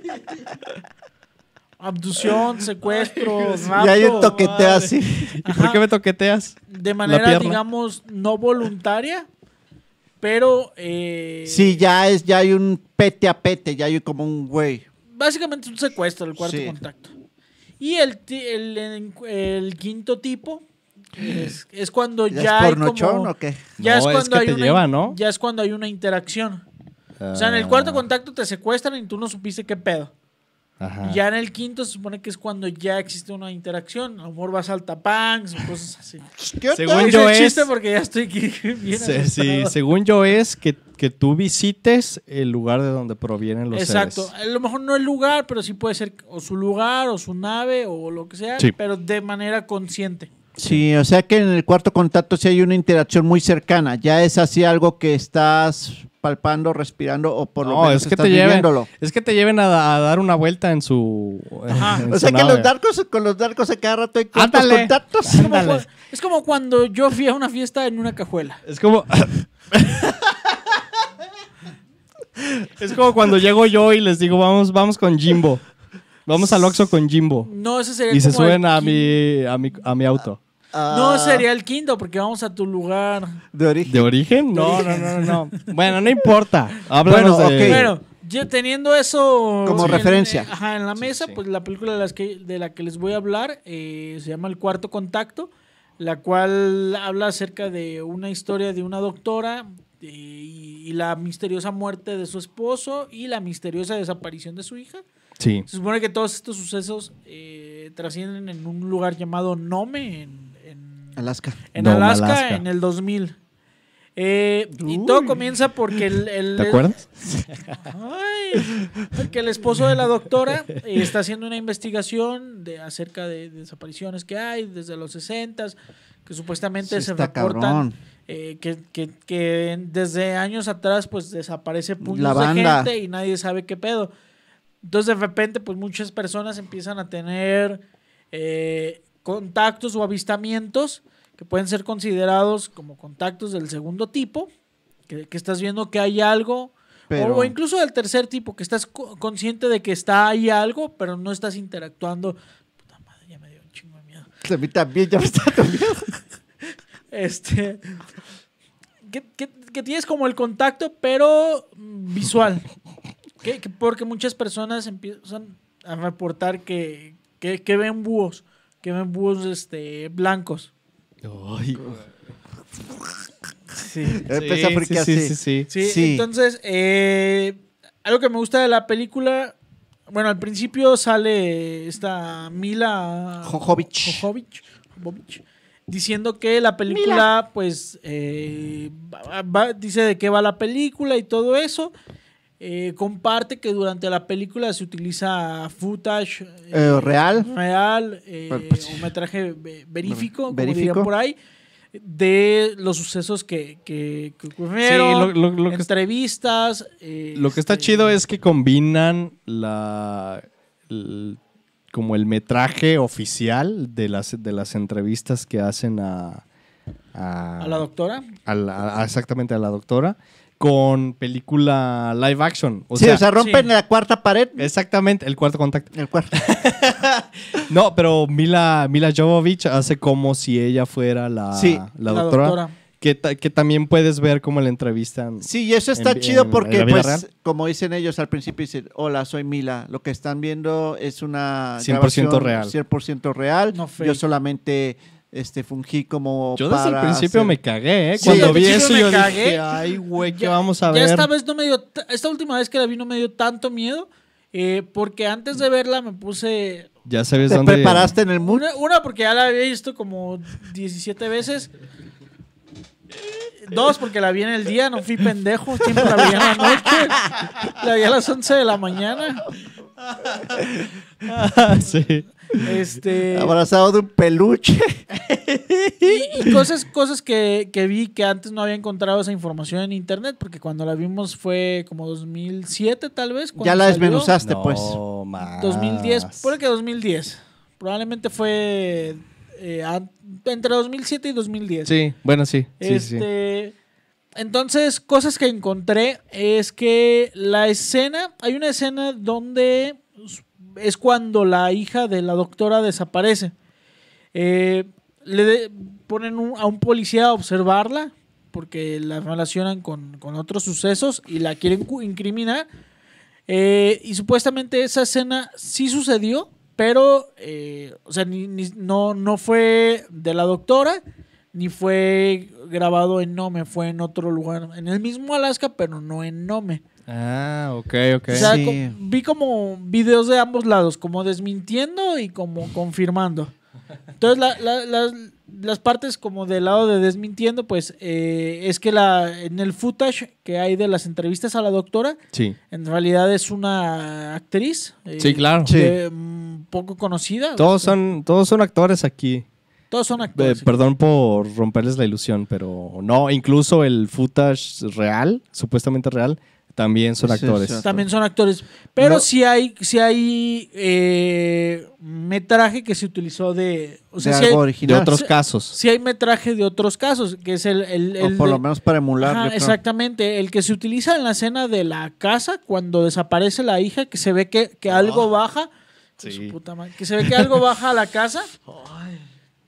Speaker 3: Abducción, secuestro, rapto.
Speaker 2: Y hay un toqueteo
Speaker 1: madre.
Speaker 2: así.
Speaker 1: ¿Y por qué me toqueteas?
Speaker 3: De manera,
Speaker 1: pierna?
Speaker 3: digamos, no voluntaria, pero eh,
Speaker 2: Sí, ya es, ya hay un pete a pete, ya hay como un güey.
Speaker 3: básicamente es un secuestro, el cuarto
Speaker 2: Sí.
Speaker 3: contacto. Y el, ti- el, el- el quinto tipo es, es cuando ya,
Speaker 2: ¿Ya, es
Speaker 3: hay
Speaker 2: pornochón
Speaker 3: como,
Speaker 2: o qué?
Speaker 3: ya
Speaker 1: No,
Speaker 3: es
Speaker 1: es
Speaker 3: cuando
Speaker 1: que
Speaker 3: hay
Speaker 1: te
Speaker 3: una,
Speaker 1: lleva, ¿no?
Speaker 3: ya es cuando hay una interacción. O sea, en el cuarto
Speaker 1: Ah,
Speaker 3: contacto te secuestran y tú no supiste qué pedo.
Speaker 1: ajá.
Speaker 3: Y ya en el quinto se supone que es cuando ya existe una interacción. A lo mejor vas al tapangs o cosas así.
Speaker 2: ¿Qué
Speaker 1: Según
Speaker 2: onda?
Speaker 3: Hice
Speaker 1: yo
Speaker 3: el
Speaker 1: es-
Speaker 3: chiste porque ya estoy aquí bien
Speaker 1: Se- sí,
Speaker 3: asustado.
Speaker 1: según yo es que, que tú visites el lugar de donde provienen los
Speaker 3: Exacto.
Speaker 1: seres.
Speaker 3: A lo mejor no el lugar, pero sí puede ser o su lugar o su nave o lo que sea,
Speaker 1: Sí.
Speaker 3: pero de manera consciente.
Speaker 2: Sí, o sea que en el cuarto contacto sí hay una interacción muy cercana. Ya es así algo que estás palpando, respirando o por lo
Speaker 1: No,
Speaker 2: menos
Speaker 1: es que
Speaker 2: estás
Speaker 1: te lleven,
Speaker 2: viviéndolo.
Speaker 1: es que te lleven a, a dar una vuelta en su.
Speaker 3: Ajá.
Speaker 1: en
Speaker 2: O
Speaker 1: su
Speaker 2: sea que
Speaker 1: nave.
Speaker 2: los narcos, con los narcos a cada rato hay cuartos
Speaker 1: Ándale.
Speaker 2: contactos.
Speaker 3: Es como,
Speaker 1: Ándale.
Speaker 3: cu- es como cuando yo fui a una fiesta en una cajuela.
Speaker 1: Es como. es como cuando llego yo y les digo, vamos, vamos con Jimbo. Vamos al Oxxo con Jimbo.
Speaker 3: No, ese sería
Speaker 1: Y se
Speaker 3: como
Speaker 1: suben
Speaker 3: el
Speaker 1: a
Speaker 3: quin-
Speaker 1: mi, a mi, a mi auto.
Speaker 2: Ah,
Speaker 3: No sería el quinto porque vamos a tu lugar.
Speaker 2: de origen.
Speaker 1: ¿De origen? No, no, no, no, no. Bueno, no importa. Háblanos
Speaker 2: Bueno,
Speaker 1: de...
Speaker 2: ok.
Speaker 3: Bueno, ya teniendo eso
Speaker 2: Como
Speaker 3: en-
Speaker 2: referencia.
Speaker 3: ajá, en la mesa,
Speaker 1: sí.
Speaker 3: pues la película de, las que, de la que les voy a hablar eh, se llama El Cuarto Contacto, la cual habla acerca de una historia de una doctora eh, y, y la misteriosa muerte de su esposo y la misteriosa desaparición de su hija.
Speaker 1: Sí.
Speaker 3: Se supone que todos estos sucesos eh, trascienden en un lugar llamado Nome, en, en,
Speaker 2: Alaska.
Speaker 3: en
Speaker 1: Nome,
Speaker 3: Alaska,
Speaker 1: Alaska.
Speaker 3: en el dos mil. Eh, y
Speaker 2: Uy.
Speaker 3: todo comienza porque el, el-
Speaker 1: ¿Te acuerdas?
Speaker 3: Ay, porque el esposo de la doctora eh, está haciendo una investigación de, acerca de, de desapariciones que hay desde los sesentas, que supuestamente
Speaker 2: Sí,
Speaker 3: se
Speaker 2: está
Speaker 3: reportan
Speaker 2: cabrón.
Speaker 3: eh, que, que- que desde años atrás pues desaparece puños
Speaker 2: La
Speaker 3: de
Speaker 2: banda.
Speaker 3: gente y nadie sabe qué pedo. Entonces de repente pues muchas personas empiezan a tener eh, contactos o avistamientos que pueden ser considerados como contactos del segundo tipo, que, que estás viendo que hay algo,
Speaker 2: Pero-
Speaker 3: o, o incluso del tercer tipo, que estás co- consciente de que está ahí algo, pero no estás interactuando. Puta madre, ya me dio un chingo de miedo.
Speaker 2: A mí también ya me está dando miedo.
Speaker 3: Este. Que, que- que tienes como el contacto, pero mm, visual. Que, que porque muchas personas empiezan a reportar que, que, que ven búhos, que ven búhos este, blancos.
Speaker 1: Ay,
Speaker 3: Sí.
Speaker 2: Empecé a
Speaker 1: sí,
Speaker 2: friquear,
Speaker 1: sí,
Speaker 2: sí.
Speaker 1: sí, sí.
Speaker 3: Sí,
Speaker 2: Sí.
Speaker 3: entonces, eh, algo que me gusta de la película, bueno, al principio sale esta Mila
Speaker 2: Jovovich.
Speaker 3: Jovovich, Jovovich, diciendo que la película, pues, eh, va- va- dice de qué va la película y todo eso. Eh, comparte que durante la película se utiliza footage
Speaker 2: Eh, ¿real?
Speaker 3: real eh,
Speaker 2: Pero, pues,
Speaker 3: un metraje ve- verífico, como
Speaker 2: Verífico.
Speaker 3: dirían por ahí, de los sucesos que, que, que ocurrieron,
Speaker 1: Sí, lo- lo- lo que-
Speaker 3: entrevistas. eh,
Speaker 1: Lo que está
Speaker 3: este,
Speaker 1: chido es que combinan la el- como el metraje oficial de las, de las entrevistas que hacen a, a,
Speaker 3: a la doctora.
Speaker 1: a la- a- exactamente a la doctora con película live action. O
Speaker 2: sí,
Speaker 1: sea,
Speaker 2: o sea, rompen
Speaker 3: sí.
Speaker 2: la cuarta pared.
Speaker 1: exactamente, el cuarto contacto.
Speaker 2: El cuarto.
Speaker 1: No, pero Mila, Mila Jovovich hace como si ella fuera la,
Speaker 2: Sí,
Speaker 1: la
Speaker 3: la
Speaker 1: doctora.
Speaker 3: doctora.
Speaker 1: Que, ta- que también puedes ver cómo la entrevistan.
Speaker 2: Sí, y eso está
Speaker 1: En-
Speaker 2: chido
Speaker 1: en- en
Speaker 2: porque,
Speaker 1: la vida
Speaker 2: pues,
Speaker 1: real.
Speaker 2: como dicen ellos al principio, dicen, hola, soy Mila. Lo que están viendo es una
Speaker 1: cien por ciento
Speaker 2: grabación
Speaker 1: real.
Speaker 2: cien por ciento real.
Speaker 3: No fake.
Speaker 2: Yo solamente este, fungí como
Speaker 1: Yo desde el
Speaker 2: para
Speaker 1: principio
Speaker 2: hacer-
Speaker 1: me cagué, ¿eh?
Speaker 2: Sí,
Speaker 1: Cuando
Speaker 2: al
Speaker 1: vi
Speaker 3: principio
Speaker 1: eso
Speaker 3: me
Speaker 1: yo
Speaker 3: cagué.
Speaker 1: dije, ay, güey, ¿qué
Speaker 3: Ya-
Speaker 1: vamos a
Speaker 3: ya
Speaker 1: ver?
Speaker 3: esta vez no me dio, ta- esta última vez que la vi no me dio tanto miedo, eh, porque antes de verla me puse
Speaker 1: Ya sabes
Speaker 2: ¿Te
Speaker 1: dónde...
Speaker 2: preparaste en el mood?
Speaker 3: una, una porque ya la había visto como diecisiete veces. Dos, porque la vi en el día, no fui pendejo, siempre la vi en la noche. La vi a las once de la mañana.
Speaker 1: sí.
Speaker 3: Este,
Speaker 2: Abrazado de un peluche.
Speaker 3: y y cosas, cosas que, que vi que antes no había encontrado esa información en internet, porque cuando la vimos fue como dos mil siete tal vez. cuando
Speaker 2: Ya la
Speaker 3: salió.
Speaker 2: desmenuzaste,
Speaker 1: No,
Speaker 2: pues.
Speaker 1: más.
Speaker 3: dos mil diez, puede que dos mil diez. Probablemente fue eh, an- entre dos mil siete y dos mil diez.
Speaker 1: Sí, bueno, sí. sí, sí, sí.
Speaker 3: Este, entonces, cosas que encontré es que la escena, hay una escena donde es cuando la hija de la doctora desaparece. Eh, le de- ponen un- a un policía a observarla porque la relacionan con, con otros sucesos y la quieren cu- incriminar. Eh, y supuestamente esa escena sí sucedió, pero eh, o sea, ni- ni- no, no fue de la doctora, ni fue grabado en Nome, fue en otro lugar, en el mismo Alaska, pero no en Nome.
Speaker 1: Ah, ok, ok.
Speaker 3: O sea,
Speaker 2: Sí.
Speaker 3: co- vi como videos de ambos lados, como desmintiendo y como confirmando. Entonces, la- la- las, las partes como del lado de desmintiendo, pues eh, es que la, en el footage que hay de las entrevistas a la doctora,
Speaker 1: Sí.
Speaker 3: en realidad es una actriz. eh,
Speaker 1: Sí, claro.
Speaker 2: Sí.
Speaker 3: de, mm, poco conocida.
Speaker 1: Todos
Speaker 3: O sea,
Speaker 1: son, todos son actores aquí.
Speaker 3: todos son
Speaker 1: Eh,
Speaker 3: actores.
Speaker 1: perdón por romperles la ilusión, pero no, incluso el footage real, supuestamente real, también son
Speaker 2: Sí, sí,
Speaker 1: actores.
Speaker 2: sí.
Speaker 3: También son actores. Pero
Speaker 2: No.
Speaker 3: sí hay, sí hay eh, metraje que se utilizó de. O sea,
Speaker 2: de
Speaker 3: sí hay,
Speaker 2: algo
Speaker 1: De
Speaker 2: original.
Speaker 1: otros
Speaker 3: Sí.
Speaker 1: casos.
Speaker 3: sí hay metraje de otros casos, que es el. el, el
Speaker 2: o por
Speaker 3: de-
Speaker 2: lo menos para emular.
Speaker 3: Ajá,
Speaker 2: yo creo.
Speaker 3: exactamente. El que se utiliza en la escena de la casa, cuando desaparece la hija, que se ve que, que algo baja.
Speaker 1: Sí.
Speaker 3: Su puta madre, que se ve que algo baja a la casa.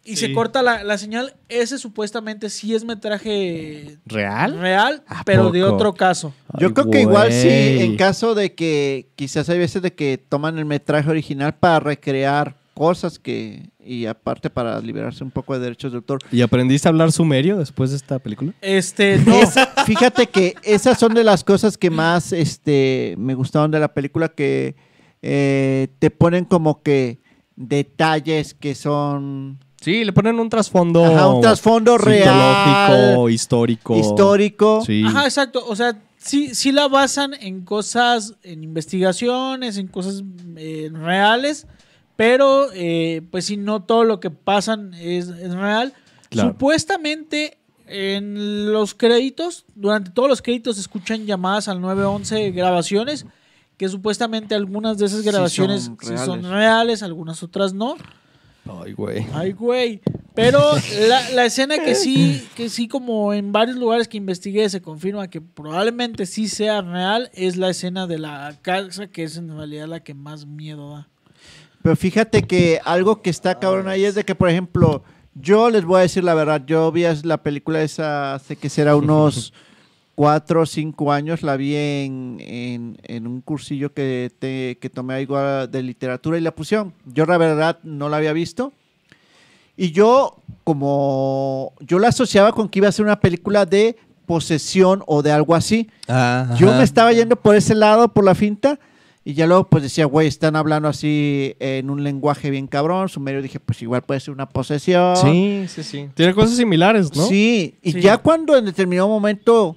Speaker 3: y
Speaker 1: Sí.
Speaker 3: se corta la, la señal. Ese supuestamente sí es metraje
Speaker 1: ¿Real?
Speaker 3: real,
Speaker 1: ¿A
Speaker 3: pero de
Speaker 1: poco?
Speaker 3: otro caso.
Speaker 2: Yo
Speaker 1: Ay,
Speaker 2: creo que igual sí,
Speaker 1: güey.
Speaker 2: en caso de que quizás hay veces de que toman el metraje original para recrear cosas que y aparte para liberarse un poco de derechos de autor.
Speaker 1: ¿Y aprendiste a hablar sumerio después de esta película?
Speaker 3: Este, no.
Speaker 2: Esa- fíjate que esas son de las cosas que más este, me gustaron de la película, que eh, te ponen como que detalles que son
Speaker 1: Sí, le ponen un trasfondo.
Speaker 2: ajá, un trasfondo real,
Speaker 1: psicológico, histórico.
Speaker 2: histórico.
Speaker 1: Sí.
Speaker 3: Ajá, exacto. O sea, sí, sí la basan en cosas, en investigaciones, en cosas eh, reales, pero eh, pues sí, no todo lo que pasan es, es real.
Speaker 1: Claro.
Speaker 3: Supuestamente en los créditos, durante todos los créditos se escuchan llamadas al nueve once grabaciones, que supuestamente algunas de esas
Speaker 2: Sí
Speaker 3: grabaciones
Speaker 2: son
Speaker 3: sí son
Speaker 2: reales.
Speaker 3: reales, algunas otras no.
Speaker 1: Ay, güey.
Speaker 3: Ay, güey. Pero la, la escena que sí, que sí, como en varios lugares que investigué, se confirma que probablemente sí sea real, es la escena de la casa, que es en realidad la que más miedo da.
Speaker 2: Pero fíjate que algo que está cabrón ahí es de que, por ejemplo, yo les voy a decir la verdad, yo vi la película esa hace que será unos cuatro o cinco años, la vi en, en, en un cursillo que, te, que tomé igual de literatura y la pusieron. Yo la verdad no la había visto. Y yo, como yo la asociaba con que iba a ser una película de posesión o de algo así.
Speaker 1: Ajá.
Speaker 2: Yo me estaba yendo por ese lado, por la finta, y ya luego pues decía, güey, están hablando así en un lenguaje bien cabrón, sumerio. Dije, pues igual puede ser una posesión.
Speaker 1: Sí, sí, sí. Tiene cosas similares, ¿no?
Speaker 2: Sí, y
Speaker 3: Sí.
Speaker 2: ya cuando en determinado momento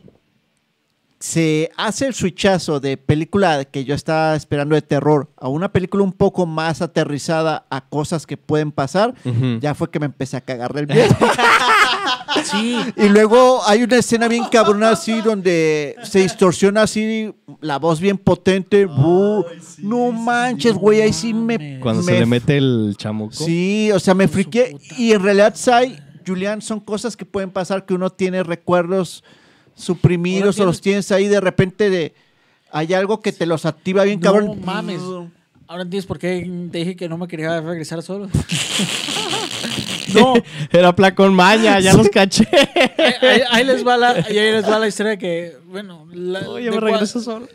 Speaker 2: se hace el switchazo de película que yo estaba esperando de terror a una película un poco más aterrizada a cosas que pueden pasar,
Speaker 1: Ujú.
Speaker 2: ya fue que me empecé a cagar del miedo.
Speaker 3: Sí,
Speaker 2: Y luego hay una escena bien cabrona así donde se distorsiona así la voz bien potente. Buh, no manches, güey, ahí sí me...
Speaker 1: Cuando
Speaker 2: me
Speaker 1: se le mete el chamuco.
Speaker 2: Sí, o sea, me
Speaker 3: Con su
Speaker 2: friqué.
Speaker 3: puta
Speaker 2: Y en realidad, Sai, Julián, son cosas que pueden pasar que uno tiene recuerdos suprimidos
Speaker 3: Ahora
Speaker 2: o los tienes ahí de repente de... Hay algo que te los activa bien,
Speaker 3: no
Speaker 2: cabrón.
Speaker 3: mames. Ahora entiendes por qué te dije que no me quería regresar solo. No,
Speaker 1: Era plan con maña, ya los caché.
Speaker 3: ahí, ahí- ahí les va la, ahí les va la historia que, bueno, la-
Speaker 1: Oye,
Speaker 3: de
Speaker 1: me
Speaker 3: cua-
Speaker 1: regreso solo.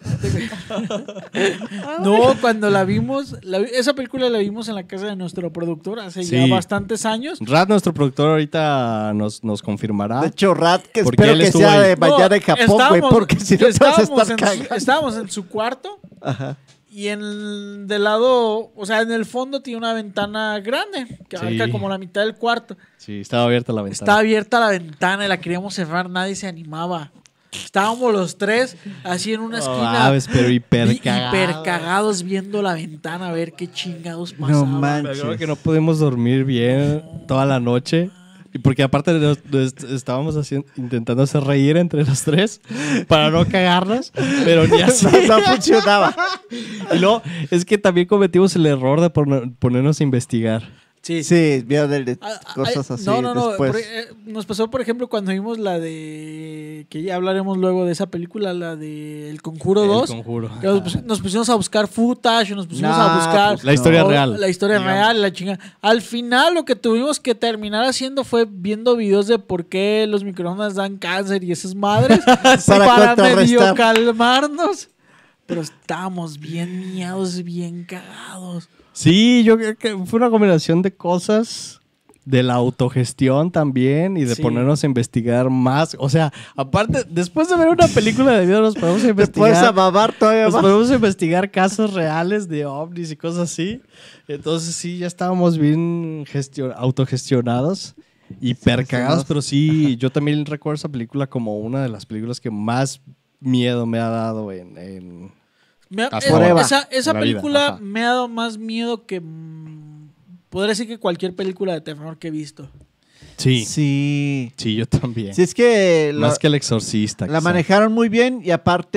Speaker 3: No, cuando la vimos, la vi- esa película la vimos en la casa de nuestro productor hace ya
Speaker 1: Sí.
Speaker 3: bastantes años.
Speaker 1: Rat, nuestro productor, ahorita nos, nos confirmará.
Speaker 2: De hecho, Rat, que
Speaker 1: Porque
Speaker 2: espero
Speaker 1: él
Speaker 2: que
Speaker 1: estuvo
Speaker 2: sea
Speaker 1: ahí.
Speaker 2: de mañana en Japón, güey,
Speaker 3: estábamos-
Speaker 2: porque si no te vas a
Speaker 3: estábamos
Speaker 2: estar
Speaker 3: en su-
Speaker 2: cagando.
Speaker 3: estábamos en su cuarto
Speaker 2: Ajá.
Speaker 3: y en el, del lado, o sea, en el fondo tiene una ventana grande que
Speaker 1: Sí.
Speaker 3: abarca como la mitad del cuarto.
Speaker 1: Sí, estaba abierta la ventana.
Speaker 3: Estaba abierta la ventana y la queríamos cerrar, nadie se animaba. Estábamos los tres así en una esquina.
Speaker 1: Ah, ves, pero hiper
Speaker 3: vi-
Speaker 1: cagado.
Speaker 3: hiper cagados viendo la ventana a ver qué chingados pasaba.
Speaker 2: No
Speaker 1: Me
Speaker 2: manches.
Speaker 1: acuerdo que no pudimos dormir bien toda la noche. Y porque aparte nos- nos estábamos haciendo, intentando hacer reír entre los tres para no cagarnos, pero ni así.
Speaker 2: No, no funcionaba.
Speaker 1: Y luego, es que también cometimos el error de poner- ponernos a investigar.
Speaker 3: Sí.
Speaker 2: Sí, veo de, de
Speaker 3: Ah, ah,
Speaker 2: cosas
Speaker 3: ay,
Speaker 2: así
Speaker 3: No, no, no.
Speaker 2: después.
Speaker 3: por- eh, nos pasó, por ejemplo, cuando vimos la de. Que ya hablaremos luego de esa película, la de El Conjuro
Speaker 1: El
Speaker 3: dos.
Speaker 1: Conjuro.
Speaker 3: Que nos, pus- nos pusimos a buscar footage, nos pusimos
Speaker 2: Nah,
Speaker 3: a buscar.
Speaker 2: pues
Speaker 1: La historia
Speaker 2: no.
Speaker 1: real.
Speaker 3: La historia
Speaker 1: digamos.
Speaker 3: real, la chinga. Al final, lo que tuvimos que terminar haciendo fue viendo videos de por qué los microondas dan cáncer y esas madres.
Speaker 2: Para
Speaker 3: para medio
Speaker 2: contrarrestar.
Speaker 3: calmarnos. Pero estábamos bien miados, bien cagados.
Speaker 1: Sí, yo creo que fue una combinación de cosas, de la autogestión también y de
Speaker 3: Sí.
Speaker 1: ponernos a investigar más. O sea, aparte, después de ver una película de video nos podemos
Speaker 2: Te puedes
Speaker 1: investigar.
Speaker 2: ababar todavía
Speaker 1: Nos
Speaker 2: más.
Speaker 1: podemos investigar casos reales de ovnis y cosas así. Entonces sí, ya estábamos bien gestio- autogestionados, hiper cagados, pero sí, yo también recuerdo esa película como una de las películas que más miedo me ha dado en... en-
Speaker 3: Me ha-
Speaker 1: Hasta
Speaker 3: eh,
Speaker 2: ahora.
Speaker 3: esa esa
Speaker 1: En la vida,
Speaker 3: película
Speaker 1: ajá.
Speaker 3: me ha dado más miedo que. mm, podría decir que cualquier película de terror que he visto.
Speaker 1: Sí, sí,
Speaker 2: Sí.
Speaker 1: yo también.
Speaker 2: Sí, es que la,
Speaker 1: Más que El Exorcista.
Speaker 2: la
Speaker 1: quizá.
Speaker 2: manejaron muy bien y aparte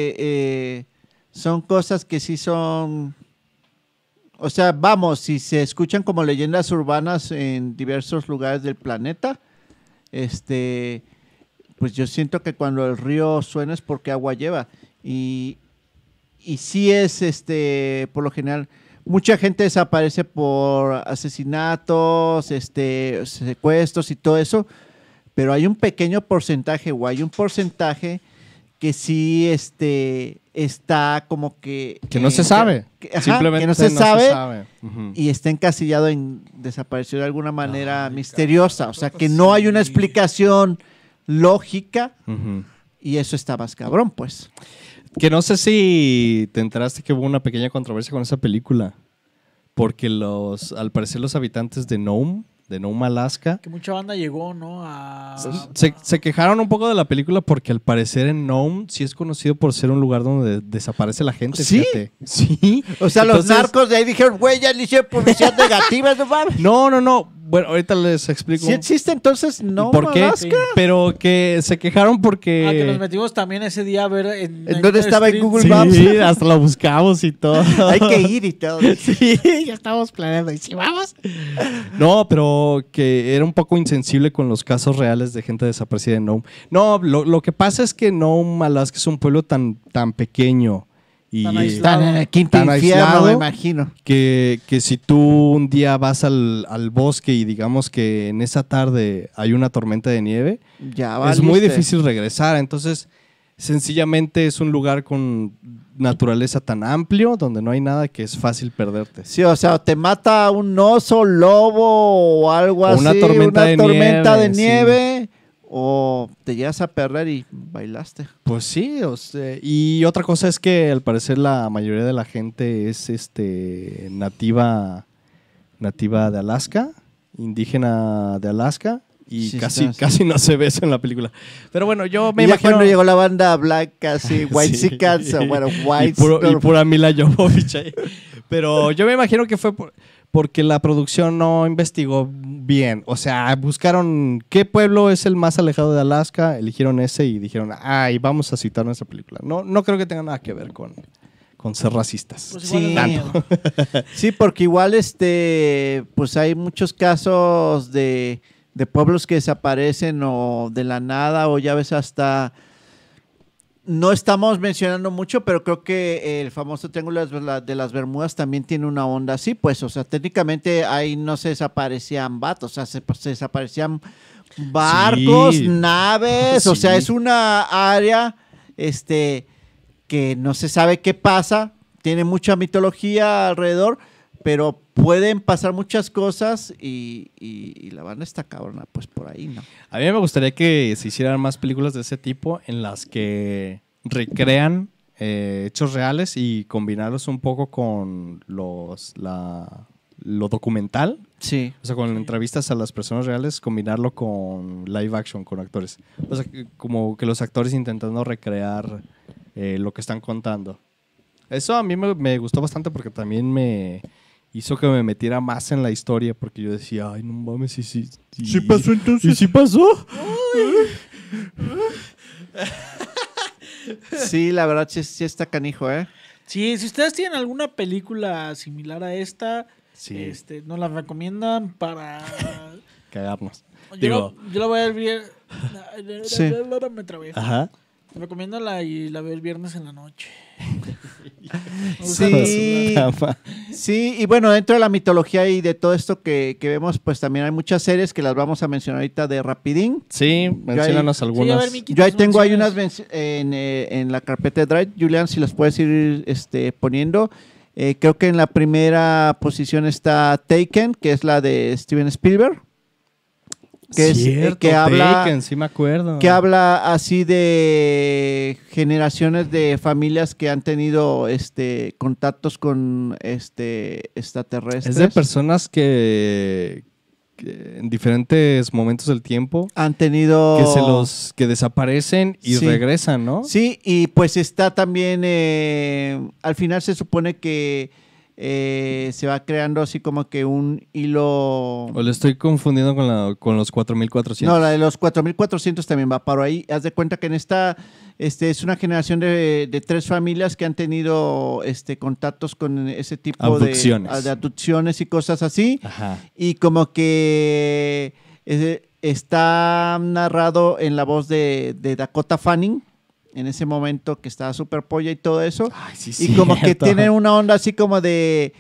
Speaker 2: eh, son cosas que sí son... O sea, vamos, si se escuchan como leyendas urbanas en diversos lugares del planeta, este, pues yo siento que cuando el río suena es porque agua lleva. Y, y sí es, este, por lo general, mucha gente desaparece por asesinatos, este, secuestros y todo eso, pero hay un pequeño porcentaje o hay un porcentaje que sí este, está como que...
Speaker 1: Que no
Speaker 2: eh,
Speaker 1: se sabe.
Speaker 2: que- ajá,
Speaker 1: Simplemente
Speaker 2: que no se sabe.
Speaker 1: sabe. Ujú.
Speaker 2: Y está encasillado en desapareció de alguna manera misteriosa. O sea, que no hay una explicación lógica
Speaker 1: Ujú.
Speaker 2: y eso está más cabrón, pues.
Speaker 1: Que no sé si te enteraste que hubo una pequeña controversia con esa película. Porque los, al parecer los habitantes de Nome, de Nome, Alaska,
Speaker 3: Que mucha banda llegó, ¿no? A...
Speaker 1: se, se quejaron un poco de la película porque al parecer en Nome sí es conocido por ser un lugar donde desaparece la gente.
Speaker 2: ¿Sí?
Speaker 1: Fíjate. Sí.
Speaker 2: O sea, los
Speaker 1: Entonces-
Speaker 2: narcos de ahí dijeron, güey, ya le hicieron publicidad negativa, no mames.
Speaker 1: No, no, no. Bueno, ahorita les explico.
Speaker 2: Si existe entonces, no,
Speaker 1: ¿Por qué?
Speaker 2: Alaska.
Speaker 1: Pero que se quejaron porque...
Speaker 3: Ah, que nos metimos también ese día a ver en...
Speaker 2: ¿En dónde estaba en
Speaker 3: Street.
Speaker 2: Google
Speaker 1: Sí,
Speaker 2: Maps?
Speaker 1: hasta lo buscamos y todo.
Speaker 2: Hay que ir y todo.
Speaker 1: Sí, ya estamos planeando. ¿Y si vamos? No, pero que era un poco insensible con los casos reales de gente desaparecida en Nome. No, lo, lo que pasa es que Nome, Alaska, es un pueblo tan, tan pequeño y
Speaker 3: Tan aislado.
Speaker 2: Están en el quinto
Speaker 1: Tan
Speaker 2: infierno,
Speaker 1: aislado.
Speaker 2: me imagino.
Speaker 1: que, que si tú un día vas al, al bosque y digamos que en esa tarde hay una tormenta de nieve,
Speaker 2: Ya
Speaker 1: es muy
Speaker 2: valiste.
Speaker 1: difícil regresar. Entonces, sencillamente es un lugar con naturaleza tan amplio donde no hay nada que es fácil perderte.
Speaker 2: Sí, o sea, te mata un oso, lobo o algo
Speaker 1: O
Speaker 2: así.
Speaker 1: una tormenta de
Speaker 2: tormenta de
Speaker 1: nieve,
Speaker 2: nieve. O te llegas a perder y bailaste.
Speaker 1: Pues sí, o sea, y otra cosa es que al parecer la mayoría de la gente es este nativa nativa de Alaska, indígena de Alaska y
Speaker 2: Sí,
Speaker 1: casi
Speaker 2: está, sí.
Speaker 1: casi no se ve eso en la película. Pero bueno, yo me
Speaker 2: Y ya
Speaker 1: imagino
Speaker 2: cuando llegó la banda blanca, así, White
Speaker 1: Sí.
Speaker 2: Seekers, o bueno,
Speaker 1: y,
Speaker 2: White
Speaker 1: puro- y pura Mila Jovovich ahí. Pero yo me imagino que fue por- porque la producción no investigó bien. O sea, buscaron qué pueblo es el más alejado de Alaska, eligieron ese y dijeron, ay, vamos a citar nuestra película. No, no creo que tenga nada que ver con, con ser racistas.
Speaker 3: Pues
Speaker 2: Sí.
Speaker 3: igual es miedo.
Speaker 2: Sí, porque igual este, pues hay muchos casos de, de pueblos que desaparecen o de la nada o ya ves hasta... No estamos mencionando mucho, pero creo que el famoso Triángulo de las- de las Bermudas también tiene una onda así, pues, o sea, técnicamente ahí no se desaparecían vatos, o sea, se, se desaparecían barcos,
Speaker 1: Sí.
Speaker 2: naves, o
Speaker 1: Sí.
Speaker 2: sea, es una área, este, que no se sabe qué pasa, tiene mucha mitología alrededor, pero pueden pasar muchas cosas y, y- y la banda está cabrona, pues por ahí, ¿no?
Speaker 1: A mí me gustaría que se hicieran más películas de ese tipo en las que recrean eh, hechos reales y combinarlos un poco con los la, lo documental.
Speaker 2: Sí.
Speaker 1: O sea, con entrevistas a las personas reales, combinarlo con live action, con actores. O sea, que- como que los actores intentando recrear eh, lo que están contando. Eso a mí me, me gustó bastante porque también me hizo que me metiera más en la historia porque yo decía, ay, no mames, sí, sí. ¿Sí,
Speaker 2: ¿Sí pasó entonces?
Speaker 1: ¿Y sí pasó?
Speaker 2: Sí, la verdad sí, sí está canijo, ¿eh?
Speaker 3: Sí, si ustedes tienen alguna película similar a esta,
Speaker 1: Sí,
Speaker 3: este, nos la recomiendan para...
Speaker 1: cagarnos.
Speaker 3: Yo,
Speaker 1: Digo,
Speaker 3: la, yo la voy a ver bien...
Speaker 2: Sí.
Speaker 3: Me trabé.
Speaker 1: ajá.
Speaker 3: Recomiendo la y la veo el viernes en la noche. Me gusta
Speaker 2: Sí.
Speaker 3: la basura.
Speaker 2: Sí, y bueno, dentro de la mitología y de todo esto que, que vemos, pues también hay muchas series que las vamos a mencionar ahorita de rapidín.
Speaker 1: Sí, menciónanos
Speaker 3: Sí, a
Speaker 1: algunas.
Speaker 3: ver, Miki,
Speaker 2: Yo ahí
Speaker 3: tus
Speaker 2: tengo ahí
Speaker 3: menciones.
Speaker 2: unas menci- en, eh, en la carpeta de Drive, Julian, si las puedes ir este, poniendo. Eh, creo que en la primera posición está Taken, que es la de Steven Spielberg. Que es, eh,
Speaker 1: Cierto,
Speaker 2: que habla-
Speaker 1: Taken, sí me acuerdo.
Speaker 2: que habla así de generaciones de familias que han tenido este contactos con este extraterrestres.
Speaker 1: Es de personas que, que en diferentes momentos del tiempo
Speaker 2: Han tenido
Speaker 1: que se los que desaparecen y
Speaker 2: Sí.
Speaker 1: regresan, ¿no?
Speaker 2: Sí, y pues está también eh, al final se supone que eh, se va creando así como que un hilo.
Speaker 1: O le estoy confundiendo con, la, con los cuatro mil cuatrocientos.
Speaker 2: No, la de los cuatro mil cuatrocientos también va para ahí. Haz de cuenta que en esta este, es una generación de, de tres familias que han tenido este, contactos con ese tipo
Speaker 1: Abducciones.
Speaker 2: de, de abducciones y cosas así.
Speaker 1: Ajá.
Speaker 2: Y como que eh, está narrado en la voz de, de Dakota Fanning, en ese momento que estaba súper polla y todo eso.
Speaker 1: Ay, sí,
Speaker 2: Y como que
Speaker 1: cierto.
Speaker 2: tiene una onda así como de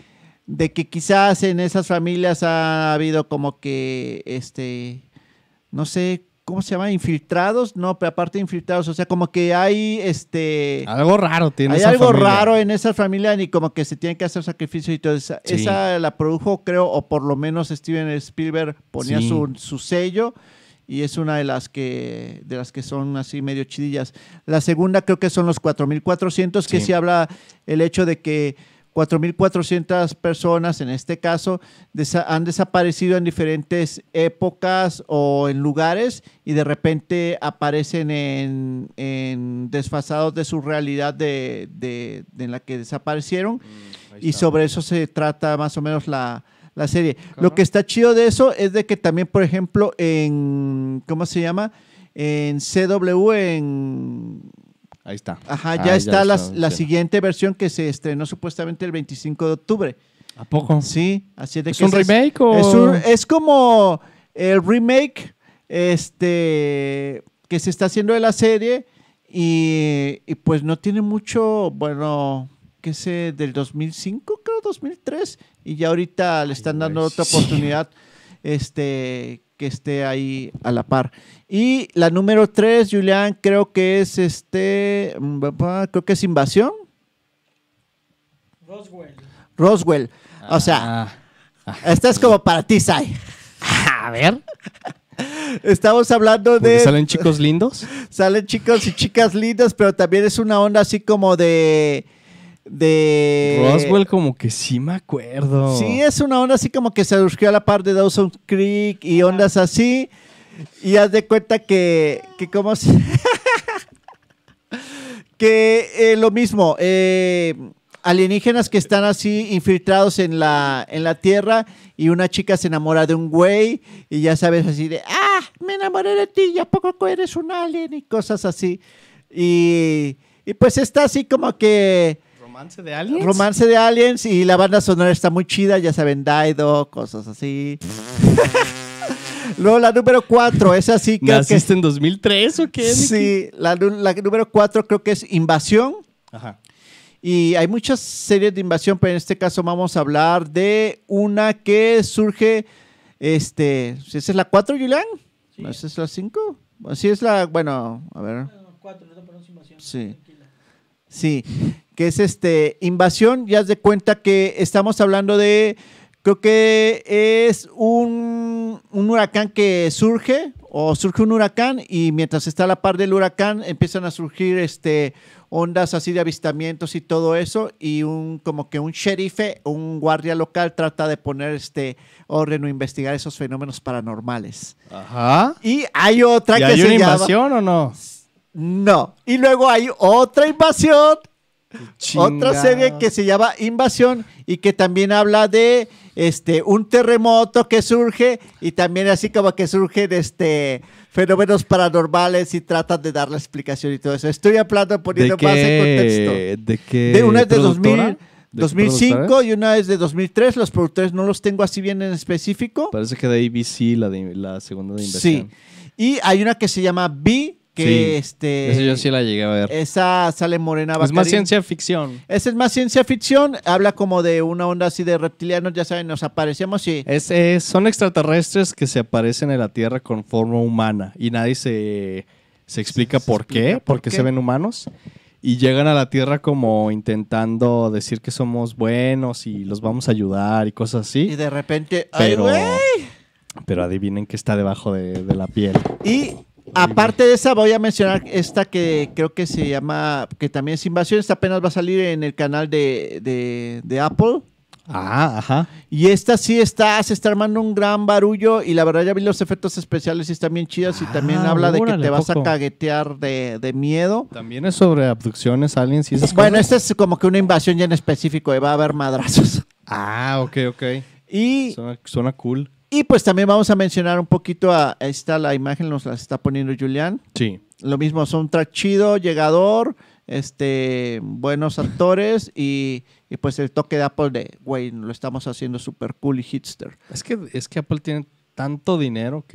Speaker 2: de que quizás en esas familias ha habido como que, este, no sé, ¿cómo se llama? Infiltrados, no, pero aparte de infiltrados, o sea, como que hay, este...
Speaker 1: Algo raro tiene
Speaker 2: Hay
Speaker 1: esa
Speaker 2: algo
Speaker 1: familia.
Speaker 2: raro en esa familia y como que se tienen que hacer sacrificios y todo eso.
Speaker 1: Sí.
Speaker 2: Esa la produjo, creo, o por lo menos Steven Spielberg ponía
Speaker 1: Sí.
Speaker 2: su, su sello y es una de las que de las que son así medio chidillas. La segunda creo que son los cuatro mil cuatrocientos, que
Speaker 1: Sí.
Speaker 2: sí habla el hecho de que cuatro mil cuatrocientas personas, en este caso, desa- han desaparecido en diferentes épocas o en lugares y de repente aparecen en, en desfasados de su realidad de, de- de en la que desaparecieron.
Speaker 1: Mm, ahí
Speaker 2: Y
Speaker 1: está.
Speaker 2: sobre eso se trata más o menos la, la serie. Lo que está chido de eso es de que también, por ejemplo, en, ¿cómo se llama? En C W, en...
Speaker 1: Ahí está.
Speaker 2: Ajá,
Speaker 1: Ah,
Speaker 2: ya está la,
Speaker 1: está,
Speaker 2: la
Speaker 1: sí.
Speaker 2: siguiente versión que se estrenó supuestamente el veinticinco de octubre.
Speaker 1: ¿A poco?
Speaker 2: Sí, así es de
Speaker 1: ¿Es
Speaker 2: que
Speaker 1: un
Speaker 2: ese
Speaker 1: remake o...?
Speaker 2: es, un- es como el remake este, que se está haciendo de la serie y, y pues no tiene mucho, bueno, qué sé, del dos mil cinco, creo, dos mil tres, y ya ahorita le están dando
Speaker 1: güey,
Speaker 2: otra
Speaker 1: sí.
Speaker 2: oportunidad este, que esté ahí a la par. Y la número tres, Julián, creo que es este, mm, creo que es Invasión,
Speaker 3: Roswell.
Speaker 2: Roswell. O sea,
Speaker 1: Ah,
Speaker 2: esta es como para ti, Sai.
Speaker 1: a ver.
Speaker 2: Estamos hablando
Speaker 1: ¿Porque
Speaker 2: de...
Speaker 1: salen chicos lindos?
Speaker 2: Salen chicos y chicas lindas, pero también es una onda así como de... de
Speaker 1: Roswell como que sí me acuerdo.
Speaker 2: Sí, es una onda así como que se surgió a la par de Dawson Creek y ondas así. Y haz de cuenta que... que como se... que eh, lo mismo, eh, alienígenas que están así infiltrados en la, en la Tierra y una chica se enamora de un güey y ya sabes así de, ah, me enamoré de ti, ¿ya poco eres un alien? Y cosas así. Y, y pues está así como que
Speaker 1: ¿Romance de aliens?
Speaker 2: romance de aliens y la banda sonora está muy chida, ya saben, Daido, cosas así. Luego la número cuatro, es así, creo que...
Speaker 1: ¿Naciste en dos mil tres o qué? Nicky?
Speaker 2: Sí, la, nu- la número cuatro creo que es Invasión.
Speaker 1: Ajá.
Speaker 2: Y hay muchas series de invasión, pero en este caso vamos a hablar de una que surge, este, ¿esa es la cuatro, Julián?
Speaker 3: Sí.
Speaker 2: ¿No, esa es la cinco? Así es la, bueno, a ver,
Speaker 3: No, cuatro, no te ponemos invasión.
Speaker 2: Sí.
Speaker 3: Tranquila.
Speaker 2: sí, que es este, invasión, ya haz de cuenta que estamos hablando de, creo que es un, un huracán que surge, o surge un huracán, y mientras está a la par del huracán, empiezan a surgir, este, ondas así de avistamientos y todo eso, y un como que un sherife, un guardia local trata de poner este orden o investigar esos fenómenos paranormales.
Speaker 1: Ajá.
Speaker 2: Y hay otra
Speaker 1: ¿Y
Speaker 2: que
Speaker 1: hay
Speaker 2: se
Speaker 1: una
Speaker 2: llama...
Speaker 1: invasión o no?
Speaker 2: No. Y luego hay otra invasión, otra
Speaker 1: Chingados.
Speaker 2: serie que se llama Invasión y que también habla de este un terremoto que surge y también así como que surgen este fenómenos paranormales y tratan de dar la explicación y todo eso. Estoy hablando poniendo
Speaker 1: ¿De
Speaker 2: más en contexto.
Speaker 1: qué? ¿De qué?
Speaker 2: De una es de dos
Speaker 1: productora?
Speaker 2: mil,
Speaker 1: ¿De
Speaker 2: dos
Speaker 1: qué
Speaker 2: mil cinco
Speaker 1: productora es?
Speaker 2: y una es de dos mil tres. Los productores no los tengo así bien en específico.
Speaker 1: Parece que de A B C, la, de, la segunda de
Speaker 2: Sí.
Speaker 1: invasión.
Speaker 2: Y hay una que se llama B, que
Speaker 1: Sí.
Speaker 2: este
Speaker 1: Esa yo sí la llegué a ver.
Speaker 2: esa sale Morena
Speaker 1: Es más
Speaker 2: Baccarin.
Speaker 1: ciencia ficción.
Speaker 2: Esa es más ciencia ficción, habla como de una onda así de reptilianos, ya saben, nos aparecemos y...
Speaker 1: Es, es- son extraterrestres que se aparecen en la Tierra con forma humana y nadie se, se explica
Speaker 2: Se
Speaker 1: por
Speaker 2: explica
Speaker 1: qué,
Speaker 2: por
Speaker 1: por qué
Speaker 2: qué.
Speaker 1: se ven humanos. Y llegan a la Tierra como intentando decir que somos buenos y los vamos a ayudar y cosas
Speaker 2: Y
Speaker 1: así.
Speaker 2: de repente... ¡ay,
Speaker 1: Pero,
Speaker 2: güey!
Speaker 1: pero adivinen qué está debajo de, de la piel.
Speaker 2: Y aparte de esa voy a mencionar esta que creo que se llama, que también es Invasión, esta apenas va a salir en el canal de, de, de Apple.
Speaker 1: Ah, ajá.
Speaker 2: Y esta sí está, se está armando un gran barullo y la verdad ya vi los efectos especiales y están bien chidas y también
Speaker 1: Ah,
Speaker 2: habla de que
Speaker 1: órale,
Speaker 2: te vas a
Speaker 1: poco.
Speaker 2: caguetear de, de miedo.
Speaker 1: También es sobre abducciones, aliens y esas
Speaker 2: Bueno,
Speaker 1: cosas.
Speaker 2: esta es como que una invasión ya en específico y va a haber madrazos.
Speaker 1: Ah, ok, ok.
Speaker 2: Y,
Speaker 1: Suena, suena cool.
Speaker 2: y pues también vamos a mencionar un poquito, a, ahí está la imagen, nos la está poniendo Julián.
Speaker 1: Sí.
Speaker 2: Lo mismo, son un track chido, llegador, este, buenos actores y, y pues el toque de Apple de, güey, lo estamos haciendo super cool y hipster.
Speaker 1: Es que, es que Apple tiene tanto dinero que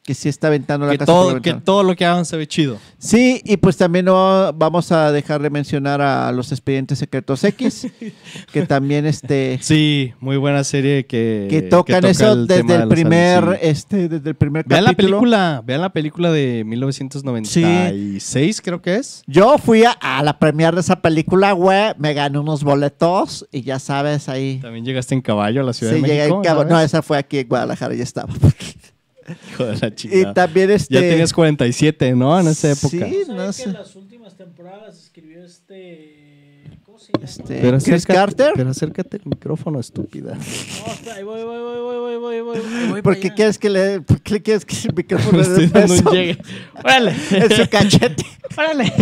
Speaker 2: que sí está aventando la
Speaker 1: Que
Speaker 2: casa por la
Speaker 1: todo, que
Speaker 2: ventana.
Speaker 1: todo lo que hagan se ve chido.
Speaker 2: Sí, y pues también no vamos a dejar de mencionar a los Expedientes Secretos X, que también este
Speaker 1: Sí, muy buena serie que,
Speaker 2: que tocan
Speaker 1: toca
Speaker 2: eso
Speaker 1: el tema
Speaker 2: desde
Speaker 1: de
Speaker 2: el
Speaker 1: los
Speaker 2: primer
Speaker 1: aliens, sí.
Speaker 2: este desde el primer
Speaker 1: Vean la
Speaker 2: capítulo.
Speaker 1: película, vean la película de mil novecientos noventa y seis, creo que es.
Speaker 2: Yo fui a, a la premiere de esa película, güey, me gané unos boletos y ya sabes ahí.
Speaker 1: También llegaste en caballo a la Ciudad
Speaker 2: Sí,
Speaker 1: de
Speaker 2: llegué
Speaker 1: México.
Speaker 2: en Cabo-
Speaker 1: ¿sabes?
Speaker 2: No, esa fue aquí en Guadalajara, ya estaba.
Speaker 1: Hijo de la
Speaker 2: Y
Speaker 1: chingada.
Speaker 2: también este
Speaker 1: Ya tenías cuarenta y siete, ¿no? En esa época.
Speaker 2: Sí,
Speaker 3: ¿Sabes
Speaker 2: no
Speaker 3: que
Speaker 2: sé.
Speaker 3: en las últimas temporadas escribió este... ¿Cómo se llama?
Speaker 2: Este,
Speaker 1: Pero
Speaker 2: Chris
Speaker 1: acércate,
Speaker 2: Carter.
Speaker 1: pero acércate al micrófono, estúpida.
Speaker 3: No, espera, ahí voy, voy, voy, voy, voy, voy, voy, voy, voy
Speaker 2: ¿Por
Speaker 3: para
Speaker 2: qué
Speaker 3: allá.
Speaker 2: quieres que le por qué le quieres que el micrófono
Speaker 1: Me
Speaker 2: le
Speaker 1: estoy
Speaker 2: dé
Speaker 1: dando
Speaker 2: beso
Speaker 1: un llegue. ¡Órale!
Speaker 2: en su cachete?
Speaker 3: ¡Órale!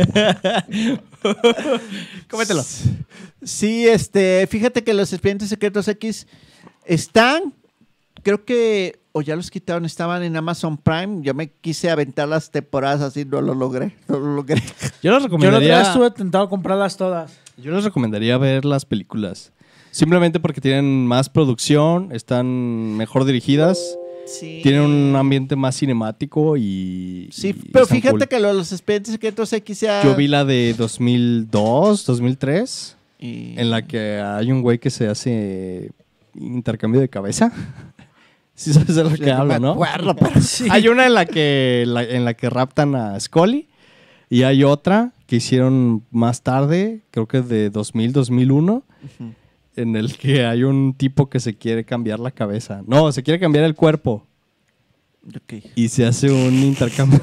Speaker 1: Cómetelo.
Speaker 2: Sí, este, fíjate que los Expedientes Secretos X están, creo que, o ya los quitaron, estaban en Amazon Prime. Yo me quise aventar las temporadas así, no lo logré, no lo logré.
Speaker 1: Yo les
Speaker 3: Yo la otra
Speaker 1: recomendaría,
Speaker 3: vez estuve tentado a comprarlas todas.
Speaker 1: yo les recomendaría ver las películas. Simplemente porque tienen más producción, están mejor dirigidas,
Speaker 2: Sí.
Speaker 1: tienen un ambiente más cinemático y...
Speaker 2: Sí,
Speaker 1: y
Speaker 2: pero
Speaker 1: están
Speaker 2: fíjate
Speaker 1: cool.
Speaker 2: que lo- los Expedientes Secretos X ya...
Speaker 1: Yo vi la de dos mil dos, dos mil tres,
Speaker 2: y-
Speaker 1: en la que hay un güey que se hace intercambio de cabeza. Sí sabes de lo que
Speaker 2: no
Speaker 1: hablo,
Speaker 2: me
Speaker 1: ¿no?
Speaker 2: acuerdo, pero sí.
Speaker 1: Hay una en la que la- en la que raptan a Scully y hay otra que hicieron más tarde, creo que de dos mil, dos mil uno,
Speaker 2: Ujú.
Speaker 1: en el que hay un tipo que se quiere cambiar la cabeza. No, se quiere cambiar el cuerpo
Speaker 2: Ok.
Speaker 1: y se hace un intercambio.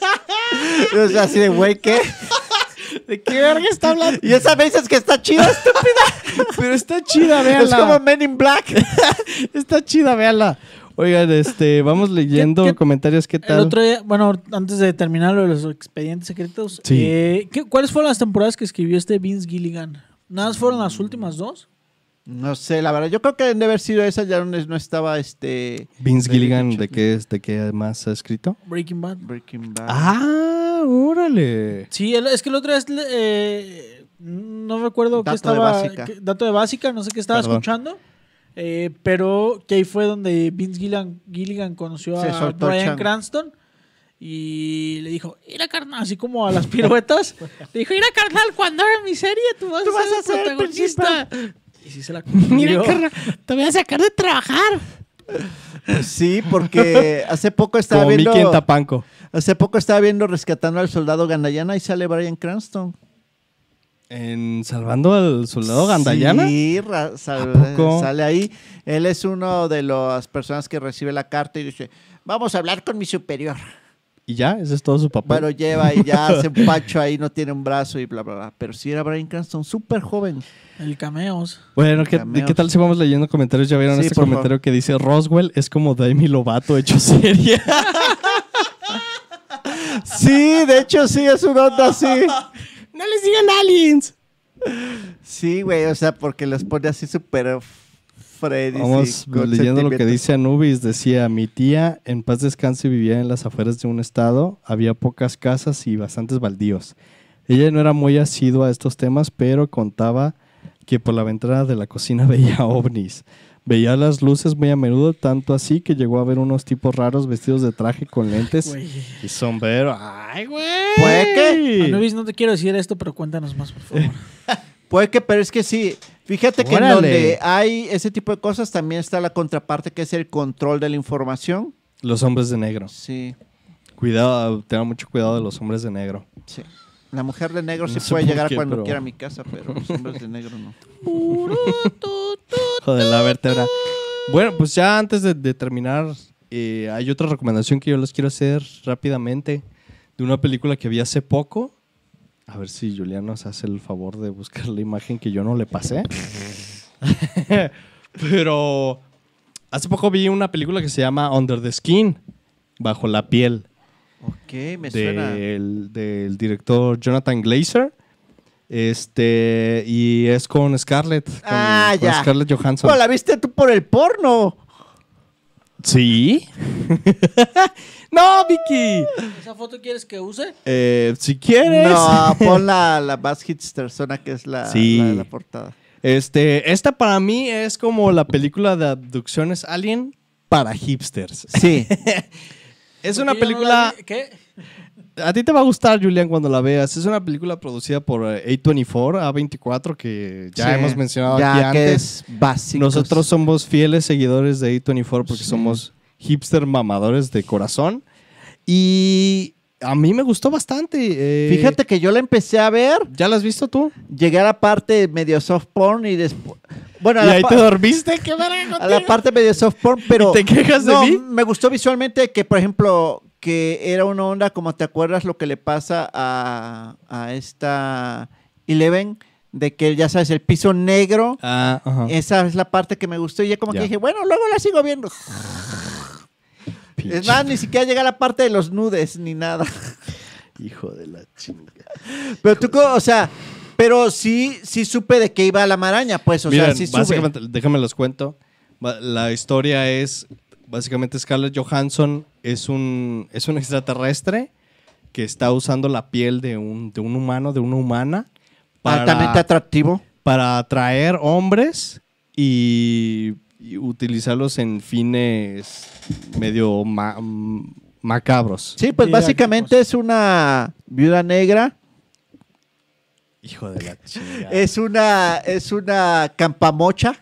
Speaker 2: O sea, así de, güey, ¿qué?
Speaker 1: ¿De qué verga está hablando?
Speaker 2: Y esa me dices que está chida, estúpida.
Speaker 1: Pero está chida, véanla.
Speaker 2: Es como Men in Black.
Speaker 1: Está chida, véanla. Oigan, este, vamos leyendo
Speaker 3: ¿Qué- qué-
Speaker 1: comentarios. ¿Qué
Speaker 3: El
Speaker 1: tal?
Speaker 3: otro día, bueno, antes de terminar lo de los expedientes secretos,
Speaker 1: Sí.
Speaker 3: eh, ¿qué- ¿cuáles fueron las temporadas que escribió este Vince Gilligan? ¿Nada más fueron las últimas dos?
Speaker 2: No sé, la verdad. Yo creo que deben de haber sido esa, ya no, no estaba este...
Speaker 1: Vince
Speaker 2: David
Speaker 1: Gilligan, ¿de
Speaker 2: Duchovny.
Speaker 1: qué es? ¿De qué más ha escrito?
Speaker 3: Breaking Bad.
Speaker 2: Breaking Bad.
Speaker 1: Ah, órale.
Speaker 3: Sí, el- es que el otro es... eh, no recuerdo qué
Speaker 2: Dato de
Speaker 3: estaba...
Speaker 2: básica.
Speaker 3: qué- dato de básica, no sé qué estaba
Speaker 1: Perdón.
Speaker 3: escuchando. eh, pero que ahí fue donde Vince Gilligan, Gilligan conoció
Speaker 2: Se
Speaker 3: a
Speaker 2: soltó el
Speaker 3: Bryan
Speaker 2: chango.
Speaker 3: Cranston. Y le dijo, mira carnal, así como a las piruetas. Le dijo, mira carnal, cuando haga mi serie tú vas,
Speaker 2: Tú vas
Speaker 3: a
Speaker 2: a
Speaker 3: ser
Speaker 2: ser
Speaker 3: el
Speaker 2: el
Speaker 3: protagonista. Y sí se la
Speaker 1: Mira,
Speaker 3: cumplió.
Speaker 1: carnal, te voy a sacar de trabajar.
Speaker 2: Pues sí, porque hace poco estaba
Speaker 1: Como
Speaker 2: viendo...
Speaker 1: Mickey en Tapanco.
Speaker 2: Hace poco estaba viendo Rescatando al Soldado Gandayana y sale Bryan Cranston.
Speaker 1: ¿En Salvando al Soldado Gandayana?
Speaker 2: Sí, ra- sal-
Speaker 1: ¿A poco?
Speaker 2: sale ahí. Él es uno de las personas que recibe la carta y dice, vamos a hablar con mi superior.
Speaker 1: ¿Y ya? ¿Ese es todo su papel?
Speaker 2: Bueno, lleva y ya hace un pacho ahí, no tiene un brazo y bla, bla, bla. Pero sí era Bryan Cranston, súper joven.
Speaker 3: El cameos.
Speaker 1: Bueno, ¿qué,
Speaker 2: Cameos.
Speaker 1: ¿qué tal si vamos leyendo comentarios? Ya vieron
Speaker 2: Sí,
Speaker 1: este
Speaker 2: por
Speaker 1: comentario que dice Roswell es como Demi Lovato hecho serie.
Speaker 2: Sí, de hecho sí, es una onda así.
Speaker 1: ¡No les digan aliens!
Speaker 2: Sí, güey, o sea, porque los pone así súper Freddy.
Speaker 1: Vamos
Speaker 2: sí, con
Speaker 1: leyendo lo que
Speaker 2: sentimientos.
Speaker 1: dice Anubis. Decía, mi tía en paz descanse vivía en las afueras de un estado. Había pocas casas y bastantes baldíos. Ella no era muy asidua a estos temas, pero contaba que por la ventana de la cocina veía ovnis. Veía las luces muy a menudo, tanto así que llegó a ver unos tipos raros vestidos de traje con lentes
Speaker 3: Güey.
Speaker 1: y sombrero. ¡Ay, güey!
Speaker 2: ¿Puede que?
Speaker 3: Anubis, no te quiero decir esto, pero cuéntanos más, por favor.
Speaker 2: Puede que, pero es que sí. Fíjate que en
Speaker 1: Órale.
Speaker 2: donde hay ese tipo de cosas también está la contraparte que es el control de la información.
Speaker 1: Los hombres de negro.
Speaker 2: Sí,
Speaker 1: Cuidado, tenga mucho cuidado de los hombres de negro.
Speaker 2: sí. La mujer de negro
Speaker 1: No
Speaker 2: sí
Speaker 1: sé
Speaker 2: puede
Speaker 1: por
Speaker 2: llegar
Speaker 1: qué,
Speaker 2: cuando
Speaker 1: pero-
Speaker 2: quiera a mi casa, pero los hombres de negro no.
Speaker 1: Joder, la vértebra. Bueno, pues ya antes de, de terminar, eh, hay otra recomendación que yo les quiero hacer rápidamente de una película que vi hace poco. A ver si Julián nos hace el favor de buscar la imagen que yo no le pasé. Pero hace poco vi una película que se llama Under the Skin, Bajo la piel,
Speaker 2: Ok, me suena.
Speaker 1: del, del director Jonathan Glazer. Este, y es con Scarlett, con,
Speaker 2: Ah,
Speaker 1: con
Speaker 2: ya.
Speaker 1: Scarlett Johansson.
Speaker 2: Oh, la viste tú por el porno.
Speaker 1: ¿Sí? ¡No, Vicky!
Speaker 3: ¿Esa foto quieres que use?
Speaker 1: Eh, si quieres.
Speaker 2: No, pon la, la más hipstersona que es la,
Speaker 1: Sí.
Speaker 2: la de la portada.
Speaker 1: Este, esta para mí es como la película de abducciones alien para hipsters.
Speaker 2: Sí.
Speaker 1: Es
Speaker 3: Porque
Speaker 1: una
Speaker 3: yo no
Speaker 1: película...
Speaker 3: la vi- ¿Qué?
Speaker 1: A ti te va a gustar, Julián, cuando la veas. Es una película producida por eh, A veinticuatro, A veinticuatro, que ya
Speaker 2: Sí,
Speaker 1: hemos mencionado
Speaker 2: ya
Speaker 1: aquí
Speaker 2: que
Speaker 1: antes.
Speaker 2: es básico.
Speaker 1: Nosotros somos fieles seguidores de A veinticuatro porque
Speaker 2: Sí.
Speaker 1: somos hipster mamadores de corazón. Y a mí me gustó bastante. eh,
Speaker 2: Fíjate que yo la empecé a ver,
Speaker 1: ¿Ya la has visto tú?
Speaker 2: llegué a la parte medio soft porn y después... Bueno, a
Speaker 1: ¿Y
Speaker 2: la,
Speaker 1: ahí
Speaker 2: pa-
Speaker 1: te dormiste? ¿Qué verga
Speaker 2: a
Speaker 1: contigo?
Speaker 2: la parte medio soft porn, pero...
Speaker 1: ¿Y te quejas de
Speaker 2: no,
Speaker 1: mí?
Speaker 2: me gustó visualmente que, por ejemplo, que era una onda como te acuerdas lo que le pasa a, a esta Eleven, de que ya sabes, el piso negro,
Speaker 1: Ah, ajá.
Speaker 2: esa es la parte que me gustó y ya como
Speaker 1: Ya.
Speaker 2: que dije, bueno, luego la sigo viendo. Es más, ni siquiera llega a la parte de los nudes ni nada.
Speaker 1: Hijo de la chinga.
Speaker 2: Pero tú, co- o sea, pero sí, sí supe de qué iba la maraña, pues, o
Speaker 1: Miren,
Speaker 2: sea, sí supe.
Speaker 1: básicamente, déjame los cuento. Va- La historia es, básicamente Scarlett Johansson es un, es un extraterrestre que está usando la piel de un, de un humano, de una humana,
Speaker 2: Altamente
Speaker 1: para,
Speaker 2: atractivo.
Speaker 1: para atraer hombres y, y utilizarlos en fines medio ma- m- macabros.
Speaker 2: Sí, pues
Speaker 3: Didácticos.
Speaker 2: básicamente es una viuda negra,
Speaker 1: Hijo de la chingada.
Speaker 2: es una, es una campamocha.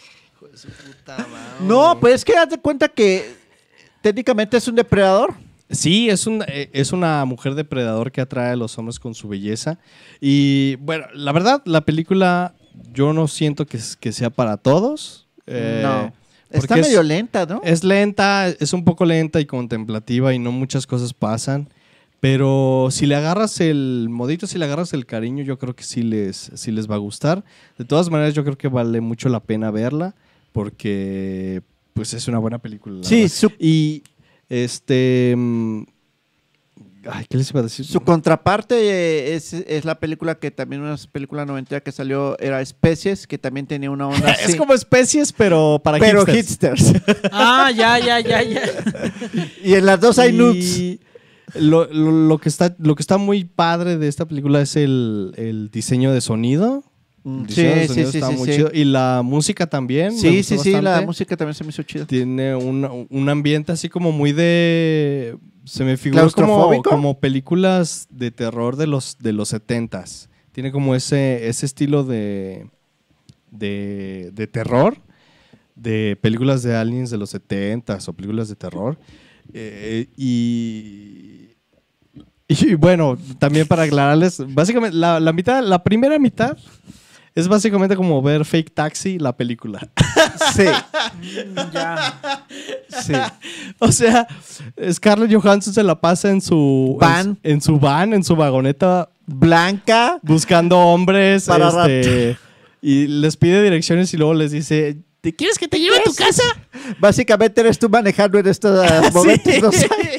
Speaker 2: No, pues es que haz de cuenta que técnicamente es un depredador.
Speaker 1: Sí, es, un, eh, es una mujer depredador que atrae a los hombres con su belleza. Y bueno, la verdad, la película yo no siento que, es- que sea para todos. eh,
Speaker 2: no. Está
Speaker 1: porque es-
Speaker 2: medio lenta, ¿no?
Speaker 1: Es lenta, es un poco lenta y contemplativa y no muchas cosas pasan. Pero si le agarras el modito, si le agarras el cariño, yo creo que sí les, sí les va a gustar. De todas maneras, yo creo que vale mucho la pena verla porque pues es una buena película. la
Speaker 2: Sí,
Speaker 1: verdad.
Speaker 2: su,
Speaker 1: Y este... mm, Ay, ¿qué les iba a decir?
Speaker 2: su contraparte eh, es, es la película que también una película noventera que salió era Especies, que también tenía una onda así.
Speaker 1: Es como especies, pero para
Speaker 2: pero
Speaker 1: hipsters.
Speaker 2: hipsters.
Speaker 3: Ah, ya, ya, ya, ya.
Speaker 2: Y en las dos hay nudes.
Speaker 1: Y lo, lo- lo que está, lo que está muy padre de esta película es el, el diseño de sonido.
Speaker 2: Mm,
Speaker 1: El diseño de
Speaker 2: Sí, sí,
Speaker 1: sonido
Speaker 2: sí,
Speaker 1: está
Speaker 2: sí,
Speaker 1: muy
Speaker 2: sí.
Speaker 1: chido. Y la música también. me
Speaker 2: Sí,
Speaker 1: gustó
Speaker 2: sí, sí, la
Speaker 1: bastante.
Speaker 2: música también se me hizo chida.
Speaker 1: Tiene un, un ambiente así como muy de... Se me figura como,
Speaker 2: ¿Claustrofóbico?
Speaker 1: como películas de terror de los, de los setentas. Tiene como ese, ese estilo de, de, de terror, de películas de aliens de los setentas o películas de terror. Eh, y, y bueno, también para aclararles, básicamente la, la mitad, la primera mitad es básicamente como ver Fake Taxi, la película.
Speaker 2: Sí,
Speaker 3: Mm, ya.
Speaker 2: sí.
Speaker 1: O sea, Scarlett Johansson se la pasa en su
Speaker 2: Van.
Speaker 1: En, en su van, en su vagoneta,
Speaker 2: Blanca.
Speaker 1: buscando hombres.
Speaker 2: Para
Speaker 1: este, y les pide direcciones y luego les dice: ¿te quieres que te lleve a tu casa?
Speaker 2: Básicamente eres tú manejando en estos momentos.
Speaker 1: Sí.
Speaker 2: ¿no?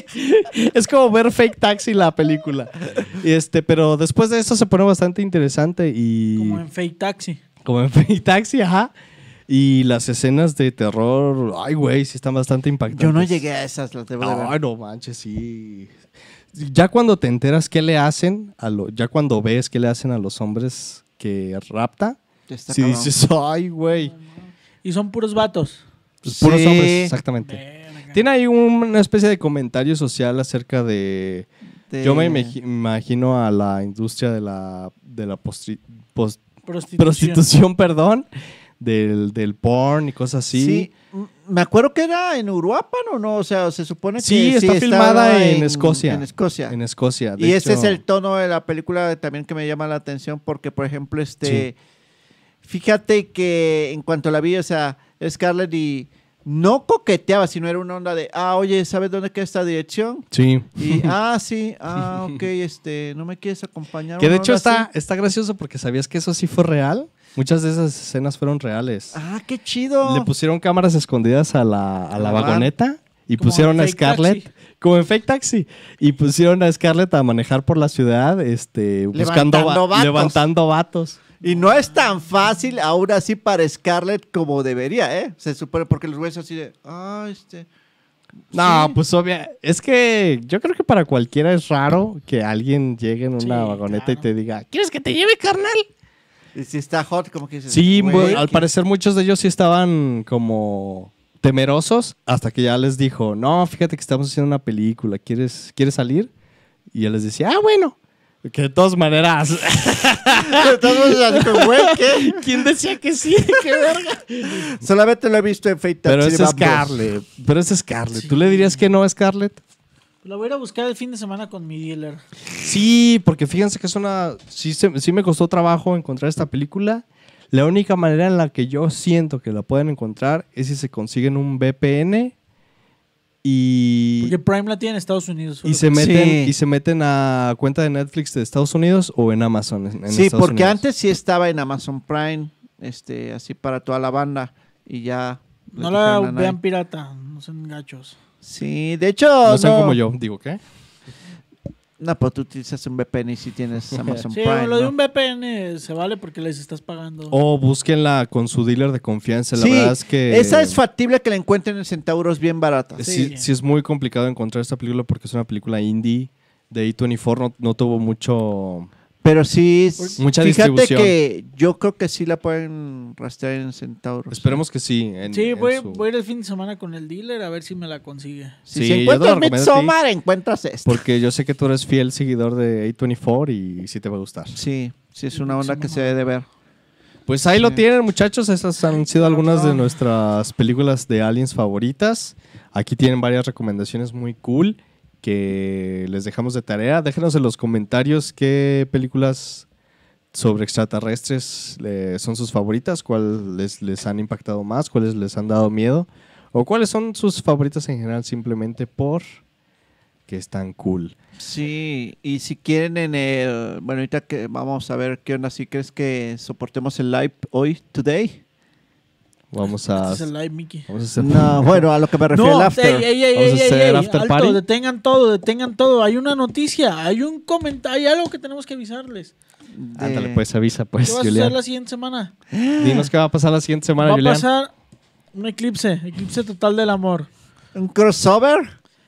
Speaker 1: Es como ver Fake Taxi, la película. Y este, pero después de esto se pone bastante interesante y
Speaker 3: Como en Fake Taxi.
Speaker 1: como en Fake Taxi, ajá. Y las escenas de terror, ay, güey, sí están bastante impactantes.
Speaker 2: Yo no llegué a esas, las debo de ver.
Speaker 1: Ay, no manches, sí. Ya cuando te enteras qué le hacen, a lo, ya cuando ves qué le hacen a los hombres que rapta,
Speaker 2: Está
Speaker 1: sí
Speaker 2: cabrón.
Speaker 1: dices, ay, güey.
Speaker 3: Y son puros vatos.
Speaker 1: Pues puros
Speaker 2: Sí.
Speaker 1: hombres, exactamente.
Speaker 3: Verga.
Speaker 1: Tiene ahí un- una especie de comentario social acerca de...
Speaker 2: De-
Speaker 1: Yo me imagi- imagino a la industria de la, de la postri- post-
Speaker 3: Prostitución.
Speaker 1: prostitución, perdón, del, del porn y cosas así.
Speaker 2: Sí, m- me acuerdo que era en Uruapan o no, o sea, se supone que
Speaker 1: Sí, está
Speaker 2: estaba
Speaker 1: filmada en Escocia.
Speaker 2: En Escocia.
Speaker 1: En Escocia. de
Speaker 2: y ese
Speaker 1: hecho-
Speaker 2: es el tono de la película también que me llama la atención porque, por ejemplo, este, fíjate que en cuanto la vi, o sea, Scarlett y no coqueteaba, sino era una onda de, ah, oye, ¿sabes dónde queda esta dirección?
Speaker 1: Sí.
Speaker 2: Y, ah, sí, ah, ok, este, ¿no me quieres acompañar?
Speaker 1: Que de
Speaker 2: Una
Speaker 1: hecho
Speaker 2: onda
Speaker 1: está,
Speaker 2: así.
Speaker 1: está gracioso porque sabías que eso sí fue real. Muchas de esas escenas fueron reales.
Speaker 2: Ah, qué chido.
Speaker 1: Le pusieron cámaras escondidas a la, a la
Speaker 2: Ah,
Speaker 1: vagoneta y
Speaker 3: Como
Speaker 1: pusieron
Speaker 3: en
Speaker 1: a
Speaker 3: Fake
Speaker 1: Scarlett,
Speaker 3: Taxi.
Speaker 1: como en Fake Taxi, y pusieron a Scarlett a manejar por la ciudad, este, buscando,
Speaker 2: Levantando
Speaker 1: va-
Speaker 2: vatos.
Speaker 1: levantando vatos.
Speaker 2: Y no es tan fácil aún así para Scarlett como debería, ¿eh? Se supone, porque los güeyes así de, ah, este...
Speaker 1: No,
Speaker 2: sí".
Speaker 1: pues obvio, es que yo creo que para cualquiera es raro que alguien llegue en una
Speaker 3: Sí,
Speaker 1: vagoneta
Speaker 3: claro.
Speaker 1: y te diga, ¿quieres que te lleve, carnal?
Speaker 2: Y si está hot, como que dices,
Speaker 1: Sí,
Speaker 2: "Güey,
Speaker 1: mu- al
Speaker 2: ¿qué?".
Speaker 1: parecer muchos de ellos sí estaban como temerosos hasta que ya les dijo, no, fíjate que estamos haciendo una película, ¿quieres, ¿quieres salir? Y él les decía, ah, bueno. Que de todas maneras.
Speaker 2: Estamos así como, güey, ¿qué?
Speaker 1: ¿Quién decía que sí? ¡Qué verga!
Speaker 2: Solamente lo he visto en Fate
Speaker 1: Pero
Speaker 2: Taxi,
Speaker 1: es
Speaker 2: vamos.
Speaker 1: Scarlett. Pero es Scarlett.
Speaker 3: Sí.
Speaker 1: ¿Tú le dirías que no a Scarlett?
Speaker 3: La voy a ir a buscar el fin de semana con mi dealer.
Speaker 1: Sí, porque fíjense que es una... Sí, se- sí me costó trabajo encontrar esta película. La única manera en la que yo siento que la pueden encontrar es si se consiguen un V P N y...
Speaker 3: Porque Prime la tiene en Estados Unidos. fue
Speaker 1: Y
Speaker 3: lo
Speaker 1: se,
Speaker 3: que-
Speaker 1: meten,
Speaker 2: Sí.
Speaker 1: y se meten a cuenta de Netflix de Estados Unidos o en Amazon. En, en
Speaker 2: Sí,
Speaker 1: Estados
Speaker 2: porque
Speaker 1: Unidos.
Speaker 2: antes sí estaba en Amazon Prime, este, así para toda la banda. Y ya. le
Speaker 3: No la
Speaker 2: dijeron a
Speaker 3: vean
Speaker 2: nadie.
Speaker 3: pirata, no sean gachos.
Speaker 2: Sí, de hecho.
Speaker 1: No sean como yo. Digo, ¿qué?
Speaker 2: No, pero tú utilizas un V P N y si tienes Amazon
Speaker 3: Sí,
Speaker 2: Prime.
Speaker 3: lo de
Speaker 2: ¿no?
Speaker 3: un V P N se vale porque les estás pagando.
Speaker 1: O búsquenla con su dealer de confianza. La
Speaker 2: Sí,
Speaker 1: verdad es que...
Speaker 2: esa es factible que la encuentren en centauros bien baratas.
Speaker 1: Sí,
Speaker 3: Sí.
Speaker 1: sí es muy complicado encontrar esta película porque es una película indie de A veinticuatro. No, no tuvo mucho...
Speaker 2: Pero sí,
Speaker 1: Mucha
Speaker 2: fíjate
Speaker 1: distribución.
Speaker 2: que yo creo que sí la pueden rastrear en centauros.
Speaker 1: Esperemos que sí. En,
Speaker 3: sí,
Speaker 1: en
Speaker 3: voy,
Speaker 1: su-
Speaker 3: voy a ir el fin de semana con el dealer a ver si me la consigue.
Speaker 2: Si,
Speaker 1: Sí,
Speaker 2: si
Speaker 1: yo te la
Speaker 2: encuentras
Speaker 1: recomiendo a ti.
Speaker 2: Midsommar, encuentras esta.
Speaker 1: Porque yo sé que tú eres fiel seguidor de A veinticuatro y sí te va a gustar.
Speaker 2: Sí, sí es una onda que se debe de ver.
Speaker 1: Pues ahí lo
Speaker 2: Sí.
Speaker 1: tienen, muchachos. Estas han sido algunas de nuestras películas de aliens favoritas. Aquí tienen varias recomendaciones muy cool que les dejamos de tarea. Déjenos en los comentarios qué películas sobre extraterrestres eh, son sus favoritas, cuáles les han impactado más, cuáles les han dado miedo o cuáles son sus favoritas en general simplemente por que están cool.
Speaker 2: Sí, y si quieren en el... Bueno, ahorita que vamos a ver qué onda, si crees que soportemos el live hoy, today.
Speaker 1: Vamos a,
Speaker 3: Este es el live, Mickey.
Speaker 1: vamos a hacer...
Speaker 2: No, bueno, a lo que me refiero
Speaker 3: No,
Speaker 2: el after.
Speaker 3: ey, ey, ey,
Speaker 1: Vamos a
Speaker 3: ey,
Speaker 1: hacer
Speaker 3: ey,
Speaker 1: after
Speaker 3: alto,
Speaker 1: party.
Speaker 3: detengan todo, detengan todo. Hay una noticia, hay un comentario, hay algo que tenemos que avisarles.
Speaker 2: De-
Speaker 1: Ándale, pues avisa, pues,
Speaker 3: ¿Qué vas a
Speaker 1: Julián.
Speaker 3: hacer la siguiente semana?
Speaker 1: Dinos qué va a pasar la siguiente semana,
Speaker 3: Va a
Speaker 1: Julián.
Speaker 3: pasar un eclipse, eclipse total del amor.
Speaker 2: ¿Un crossover?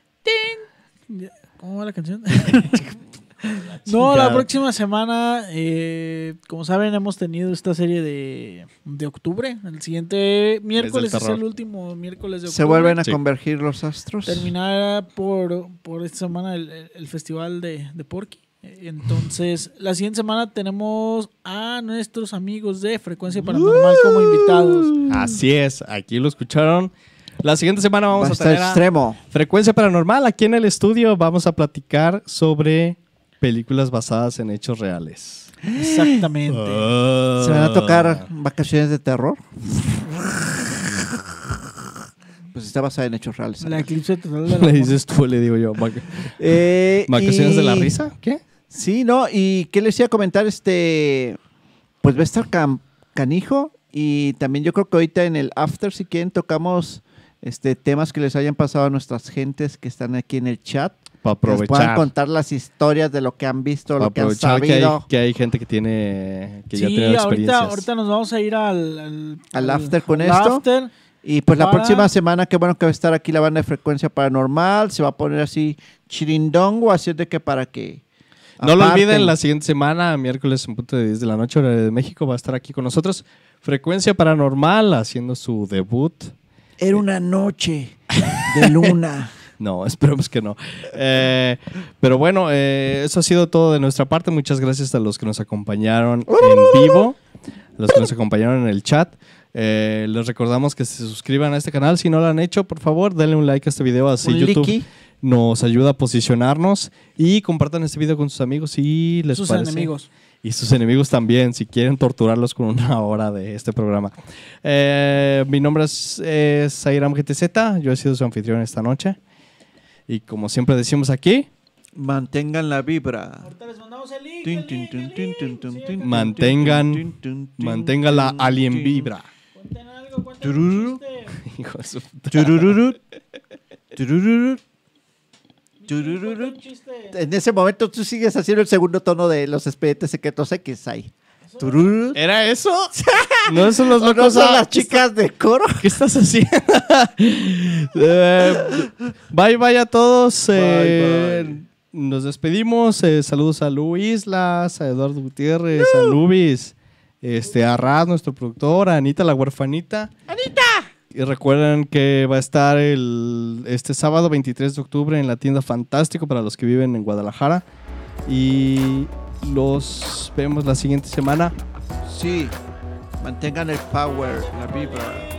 Speaker 3: ¿Cómo va la canción? No, la próxima semana, eh, como saben, hemos tenido esta serie de, de octubre. El siguiente miércoles es
Speaker 1: terror.
Speaker 3: el último miércoles de octubre.
Speaker 2: ¿Se vuelven a
Speaker 1: Sí.
Speaker 2: convergir los astros?
Speaker 3: Terminará por, por esta semana el, el- el festival de, de Porky. Entonces, la siguiente semana tenemos a nuestros amigos de Frecuencia Paranormal como invitados.
Speaker 1: Así es, aquí lo escucharon. La siguiente semana vamos
Speaker 2: Va a
Speaker 1: a,
Speaker 2: estar
Speaker 1: tener a
Speaker 2: extremo.
Speaker 1: Frecuencia Paranormal. Aquí en el estudio vamos a platicar sobre películas basadas en hechos reales.
Speaker 3: Exactamente.
Speaker 2: ¿Se van a tocar vacaciones de terror? Pues está basada en hechos reales.
Speaker 3: La eclipse total del
Speaker 1: Le
Speaker 3: amor.
Speaker 1: dices tú, le digo yo. vac-
Speaker 2: Eh,
Speaker 1: ¿Vacaciones
Speaker 2: y-
Speaker 1: de la risa? ¿Qué?
Speaker 2: Sí, no, y qué les iba a comentar, este, pues va a estar cam- canijo y también yo creo que ahorita en el after, si quieren, tocamos este temas que les hayan pasado a nuestras gentes que están aquí en el chat.
Speaker 1: Para
Speaker 2: Que nos puedan
Speaker 1: aprovechar.
Speaker 2: contar las historias de lo que han visto,
Speaker 1: Para
Speaker 2: lo que han
Speaker 1: aprovechar que hay,
Speaker 2: sabido.
Speaker 1: que hay gente que tiene que ya
Speaker 3: Sí,
Speaker 1: tiene
Speaker 3: ahorita,
Speaker 1: experiencias.
Speaker 3: ahorita nos vamos a ir al, al,
Speaker 2: Al after con
Speaker 3: al
Speaker 2: esto.
Speaker 3: after.
Speaker 2: Y pues la
Speaker 3: para-
Speaker 2: próxima semana, qué bueno que va a estar aquí la banda de Frecuencia Paranormal. Se va a poner así chirindongo, así es de que para que...
Speaker 1: No lo
Speaker 2: aparten.
Speaker 1: olviden, la siguiente semana, miércoles en punto de diez de la noche, hora de México, va a estar aquí con nosotros Frecuencia Paranormal haciendo su debut.
Speaker 2: Era una noche de luna.
Speaker 1: No, esperemos que no. Eh, pero bueno, eh, eso ha sido todo de nuestra parte. Muchas gracias a los que nos acompañaron en vivo, a los que nos acompañaron en el chat. Eh, les recordamos que se suscriban a este canal. Si no lo han hecho, por favor, denle un like a este video. Así
Speaker 2: Un
Speaker 1: YouTube
Speaker 2: liqui.
Speaker 1: nos ayuda a posicionarnos. Y compartan este video con sus amigos si les
Speaker 3: Sus
Speaker 1: parece.
Speaker 3: enemigos.
Speaker 1: Y sus enemigos también, si quieren torturarlos con una hora de este programa. Eh, mi nombre es, es Zairam G T Z. Yo he sido su anfitrión esta noche. Y como siempre decimos aquí,
Speaker 2: Mantengan la vibra.
Speaker 3: Ahorita les mandamos el link.
Speaker 2: Tin,
Speaker 3: el
Speaker 2: tin,
Speaker 3: link,
Speaker 2: tin,
Speaker 3: el
Speaker 2: tin,
Speaker 3: link.
Speaker 2: tin, tin,
Speaker 3: Sí,
Speaker 2: tin,
Speaker 1: Mantengan-
Speaker 2: tin, tin, tin,
Speaker 1: mantengan la
Speaker 2: tin,
Speaker 1: alien
Speaker 2: tin.
Speaker 1: vibra.
Speaker 3: Cuenten algo, cuenten
Speaker 2: Tururú.
Speaker 3: un chiste.
Speaker 1: Hijo de su-
Speaker 2: Turururu. Turururu.
Speaker 3: Cuenten
Speaker 2: Turururu.
Speaker 3: un chiste.
Speaker 2: En ese momento tú sigues haciendo el segundo tono de los expedientes secretos X ahí. Turururu.
Speaker 1: ¿Era eso? No son los
Speaker 2: ¿O no
Speaker 1: locos.
Speaker 2: son
Speaker 1: ah,
Speaker 2: las chicas de coro?
Speaker 1: ¿Qué estás haciendo? Eh, bye, bye a todos. eh,
Speaker 2: bye.
Speaker 1: Nos despedimos. eh, saludos a Luis Islas, a Eduardo Gutiérrez, a Nubis, este, a Raz, nuestro productor, a Anita, la huerfanita. ¡Anita! Y recuerden que va a estar el, este sábado veintitrés de octubre en la tienda Fantástico para los que viven en Guadalajara. Y los vemos la siguiente semana.
Speaker 2: Sí, mantengan el power, la vibra.